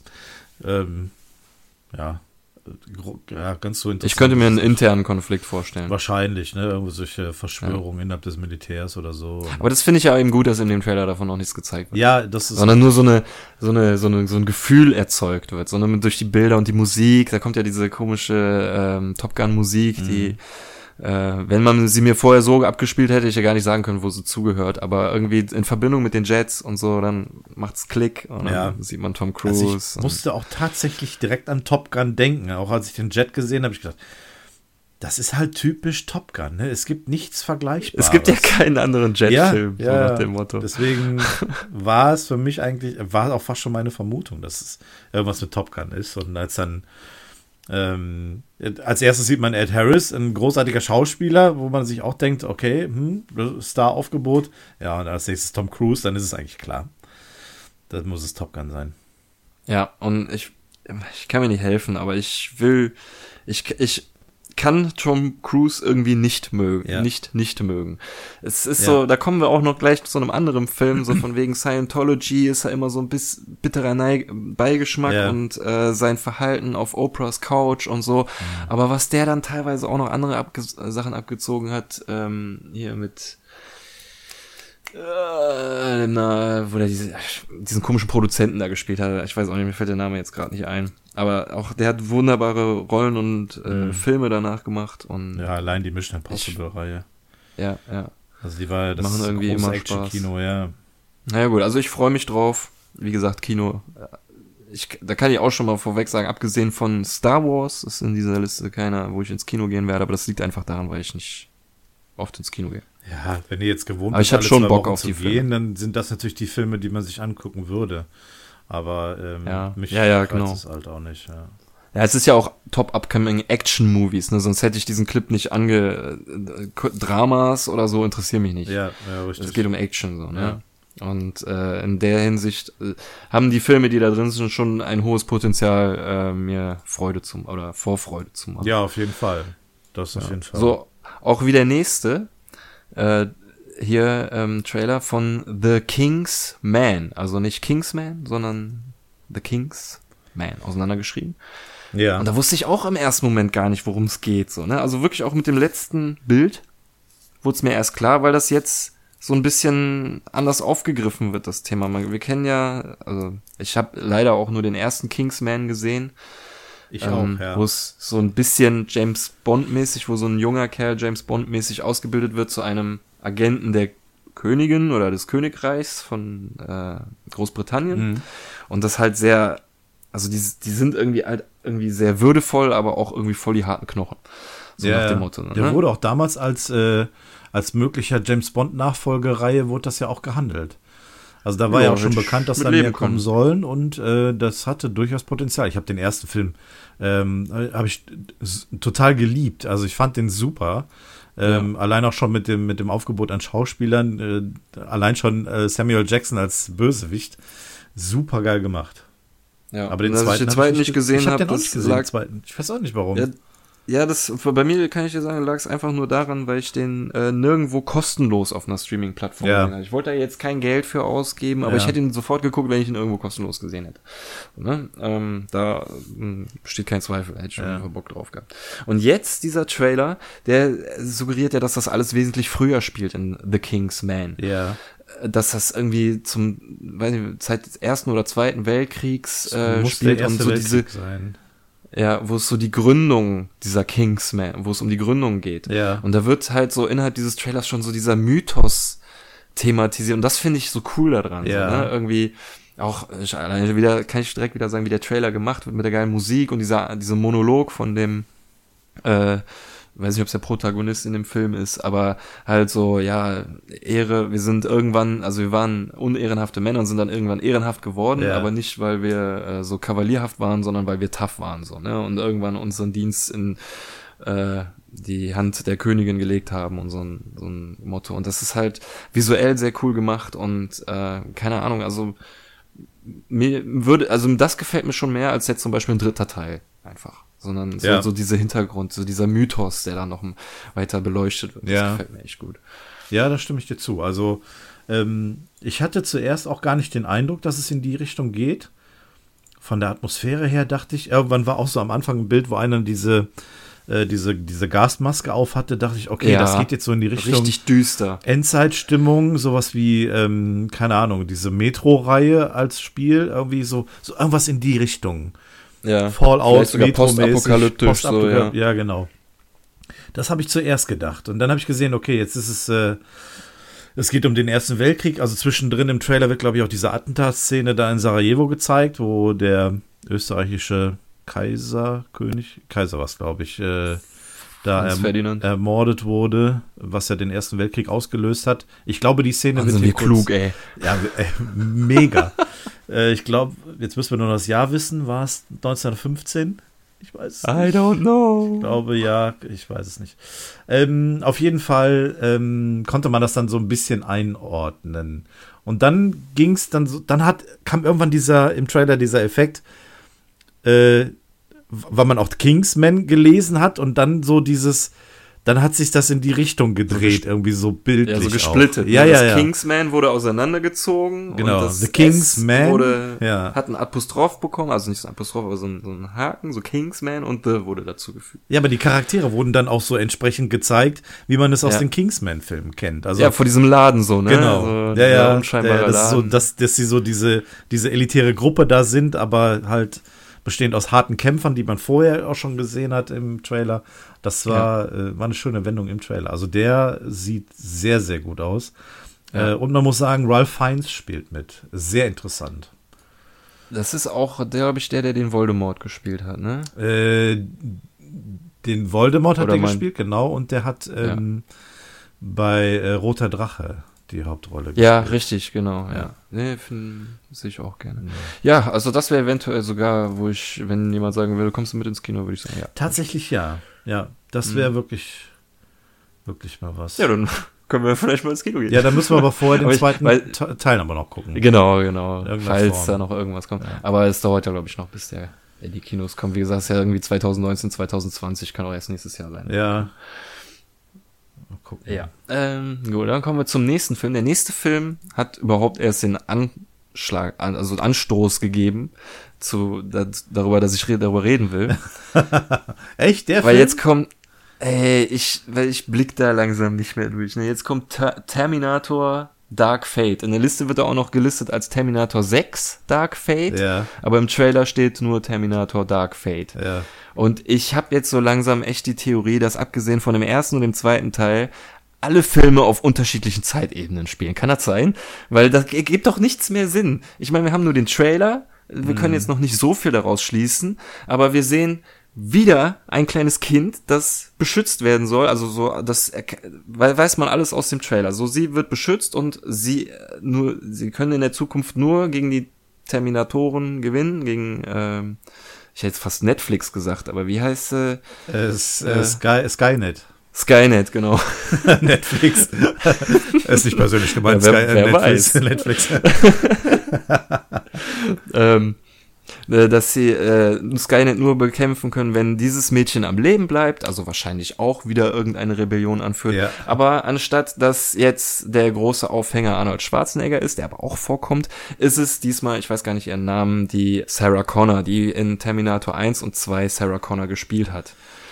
Ganz so interessant. Ich könnte mir einen internen Konflikt vorstellen. Wahrscheinlich, ne? Irgendwo solche Verschwörungen innerhalb des Militärs oder so. Aber das finde ich ja eben gut, dass in dem Trailer davon noch nichts gezeigt wird. Ja, das ist. Sondern nur so ein Gefühl erzeugt wird, sondern durch die Bilder und die Musik. Da kommt ja diese komische Top Gun Musik, die wenn man sie mir vorher so abgespielt hätte, ich ja gar nicht sagen können, wo sie zugehört, aber irgendwie in Verbindung mit den Jets und so, dann macht's Klick und dann sieht man Tom Cruise. Also ich musste auch tatsächlich direkt an Top Gun denken. Auch als ich den Jet gesehen habe, ich gedacht, das ist halt typisch Top Gun, ne? Es gibt nichts Vergleichbares. Es gibt ja keinen anderen Jet-Film, so nach dem Motto. Deswegen war es für mich war auch fast schon meine Vermutung, dass es irgendwas mit Top Gun ist. Und als dann als erstes sieht man Ed Harris, ein großartiger Schauspieler, wo man sich auch denkt, okay, Star-Aufgebot. Ja, und als nächstes Tom Cruise, dann ist es eigentlich klar. Das muss es Top Gun sein. Ja, und ich kann mir nicht helfen, aber ich kann Tom Cruise irgendwie nicht mögen. Ja. Nicht mögen. Es ist so, da kommen wir auch noch gleich zu einem anderen Film, so von wegen Scientology ist ja immer so ein bisschen bitterer Beigeschmack und sein Verhalten auf Oprahs Couch und so. Aber was der dann teilweise auch noch andere Sachen abgezogen hat, hier mit wo der diesen komischen Produzenten da gespielt hat. Ich weiß auch nicht, mir fällt der Name jetzt gerade nicht ein. Aber auch der hat wunderbare Rollen und Filme danach gemacht. Und ja, allein die Mission Impossible-Reihe. Ja. Also die war das machen irgendwie große immer Action-Kino, ja. Naja gut, also ich freue mich drauf. Wie gesagt, Kino. Da kann ich auch schon mal vorweg sagen, abgesehen von Star Wars ist in dieser Liste keiner, wo ich ins Kino gehen werde. Aber das liegt einfach daran, weil ich nicht oft ins Kino gehe. Ja, wenn ihr jetzt gewohnt bist, ich habe schon Bock auf die Filme, dann sind das natürlich die Filme, die man sich angucken würde. Aber mich genau. es halt auch nicht. Ja. Ja, es ist ja auch top-upcoming Action-Movies, ne? Sonst hätte ich diesen Clip nicht Dramas oder so interessieren mich nicht. Ja, richtig. Es geht um Action, so, ne? Und in der Hinsicht haben die Filme, die da drin sind, schon ein hohes Potenzial, mir Vorfreude zu machen. Ja, auf jeden Fall. Das auf jeden Fall. So, auch wie der nächste Trailer von The King's Man. Also nicht Kingsman, sondern The King's Man, auseinandergeschrieben. Ja. Und da wusste ich auch im ersten Moment gar nicht, worum es geht. So, ne? Also wirklich auch mit dem letzten Bild wurde es mir erst klar, weil das jetzt so ein bisschen anders aufgegriffen wird, das Thema. Wir kennen ja, also ich habe leider auch nur den ersten Kingsman gesehen. Ich auch, ja. Wo es so ein bisschen James Bond-mäßig, wo so ein junger Kerl James Bond-mäßig ausgebildet wird zu einem Agenten der Königin oder des Königreichs von Großbritannien. Mhm. Und das halt sehr, also die sind irgendwie sehr würdevoll, aber auch irgendwie voll die harten Knochen. So nach dem Motto. Ne? Der wurde auch damals als möglicher James-Bond-Nachfolgereihe wurde das ja auch gehandelt. Also da war ja auch schon bekannt, dass da mehr kommen sollen und das hatte durchaus Potenzial. Ich habe den ersten Film habe ich total geliebt. Also ich fand den super. Allein auch schon mit dem Aufgebot an Schauspielern, allein schon Samuel Jackson als Bösewicht, super geil gemacht. Ja. Aber den zweiten nicht gesehen habe, ich weiß auch nicht warum. Ja, bei mir kann ich dir sagen, lag es einfach nur daran, weil ich den nirgendwo kostenlos auf einer Streaming-Plattform gesehen habe. Ich wollte da jetzt kein Geld für ausgeben, aber ich hätte ihn sofort geguckt, wenn ich ihn irgendwo kostenlos gesehen hätte. Ne? Da besteht kein Zweifel, hätte ich schon Bock drauf gehabt. Und jetzt dieser Trailer, der suggeriert ja, dass das alles wesentlich früher spielt in The King's Man. Ja. Dass das irgendwie Zeit des Ersten oder Zweiten Weltkriegs spielt und so diese sein. Ja, wo es so die Gründung dieser Kingsman, wo es um die Gründung geht. Ja. Und da wird halt so innerhalb dieses Trailers schon so dieser Mythos thematisiert. Und das finde ich so cool daran. Ja. So, ne? Irgendwie auch, kann ich direkt wieder sagen, wie der Trailer gemacht wird mit der geilen Musik und dieser Monolog von dem, weiß nicht, ob es der Protagonist in dem Film ist, aber halt so, ja, Ehre, wir waren unehrenhafte Männer und sind dann irgendwann ehrenhaft geworden, aber nicht, weil wir so kavalierhaft waren, sondern weil wir tough waren, so, ne, und irgendwann unseren Dienst in die Hand der Königin gelegt haben und so ein Motto. Und das ist halt visuell sehr cool gemacht und keine Ahnung, also das gefällt mir schon mehr als jetzt zum Beispiel ein dritter Teil, einfach. Sondern so dieser Hintergrund, so dieser Mythos, der dann noch weiter beleuchtet wird. Das gefällt mir echt gut. Ja, da stimme ich dir zu. Also ich hatte zuerst auch gar nicht den Eindruck, dass es in die Richtung geht. Von der Atmosphäre her dachte ich, irgendwann war auch so am Anfang ein Bild, wo einer diese Gasmaske auf hatte, dachte ich, okay, das geht jetzt so in die Richtung. Richtig düster. Endzeitstimmung, sowas wie, keine Ahnung, diese Metro-Reihe als Spiel, irgendwie so irgendwas in die Richtung. Ja, Fallout, sogar postapokalyptisch, ja, genau. Das habe ich zuerst gedacht. Und dann habe ich gesehen, okay, jetzt ist es geht um den Ersten Weltkrieg. Also zwischendrin im Trailer wird, glaube ich, auch diese Attentatsszene da in Sarajevo gezeigt, wo der österreichische Kaiser war es, glaube ich, da ermordet wurde, was ja den Ersten Weltkrieg ausgelöst hat. Ich glaube, die Szene wird hier klug, ey. Ja, mega. Ich glaube, jetzt müssen wir nur das Jahr wissen. War es 1915? Ich weiß es nicht. I don't know. Ich glaube, ja, ich weiß es nicht. Auf jeden Fall konnte man das dann so ein bisschen einordnen. Und dann kam irgendwann im Trailer dieser Effekt, weil man auch Kingsman gelesen hat und dann so dann hat sich das in die Richtung gedreht, irgendwie so bildlich. Ja, so gesplittet. Auch. Ja. Das Kingsman wurde auseinandergezogen. Genau, und das The Kingsman hat ein Apostroph bekommen, also nicht so ein Apostroph, aber so ein Haken, so Kingsman und The wurde dazu gefügt. Ja, aber die Charaktere wurden dann auch so entsprechend gezeigt, wie man es aus den Kingsman-Filmen kennt. Also, ja, vor diesem Laden so, ne? Genau. So unscheinbarer das Laden. Ist so, dass sie so diese elitäre Gruppe da sind, aber halt bestehend aus harten Kämpfern, die man vorher auch schon gesehen hat im Trailer. Das war eine schöne Wendung im Trailer. Also der sieht sehr, sehr gut aus. Ja. Und man muss sagen, Ralph Fiennes spielt mit. Sehr interessant. Das ist auch, glaube ich, der den Voldemort gespielt hat, ne? Den Voldemort hat er gespielt, genau. Und der hat bei Roter Drache die Hauptrolle gespielt. Ja, richtig, genau, ja. Nee, sehe ich auch gerne. Ja, also das wäre eventuell sogar, wenn jemand sagen will, kommst du mit ins Kino, würde ich sagen, ja. Tatsächlich ja. Ja, das wäre wirklich mal was. Ja, dann können wir vielleicht mal ins Kino gehen. Ja, dann müssen wir aber vorher den zweiten Teil aber noch gucken. Genau. Falls da noch irgendwas kommt. Ja. Aber es dauert ja, glaube ich, noch, bis der in die Kinos kommt. Wie gesagt, es ist ja irgendwie 2019, 2020, kann auch erst nächstes Jahr sein. Ja. Mal gucken. Ja. Gut, dann kommen wir zum nächsten Film. Der nächste Film hat überhaupt erst den Anstoß gegeben darüber, dass ich darüber reden will. Echt? Der Weil Film? jetzt kommt, ich blick da langsam nicht mehr durch. Ne? Jetzt kommt Terminator Dark Fate. In der Liste wird er auch noch gelistet als Terminator 6 Dark Fate, Ja. aber im Trailer steht nur Terminator Dark Fate. Ja. Und ich habe jetzt so langsam echt die Theorie, dass abgesehen von dem ersten und dem zweiten Teil alle Filme auf unterschiedlichen Zeitebenen spielen. Kann das sein? Weil das gibt doch nichts mehr Sinn. Ich meine, wir haben nur den Trailer, wir können jetzt noch nicht so viel daraus schließen, aber wir sehen wieder ein kleines Kind, das beschützt werden soll, also so, das weiß man alles aus dem Trailer. So, sie wird beschützt und sie können in der Zukunft nur gegen die Terminatoren gewinnen, gegen, ich hätte jetzt fast Netflix gesagt, aber wie heißt Skynet. Skynet, genau. Netflix. Ist nicht persönlich gemeint. Ja, wer weiß. Netflix. Dass sie Skynet nur bekämpfen können, wenn dieses Mädchen am Leben bleibt, also wahrscheinlich auch wieder irgendeine Rebellion anführt. Ja. Aber anstatt dass jetzt der große Aufhänger Arnold Schwarzenegger ist, der aber auch vorkommt, ist es diesmal, ich weiß gar nicht ihren Namen, die Sarah Connor, die in Terminator 1 und 2 Sarah Connor gespielt hat.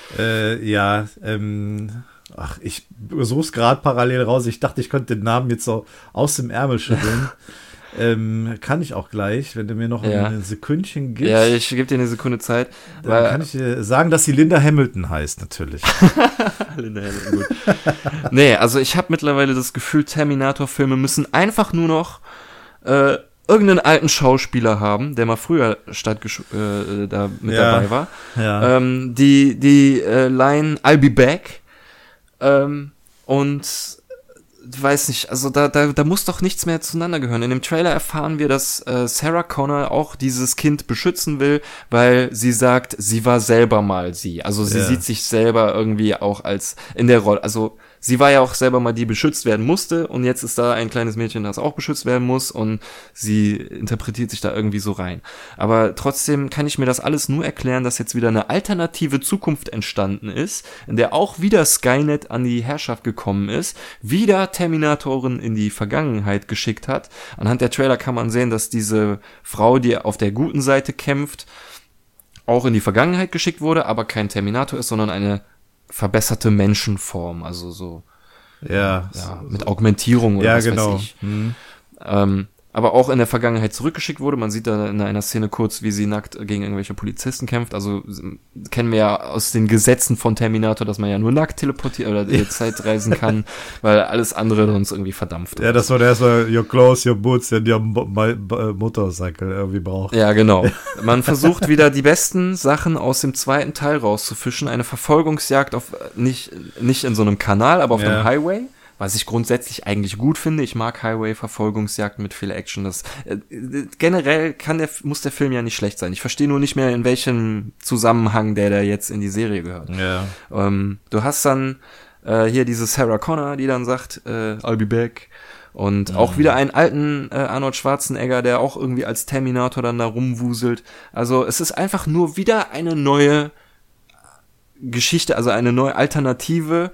Ich such's gerade parallel raus. Ich dachte, ich könnte den Namen jetzt so aus dem Ärmel schütteln. Kann ich auch gleich, wenn du mir noch ein Sekündchen gibst. Ja, ich gebe dir eine Sekunde Zeit. Dann kann ich dir sagen, dass sie Linda Hamilton heißt, natürlich. Linda Hamilton, gut. Nee, also ich habe mittlerweile das Gefühl, Terminator-Filme müssen einfach nur noch irgendeinen alten Schauspieler haben, der mal früher dabei war. Ja. Die Line I'll be back. Und weiß nicht, also da muss doch nichts mehr zueinander gehören. In dem Trailer erfahren wir, dass Sarah Connor auch dieses Kind beschützen will, weil sie sagt, sie war selber mal sie. Also sie sieht sich selber irgendwie auch als in der Rolle, also sie war ja auch selber mal die beschützt werden musste und jetzt ist da ein kleines Mädchen, das auch beschützt werden muss und sie interpretiert sich da irgendwie so rein. Aber trotzdem kann ich mir das alles nur erklären, dass jetzt wieder eine alternative Zukunft entstanden ist, in der auch wieder Skynet an die Herrschaft gekommen ist, wieder Terminatoren in die Vergangenheit geschickt hat. Anhand der Trailer kann man sehen, dass diese Frau, die auf der guten Seite kämpft, auch in die Vergangenheit geschickt wurde, aber kein Terminator ist, sondern eine verbesserte Menschenform, also so mit Augmentierung oder was weiß ich. Aber auch in der Vergangenheit zurückgeschickt wurde. Man sieht da in einer Szene kurz, wie sie nackt gegen irgendwelche Polizisten kämpft. Also kennen wir ja aus den Gesetzen von Terminator, dass man ja nur nackt teleportiert oder Zeitreisen kann, weil alles andere uns irgendwie verdampft. Ja, das war der erste Your Clothes, Your Boots and Your Motorcycle irgendwie braucht. Ja, genau. Man versucht wieder die besten Sachen aus dem zweiten Teil rauszufischen. Eine Verfolgungsjagd auf nicht in so einem Kanal, aber auf einem Highway. Was ich grundsätzlich eigentlich gut finde. Ich mag Highway-Verfolgungsjagden mit viel Action. Das generell muss der Film ja nicht schlecht sein. Ich verstehe nur nicht mehr, in welchem Zusammenhang der da jetzt in die Serie gehört. Ja. Du hast dann hier diese Sarah Connor, die dann sagt, I'll be back. Und auch wieder einen alten Arnold Schwarzenegger, der auch irgendwie als Terminator dann da rumwuselt. Also es ist einfach nur wieder eine neue Geschichte, also eine neue Alternative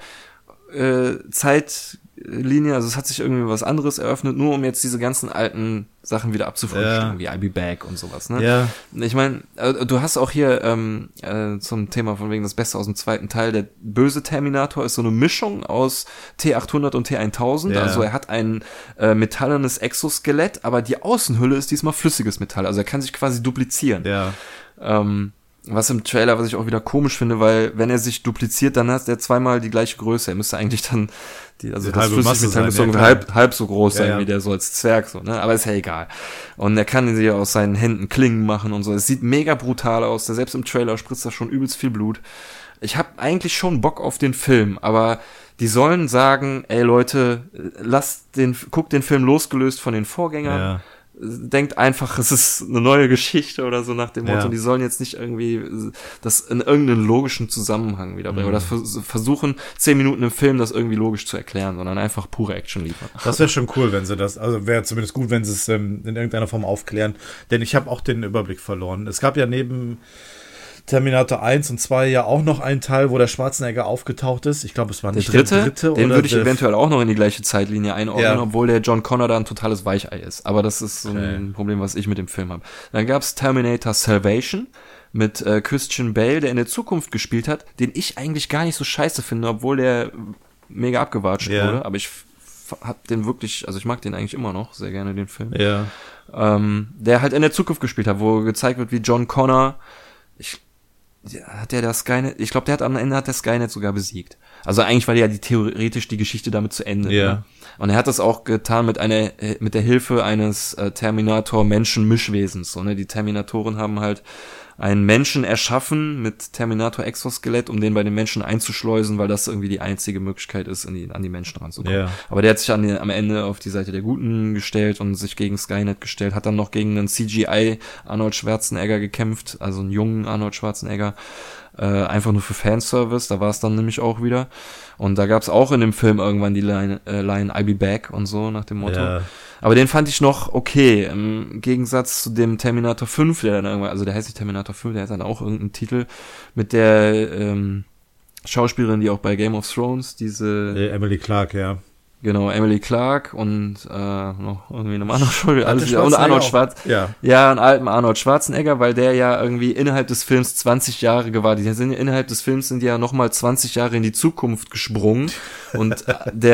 Zeitlinie, also es hat sich irgendwie was anderes eröffnet, nur um jetzt diese ganzen alten Sachen wieder abzufrühstücken, wie I'll be back und sowas, ne? Ja. Ich meine, du hast auch hier zum Thema von wegen das Beste aus dem zweiten Teil, der böse Terminator ist so eine Mischung aus T800 und T1000, also er hat ein metallenes Exoskelett, aber die Außenhülle ist diesmal flüssiges Metall, also er kann sich quasi duplizieren. Ja. Was im Trailer, was ich auch wieder komisch finde, weil wenn er sich dupliziert, dann hat er zweimal die gleiche Größe. Er müsste eigentlich dann, das Flüssigmetall müsste ungefähr halb so groß sein wie der so als Zwerg, so, ne? Aber ist ja egal. Und er kann sie ja aus seinen Händen Klingen machen und so. Es sieht mega brutal aus. Selbst im Trailer spritzt da schon übelst viel Blut. Ich habe eigentlich schon Bock auf den Film, aber die sollen sagen, ey Leute, guckt den Film losgelöst von den Vorgängern. denkt einfach, es ist eine neue Geschichte oder so nach dem Motto, die sollen jetzt nicht irgendwie das in irgendeinen logischen Zusammenhang wiederbringen oder versuchen 10 Minuten im Film das irgendwie logisch zu erklären, sondern einfach pure Action liefern. Das wäre schon cool, wenn sie das, also wäre zumindest gut, wenn sie es in irgendeiner Form aufklären, denn ich habe auch den Überblick verloren. Es gab ja neben Terminator 1 und 2 ja auch noch einen Teil, wo der Schwarzenegger aufgetaucht ist. Ich glaube, es war nicht der dritte. Den würde ich eventuell auch noch in die gleiche Zeitlinie einordnen, obwohl der John Connor da ein totales Weichei ist. Aber das ist so ein Problem, was ich mit dem Film habe. Dann gab's Terminator Salvation mit Christian Bale, der in der Zukunft gespielt hat, den ich eigentlich gar nicht so scheiße finde, obwohl der mega abgewatscht wurde. Aber ich hab den wirklich, also ich mag den eigentlich immer noch sehr gerne, den Film. Ja. Der halt in der Zukunft gespielt hat, wo gezeigt wird, wie John Connor, hat der das Skynet? Ich glaube, am Ende hat der Skynet sogar besiegt. Also eigentlich war ja theoretisch die Geschichte damit zu Ende. Ja. Ne? Und er hat das auch getan mit der Hilfe eines Terminator-Menschen-Mischwesens. So, ne? Die Terminatoren haben halt einen Menschen erschaffen mit Terminator-Exoskelett, um den bei den Menschen einzuschleusen, weil das irgendwie die einzige Möglichkeit ist, an die Menschen ranzukommen. Ja. Aber der hat sich am Ende auf die Seite der Guten gestellt und sich gegen Skynet gestellt, hat dann noch gegen einen CGI Arnold Schwarzenegger gekämpft, also einen jungen Arnold Schwarzenegger, einfach nur für Fanservice, da war es dann nämlich auch wieder. Und da gab's auch in dem Film irgendwann die Line I'll be back und so nach dem Motto. Ja. Aber den fand ich noch okay, im Gegensatz zu dem Terminator 5, der dann irgendwann, also der heißt nicht Terminator 5, der hat dann auch irgendeinen Titel mit der Schauspielerin, die auch bei Game of Thrones Emily Clarke, ja. Genau, Emily Clarke und noch irgendwie einem anderen Schauspieler, und Arnold Schwarzenegger. Ja, einen alten Arnold Schwarzenegger, weil der ja irgendwie innerhalb des Films 20 Jahre gewartet. Innerhalb des Films sind die ja nochmal 20 Jahre in die Zukunft gesprungen. Und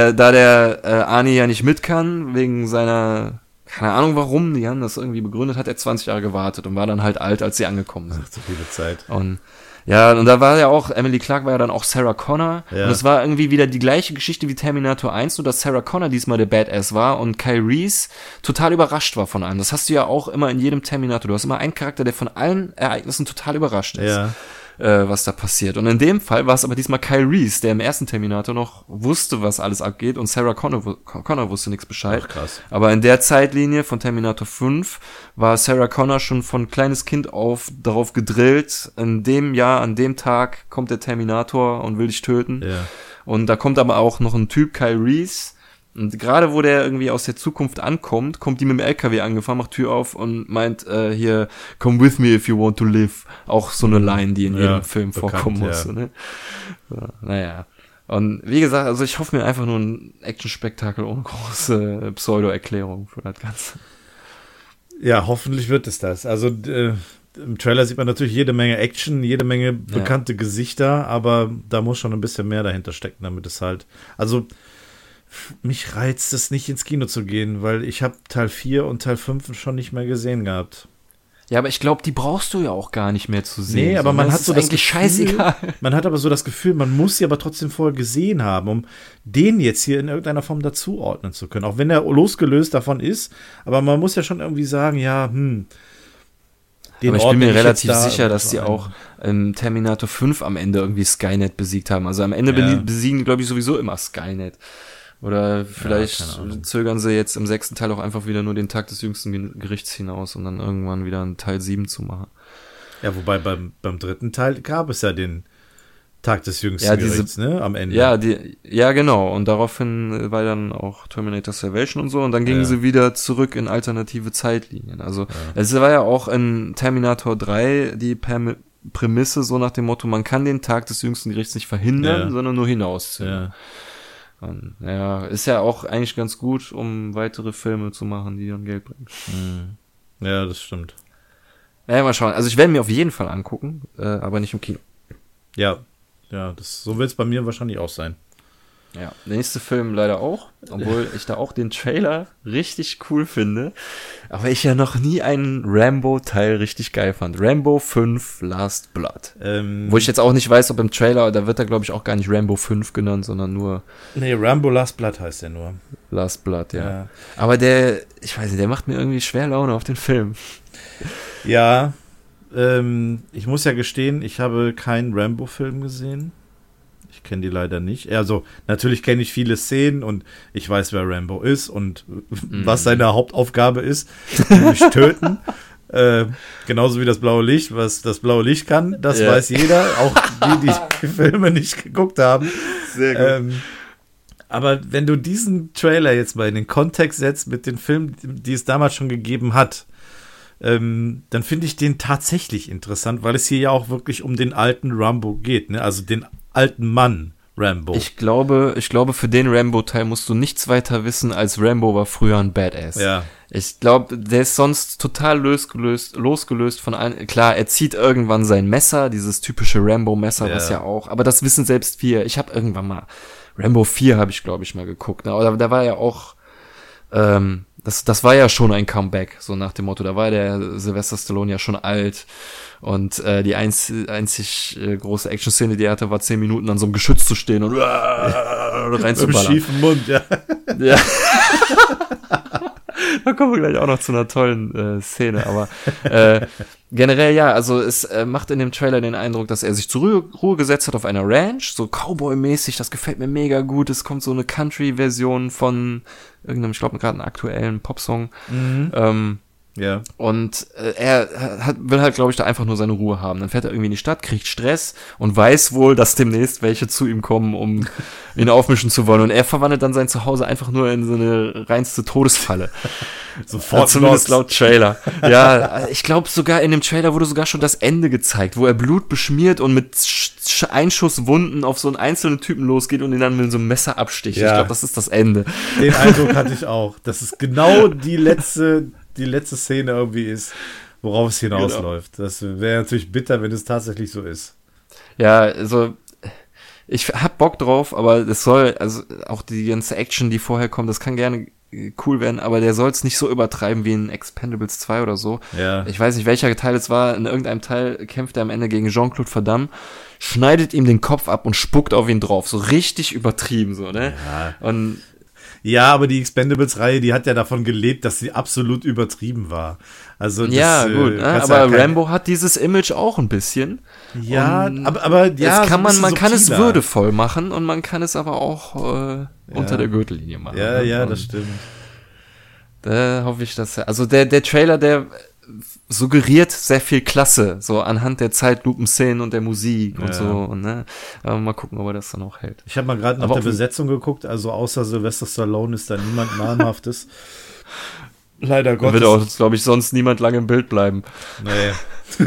der Arnie ja nicht mit kann, wegen seiner, keine Ahnung warum, die haben das irgendwie begründet, hat er 20 Jahre gewartet und war dann halt alt, als sie angekommen sind. Ach, zu viele Zeit. Und da war ja auch, Emily Clarke war ja dann auch Sarah Connor. Ja. Und es war irgendwie wieder die gleiche Geschichte wie Terminator 1, nur dass Sarah Connor diesmal der Badass war und Kyle Reese total überrascht war von allem. Das hast du ja auch immer in jedem Terminator. Du hast immer einen Charakter, der von allen Ereignissen total überrascht ist. Ja. Was da passiert. Und in dem Fall war es aber diesmal Kyle Reese, der im ersten Terminator noch wusste, was alles abgeht, und Sarah Connor wusste nichts Bescheid. Ach, krass. Aber in der Zeitlinie von Terminator 5 war Sarah Connor schon von kleines Kind auf darauf gedrillt, in dem Jahr, an dem Tag kommt der Terminator und will dich töten. Ja. Und da kommt aber auch noch ein Typ, Kyle Reese. Und gerade wo der irgendwie aus der Zukunft ankommt, kommt die mit dem LKW angefahren, macht Tür auf und meint, hier, come with me if you want to live. Auch so eine Line, die in jedem Film vorkommen muss. Ja. Ne? So, naja. Und wie gesagt, also ich hoffe mir einfach nur ein Action-Spektakel ohne große Pseudo-Erklärung für das Ganze. Ja, hoffentlich wird es das. Also im Trailer sieht man natürlich jede Menge Action, jede Menge bekannte Gesichter, aber da muss schon ein bisschen mehr dahinter stecken, damit es halt, also mich reizt es nicht, ins Kino zu gehen, weil ich habe Teil 4 und Teil 5 schon nicht mehr gesehen gehabt. Ja, aber ich glaube, die brauchst du ja auch gar nicht mehr zu sehen. Nee, aber man hat so das Gefühl, scheißegal. Man hat aber so das Gefühl, man muss sie aber trotzdem vorher gesehen haben, um den jetzt hier in irgendeiner Form dazuordnen zu können. Auch wenn er losgelöst davon ist, aber man muss ja schon irgendwie sagen, ja, aber ich bin mir relativ sicher, dass die auch Terminator 5 am Ende irgendwie Skynet besiegt haben. Also am Ende besiegen die, glaube ich, sowieso immer Skynet. Oder vielleicht zögern sie jetzt im 6. Teil auch einfach wieder nur den Tag des jüngsten Gerichts hinaus, um dann irgendwann wieder einen Teil 7 zu machen. Ja, wobei beim 3. Teil gab es ja den Tag des jüngsten Gerichts, ne, am Ende. Ja, genau. Und daraufhin war dann auch Terminator Salvation und so. Und dann gingen sie wieder zurück in alternative Zeitlinien. Also es war ja auch in Terminator 3 die Prämisse so nach dem Motto, man kann den Tag des jüngsten Gerichts nicht verhindern, sondern nur hinausziehen. Ja. Und, ist ja auch eigentlich ganz gut, um weitere Filme zu machen, die dann Geld bringen. Ja, das stimmt. Naja, mal schauen. Also ich werde mir auf jeden Fall angucken, aber nicht im Kino. Ja, so wird es bei mir wahrscheinlich auch sein. Ja, der nächste Film leider auch, obwohl ich da auch den Trailer richtig cool finde, aber ich ja noch nie einen Rambo-Teil richtig geil fand. Rambo 5 Last Blood. Wo ich jetzt auch nicht weiß, ob im Trailer, da wird er glaube ich auch gar nicht Rambo 5 genannt, sondern nur... Nee, Rambo Last Blood heißt der nur. Last Blood, ja. Aber ich weiß nicht, der macht mir irgendwie schwer Laune auf den Film. Ja, ich muss ja gestehen, ich habe keinen Rambo-Film gesehen. Ich kenne die leider nicht. Also, natürlich kenne ich viele Szenen und ich weiß, wer Rambo ist und was seine Hauptaufgabe ist, nämlich töten. Genauso wie das blaue Licht, was das blaue Licht kann, das weiß jeder, auch die Filme nicht geguckt haben. Sehr gut. Aber wenn du diesen Trailer jetzt mal in den Kontext setzt mit den Filmen, die es damals schon gegeben hat, dann finde ich den tatsächlich interessant, weil es hier ja auch wirklich um den alten Rambo geht, ne? Also den alten Mann Rambo. Ich glaube, für den Rambo-Teil musst du nichts weiter wissen, als Rambo war früher ein Badass. Ja. Ich glaube, der ist sonst total losgelöst von allen. Klar, er zieht irgendwann sein Messer, dieses typische Rambo-Messer, was ja auch, aber das wissen selbst wir. Ich habe irgendwann mal, Rambo 4 habe ich, glaube ich, mal geguckt. Ne? Aber da war ja auch, das war ja schon ein Comeback, so nach dem Motto. Da war der Sylvester Stallone ja schon alt. Und die einzig große Action-Szene, die er hatte, war 10 Minuten an so einem Geschütz zu stehen und reinzuballern. Mit schiefen Mund, ja. Ja. Da kommen wir gleich auch noch zu einer tollen Szene, aber generell ja, also es macht in dem Trailer den Eindruck, dass er sich zur Ruhe gesetzt hat auf einer Ranch, so Cowboy-mäßig, das gefällt mir mega gut, es kommt so eine Country-Version von irgendeinem, ich glaube gerade einen aktuellen Popsong, Ja. und er will halt, glaube ich, da einfach nur seine Ruhe haben. Dann fährt er irgendwie in die Stadt, kriegt Stress und weiß wohl, dass demnächst welche zu ihm kommen, um ihn aufmischen zu wollen. Und er verwandelt dann sein Zuhause einfach nur in so eine reinste Todesfalle. Sofort zumindest laut Trailer. Ja, ich glaube sogar in dem Trailer wurde sogar schon das Ende gezeigt, wo er Blut beschmiert und mit Einschusswunden auf so einen einzelnen Typen losgeht und ihn dann mit so einem Messer absticht. Ja. Ich glaube, das ist das Ende. Den Eindruck hatte ich auch. Das ist genau die letzte Szene irgendwie ist, worauf es hinausläuft. Genau. Das wäre natürlich bitter, wenn es tatsächlich so ist. Ja, also ich hab Bock drauf, aber es soll, also auch die ganze Action, die vorher kommt, das kann gerne cool werden, aber der soll es nicht so übertreiben wie in Expendables 2 oder so. Ja. Ich weiß nicht, welcher Teil es war. In irgendeinem Teil kämpft er am Ende gegen Jean-Claude Van Damme, schneidet ihm den Kopf ab und spuckt auf ihn drauf. So richtig übertrieben, so, ne? Ja. Und ja, aber die Expendables-Reihe, die hat ja davon gelebt, dass sie absolut übertrieben war. Also das, ja, gut, aber Rambo hat dieses Image auch ein bisschen. Ja, aber ja, man kann es würdevoll machen und man kann es aber auch unter der Gürtellinie machen. Ja, ja, das stimmt. Da hoffe ich, dass also der Trailer, der suggeriert sehr viel Klasse, so anhand der Zeitlupenszenen und der Musik und so. Und, ne? Aber mal gucken, ob er das dann auch hält. Ich habe mal gerade nach der Besetzung geguckt, also außer Sylvester Stallone ist da niemand Namhaftes. Leider Gottes. Wird auch, glaube ich, sonst niemand lange im Bild bleiben. Nee.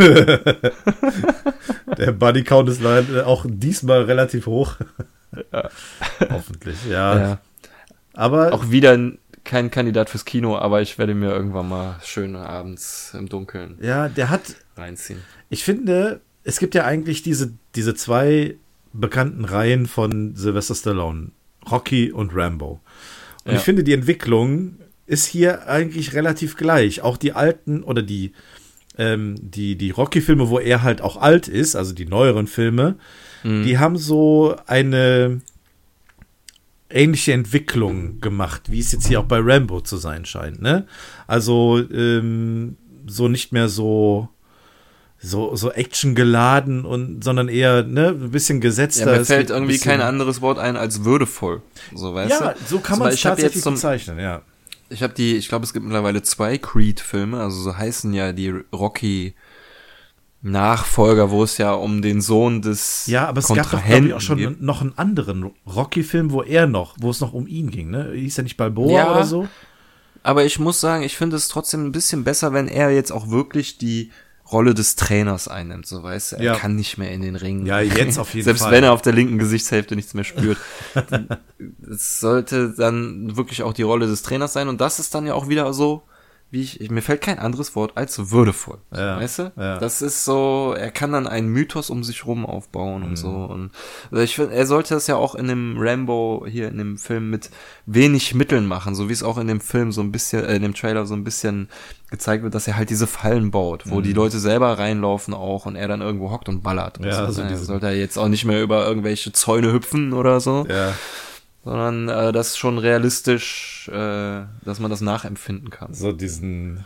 Der Bodycount ist leider auch diesmal relativ hoch. Ja. Hoffentlich, ja. Aber auch wieder kein Kandidat fürs Kino, aber ich werde mir irgendwann mal schön abends im Dunkeln reinziehen. Ich finde, es gibt ja eigentlich diese zwei bekannten Reihen von Sylvester Stallone, Rocky und Rambo. Und ich finde, die Entwicklung ist hier eigentlich relativ gleich. Auch die alten oder die Rocky-Filme, wo er halt auch alt ist, also die neueren Filme, die haben so eine ähnliche Entwicklung gemacht, wie es jetzt hier auch bei Rambo zu sein scheint, ne? Also so nicht mehr so Action geladen sondern eher ein bisschen gesetzter. Ja, mir fällt irgendwie kein anderes Wort ein als würdevoll, so, weißt du? Ja, so kann man es tatsächlich bezeichnen, ja. Ich glaube, es gibt mittlerweile 2 Creed-Filme, also so heißen ja die Rocky-Nachfolger, wo es ja um den Sohn des Ja, aber es gab doch, glaube ich, auch schon noch einen anderen Rocky-Film, wo es noch um ihn ging, ne? Hieß er nicht Balboa oder so? Aber ich muss sagen, ich finde es trotzdem ein bisschen besser, wenn er jetzt auch wirklich die Rolle des Trainers einnimmt, so, weißt du, er kann nicht mehr in den Ring. Ja, jetzt auf jeden Fall. Selbst wenn er auf der linken Gesichtshälfte nichts mehr spürt. Es sollte dann wirklich auch die Rolle des Trainers sein und das ist dann ja auch wieder so, mir fällt kein anderes Wort als würdevoll. Weißt du? Ja. Das ist so, er kann dann einen Mythos um sich rum aufbauen und so. Und also ich finde, er sollte das ja auch in dem Rambo hier in dem Film mit wenig Mitteln machen, so wie es auch in dem Film so ein bisschen, in dem Trailer so ein bisschen gezeigt wird, dass er halt diese Fallen baut, wo die Leute selber reinlaufen auch und er dann irgendwo hockt und ballert. Und ja, so. Sollte er jetzt auch nicht mehr über irgendwelche Zäune hüpfen oder so. Ja. Sondern das ist schon realistisch, dass man das nachempfinden kann. So diesen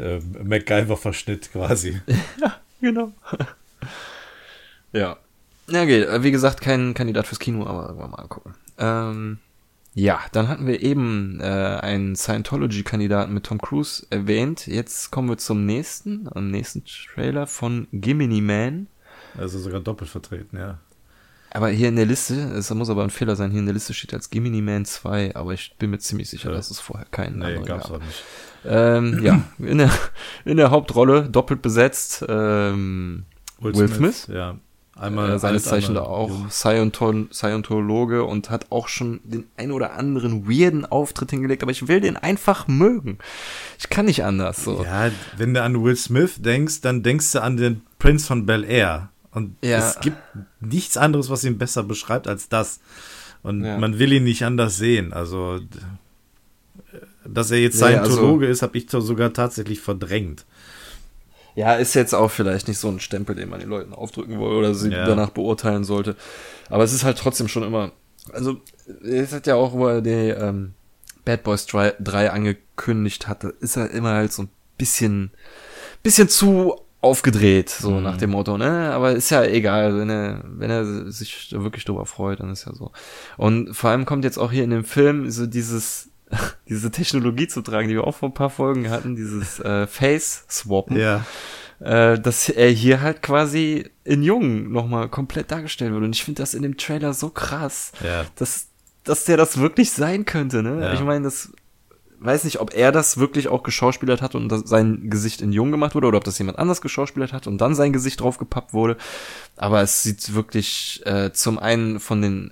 MacGyver-Verschnitt quasi. Ja, genau. Ja. Ja, geht. Wie gesagt, kein Kandidat fürs Kino, aber irgendwann mal gucken. Ja, dann hatten wir eben einen Scientology-Kandidaten mit Tom Cruise erwähnt. Jetzt kommen wir am nächsten Trailer von Gemini Man. Also sogar doppelt vertreten, ja. Aber hier in der Liste, es muss aber ein Fehler sein, hier in der Liste steht als Gemini Man 2, aber ich bin mir ziemlich sicher, dass es vorher keinen anderen gab's gab. auch nicht. Ja, in der Hauptrolle, doppelt besetzt, Will Smith. Ja. Einmal seines Zeichens auch Scientologe und hat auch schon den ein oder anderen weirden Auftritt hingelegt, aber ich will den einfach mögen. Ich kann nicht anders, so. Ja, wenn du an Will Smith denkst, dann denkst du an den Prince von Bel-Air. Und es gibt nichts anderes, was ihn besser beschreibt als das. Und man will ihn nicht anders sehen. Also, dass er jetzt Scientologe ist, habe ich sogar tatsächlich verdrängt. Ja, ist jetzt auch vielleicht nicht so ein Stempel, den man den Leuten aufdrücken will oder sie danach beurteilen sollte. Aber es ist halt trotzdem schon immer, also es hat ja auch, wo er die Bad Boys 3 angekündigt hatte, ist er immer halt so ein bisschen zu aufgedreht, so nach dem Motto, ne? Aber ist ja egal, wenn er sich wirklich drüber freut, dann ist ja so. Und vor allem kommt jetzt auch hier in dem Film so diese Technologie zu tragen, die wir auch vor ein paar Folgen hatten, dieses Face-Swappen, dass er hier halt quasi in Jung nochmal komplett dargestellt wird. Und ich finde das in dem Trailer so krass, dass der das wirklich sein könnte, ne? Ja. Ich meine, weiß nicht, ob er das wirklich auch geschauspielert hat und sein Gesicht in Jung gemacht wurde oder ob das jemand anders geschauspielert hat und dann sein Gesicht draufgepappt wurde. Aber es sieht wirklich zum einen von den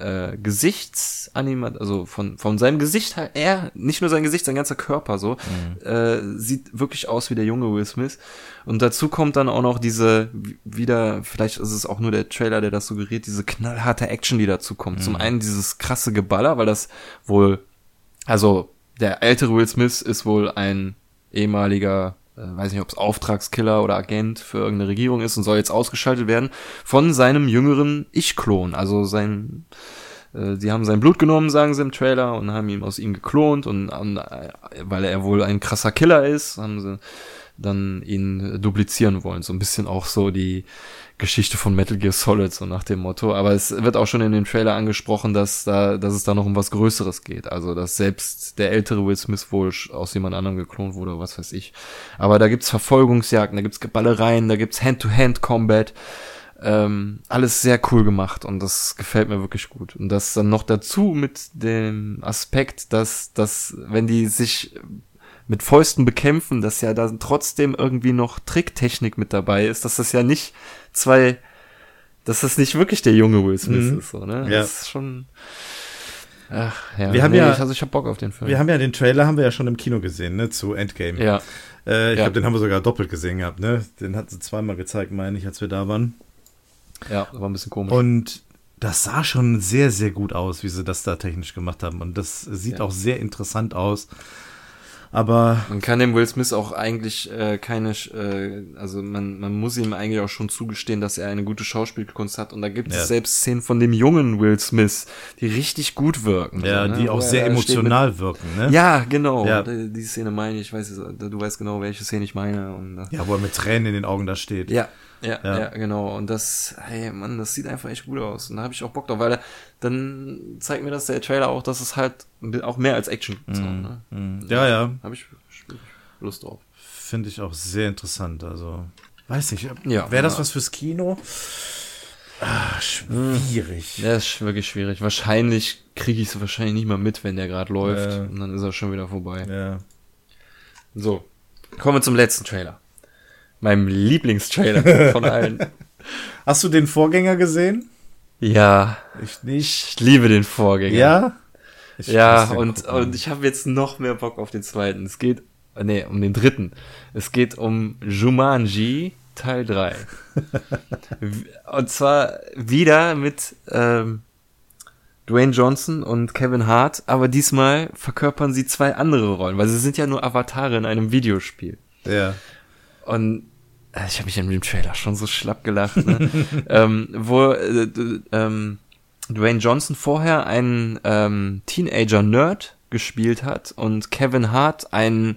also von seinem Gesicht halt, nicht nur sein Gesicht, sein ganzer Körper so, sieht wirklich aus wie der junge Will Smith. Und dazu kommt dann auch noch vielleicht ist es auch nur der Trailer, der das suggeriert, diese knallharte Action, die dazu kommt. Zum einen dieses krasse Geballer, weil das wohl, also der ältere Will Smith ist wohl ein ehemaliger, weiß nicht, ob es Auftragskiller oder Agent für irgendeine Regierung ist und soll jetzt ausgeschaltet werden von seinem jüngeren Ich-Klon. Also die haben sein Blut genommen, sagen sie im Trailer, und haben ihn aus ihm geklont und weil er wohl ein krasser Killer ist, haben sie dann ihn duplizieren wollen. So ein bisschen auch so die Geschichte von Metal Gear Solid, so nach dem Motto. Aber es wird auch schon in dem Trailer angesprochen, dass es da noch um was Größeres geht. Also, dass selbst der ältere Will Smith wohl aus jemand anderem geklont wurde, oder was weiß ich. Aber da gibt's Verfolgungsjagden, da gibt's Geballereien, da gibt's Hand-to-Hand-Combat. Alles sehr cool gemacht und das gefällt mir wirklich gut. Und das dann noch dazu mit dem Aspekt, dass wenn die sich mit Fäusten bekämpfen, dass ja da trotzdem irgendwie noch Tricktechnik mit dabei ist, dass das ja nicht dass das nicht wirklich der junge Will Smith ist, so, ne? Ja. Das ist schon, ach, ja. Ich hab Bock auf den Film. Wir haben ja den Trailer schon im Kino gesehen, ne, zu Endgame. Ja. Ich glaube, den haben wir sogar doppelt gesehen gehabt, ne? Den hat sie zweimal gezeigt, meine ich, als wir da waren. Ja, war ein bisschen komisch. Und das sah schon sehr, sehr gut aus, wie sie das da technisch gemacht haben. Und das sieht auch sehr interessant aus. Aber man kann dem Will Smith auch eigentlich also man muss ihm eigentlich auch schon zugestehen, dass er eine gute Schauspielkunst hat. Und da gibt es selbst Szenen von dem jungen Will Smith, die richtig gut wirken. Ja, so, ne? Die auch sehr emotional wirken, ne? Ja, genau. Ja. Die Szene meine ich, du weißt genau, welche Szene ich meine. Und, ja, wo er mit Tränen in den Augen da steht. Ja, genau. Und das sieht einfach echt gut aus. Und da habe ich auch Bock drauf, weil dann zeigt mir das der Trailer auch, dass es halt auch mehr als Action gibt. So, ne? Ja. Habe ich Lust drauf. Finde ich auch sehr interessant. Also, weiß nicht, wäre das was fürs Kino? Schwierig. Ja, ist wirklich schwierig. Wahrscheinlich kriege ich es nicht mal mit, wenn der gerade läuft. Und dann ist er schon wieder vorbei. Ja. So, kommen wir zum letzten Trailer. Meinem Lieblingstrailer von allen. Hast du den Vorgänger gesehen? Ja. Ich nicht. Ich liebe den Vorgänger. Ja? Und ich habe jetzt noch mehr Bock auf den zweiten. Es geht, um den dritten. Es geht um Jumanji Teil 3. Und zwar wieder mit Dwayne Johnson und Kevin Hart, aber diesmal verkörpern sie zwei andere Rollen, weil sie sind ja nur Avatare in einem Videospiel. Ja. Und ich habe mich in dem Trailer schon so schlapp gelacht, ne? Wo Dwayne Johnson vorher einen Teenager-Nerd gespielt hat und Kevin Hart einen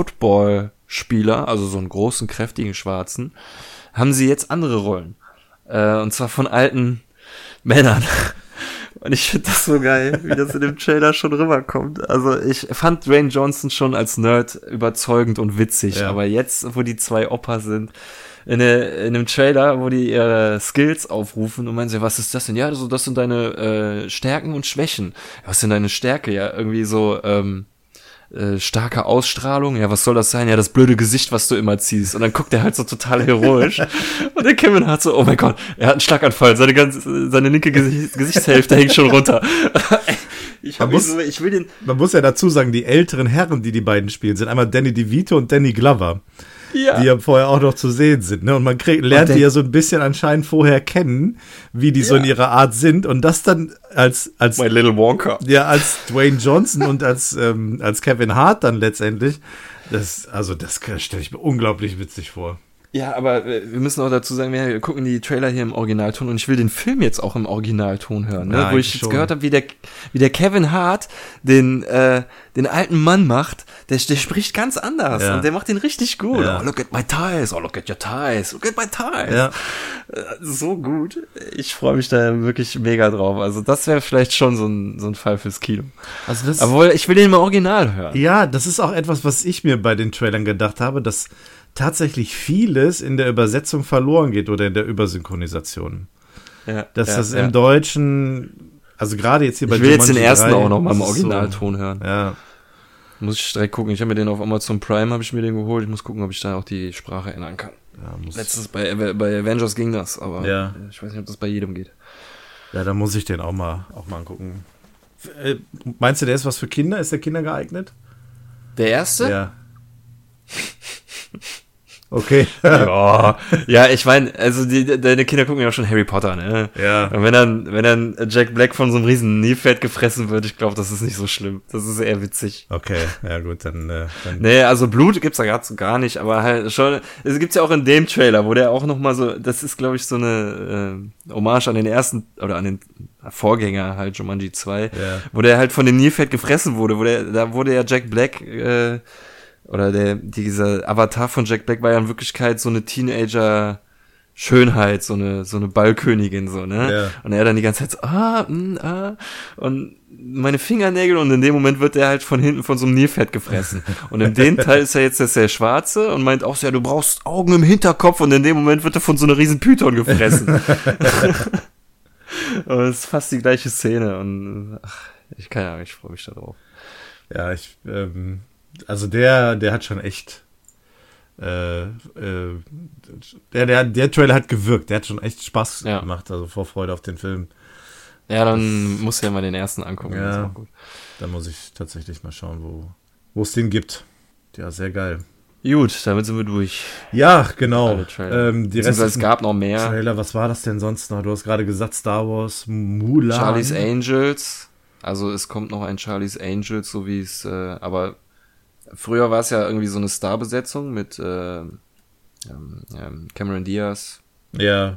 Teenager-Football-Spieler, also so einen großen, kräftigen Schwarzen, haben sie jetzt andere Rollen. Und zwar von alten Männern. Und ich finde das so geil, wie das in dem Trailer schon rüberkommt. Also ich fand Dwayne Johnson schon als Nerd überzeugend und witzig, aber jetzt, wo die zwei Opas sind, in einem Trailer, wo die ihre Skills aufrufen und meinen sie, was ist das denn? Ja, das sind deine Stärken und Schwächen. Was ist denn deine Stärke? Ja, irgendwie so starke Ausstrahlung. Ja, was soll das sein? Ja, das blöde Gesicht, was du immer ziehst. Und dann guckt er halt so total heroisch. Und der Kevin hat so, oh mein Gott, er hat einen Schlaganfall. Seine linke Gesichtshälfte hängt schon runter. Man muss ja dazu sagen, die älteren Herren, die beiden spielen, sind einmal Danny DeVito und Danny Glover. Ja. Die ja vorher auch noch zu sehen sind, ne? Und man lernt die ja so ein bisschen anscheinend vorher kennen, wie die so in ihrer Art sind. Und das dann als My Little Wonka. Ja, als Dwayne Johnson und als Kevin Hart dann letztendlich. Das stelle ich mir unglaublich witzig vor. Ja, aber wir müssen auch dazu sagen, wir gucken die Trailer hier im Originalton und ich will den Film jetzt auch im Originalton hören, ne? Ja, wo ich jetzt gehört habe, wie der Kevin Hart den alten Mann macht, der spricht ganz anders und der macht den richtig gut. Ja. Oh, look at my ties, oh, look at your ties, look at my ties. Ja. So gut. Ich freue mich da wirklich mega drauf. Also das wäre vielleicht schon so ein Fall fürs Kino. Aber ich will den im Original hören. Ja, das ist auch etwas, was ich mir bei den Trailern gedacht habe, dass tatsächlich vieles in der Übersetzung verloren geht oder in der Übersynchronisation. Ja, dass das im Deutschen, also gerade jetzt hier bei Jumanji 3. Ich will jetzt den ersten auch noch mal im Originalton hören. Ja. Muss ich direkt gucken. Ich habe mir den auf Amazon Prime habe ich mir den geholt. Ich muss gucken, ob ich da auch die Sprache ändern kann. Ja, letztens bei Avengers ging das, aber ich weiß nicht, ob das bei jedem geht. Ja, da muss ich den auch mal angucken. Meinst du, der ist was für Kinder? Ist der Kinder geeignet? Der erste? Ja. Okay. Ja, ich meine, also deine Kinder gucken ja auch schon Harry Potter, ne? Ja. Und wenn dann Jack Black von so einem riesen Nilpferd gefressen wird, ich glaube, das ist nicht so schlimm. Das ist eher witzig. Okay, ja gut, dann. Nee, also Blut gibt's da gar nicht, aber halt schon, es gibt's ja auch in dem Trailer, wo der auch nochmal so, das ist, glaube ich, so eine Hommage an den ersten, oder an den Vorgänger halt, Jumanji 2, wo der halt von dem Nilpferd gefressen wurde, da wurde ja Jack Black, oder dieser Avatar von Jack Black war ja in Wirklichkeit so eine Teenager-Schönheit, so eine Ballkönigin, so, ne? Ja. Und er dann die ganze Zeit so, und meine Fingernägel, und in dem Moment wird er halt von hinten von so einem Nilpferd gefressen. Und in dem Teil ist er jetzt der Schwarze und meint auch so, ja, du brauchst Augen im Hinterkopf, und in dem Moment wird er von so einer riesen Python gefressen. Aber es ist fast die gleiche Szene und ich freue mich da drauf. Ja, also der hat schon echt der Trailer hat gewirkt, der hat schon echt Spaß gemacht, also Vorfreude auf den Film. Ja, dann musst du ja mal den ersten angucken. Ja, das ist auch gut. Dann muss ich tatsächlich mal schauen, wo es den gibt. Ja, sehr geil. Gut, damit sind wir durch. Ja, genau. Die es gab noch mehr. Trailer, was war das denn sonst noch? Du hast gerade gesagt, Star Wars, Mulan. Charlie's Angels. Also es kommt noch ein Charlie's Angels, so wie es, aber früher war es ja irgendwie so eine Starbesetzung mit Cameron Diaz. Ja.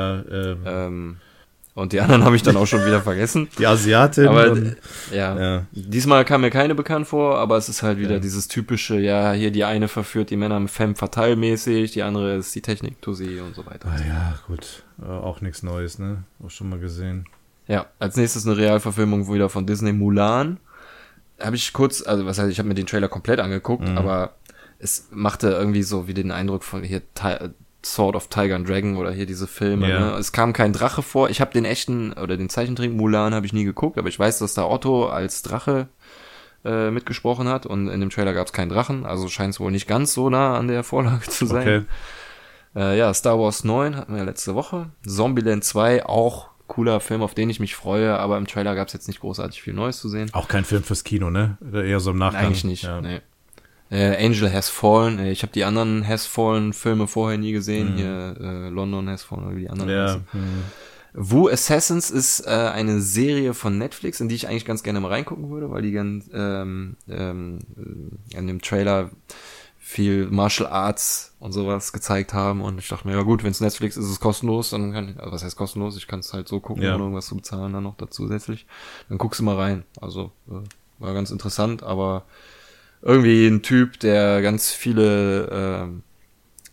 Und die anderen habe ich dann auch schon wieder vergessen. Die Asiatin. Aber diesmal kam mir keine bekannt vor, aber es ist halt wieder dieses typische, hier die eine verführt die Männer femme fatale mäßig, die andere ist die Technik-Tussi und so weiter. Ja, gut. Auch nichts Neues, ne? Auch schon mal gesehen. Ja, als nächstes eine Realverfilmung wieder von Disney, Mulan. Habe ich kurz, also was heißt, ich habe mir den Trailer komplett angeguckt, aber es machte irgendwie so wie den Eindruck von hier Sword of Tiger and Dragon oder hier diese Filme. Ja. Ne? Es kam kein Drache vor. Ich habe den echten oder den Zeichentrick Mulan habe ich nie geguckt, aber ich weiß, dass da Otto als Drache mitgesprochen hat und in dem Trailer gab es keinen Drachen, also scheint es wohl nicht ganz so nah an der Vorlage zu sein. Okay. Star Wars 9 hatten wir letzte Woche. Zombieland 2 auch cooler Film, auf den ich mich freue, aber im Trailer gab es jetzt nicht großartig viel Neues zu sehen. Auch kein Film fürs Kino, ne? Eher so im Nachgang. Eigentlich nicht, nee. Angel Has Fallen, ich habe die anderen Has Fallen Filme vorher nie gesehen, hier London Has Fallen oder wie die anderen. Wu Assassins ist eine Serie von Netflix, in die ich eigentlich ganz gerne mal reingucken würde, weil die ganz in dem Trailer viel Martial Arts und sowas gezeigt haben und ich dachte mir, ja gut, wenn es Netflix ist, ist es kostenlos, dann was heißt kostenlos? Ich kann es halt so gucken, ohne irgendwas zu bezahlen dann noch dazu zusätzlich. Dann guckst du mal rein. Also war ganz interessant, aber irgendwie ein Typ, der ganz viele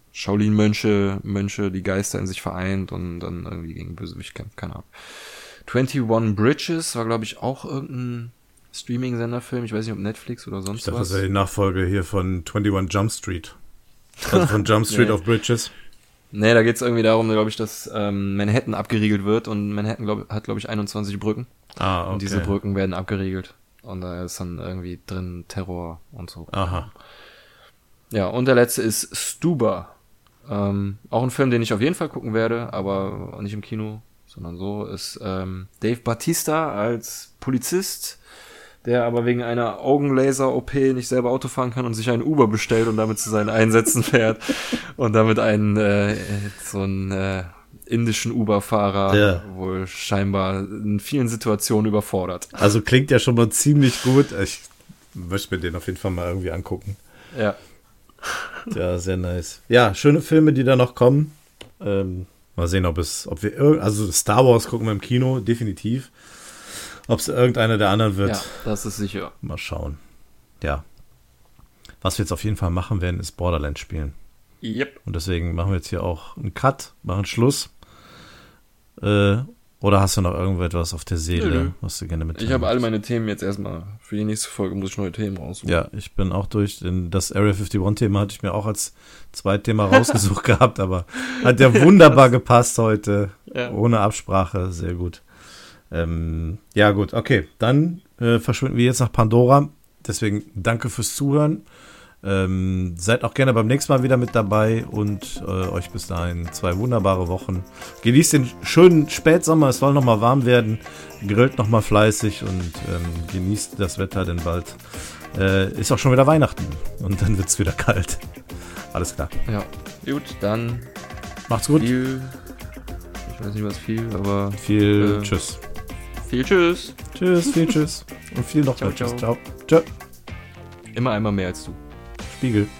Shaolin-Mönche, die Geister in sich vereint und dann irgendwie gegen Bösewicht kämpft, keine Ahnung. 21 Bridges war, glaube ich, auch irgendein Streaming-Senderfilm. Ich weiß nicht, ob Netflix oder sonst was. Ich dachte, das wäre die Nachfolge hier von 21 Jump Street. Also von Jump Street Nee. auf Bridges. Nee, da geht's irgendwie darum, glaube ich, dass Manhattan abgeriegelt wird und Manhattan hat, glaube ich, 21 Brücken. Ah, okay. Und diese Brücken werden abgeriegelt. Und da ist dann irgendwie drin Terror und so. Aha. Ja, und der letzte ist Stuber. Auch ein Film, den ich auf jeden Fall gucken werde, aber nicht im Kino, sondern so, ist Dave Bautista als Polizist, der aber wegen einer Augenlaser-OP nicht selber Auto fahren kann und sich einen Uber bestellt und damit zu seinen Einsätzen fährt und damit einen indischen Uber-Fahrer wohl scheinbar in vielen Situationen überfordert. Also klingt ja schon mal ziemlich gut. Ich möchte mir den auf jeden Fall mal irgendwie angucken. Ja. Ja, sehr nice. Ja, schöne Filme, die da noch kommen. Mal sehen, also Star Wars gucken wir im Kino, definitiv. Ob es irgendeiner der anderen wird. Ja, das ist sicher. Mal schauen. Ja. Was wir jetzt auf jeden Fall machen werden, ist Borderlands spielen. Yep. Und deswegen machen wir jetzt hier auch einen Cut, machen Schluss. Oder hast du noch irgendetwas auf der Seele, Nö. was du gerne mitteilen Ich habe alle möchtest? meine Themen jetzt erstmal. Für die nächste Folge muss ich neue Themen raussuchen. Ja, ich bin auch durch. Denn das Area 51-Thema hatte ich mir auch als Zweitthema rausgesucht gehabt, aber hat ja wunderbar gepasst heute. Ja. Ohne Absprache, sehr gut. Ja, gut, okay. Dann verschwinden wir jetzt nach Pandora. Deswegen danke fürs Zuhören. Seid auch gerne beim nächsten Mal wieder mit dabei und euch bis dahin 2 wunderbare Wochen. Genießt den schönen Spätsommer, es soll nochmal warm werden, grillt nochmal fleißig und genießt das Wetter, denn bald ist auch schon wieder Weihnachten und dann wird es wieder kalt. Alles klar. Ja. Gut, dann Macht's gut. viel, ich weiß nicht was viel, aber Viel Tschüss. viel Tschüss. Tschüss, viel Tschüss. Und viel noch Ciao, Tschüss. ciao. Ciao. Ciao. Immer einmal mehr als du. Spiegel.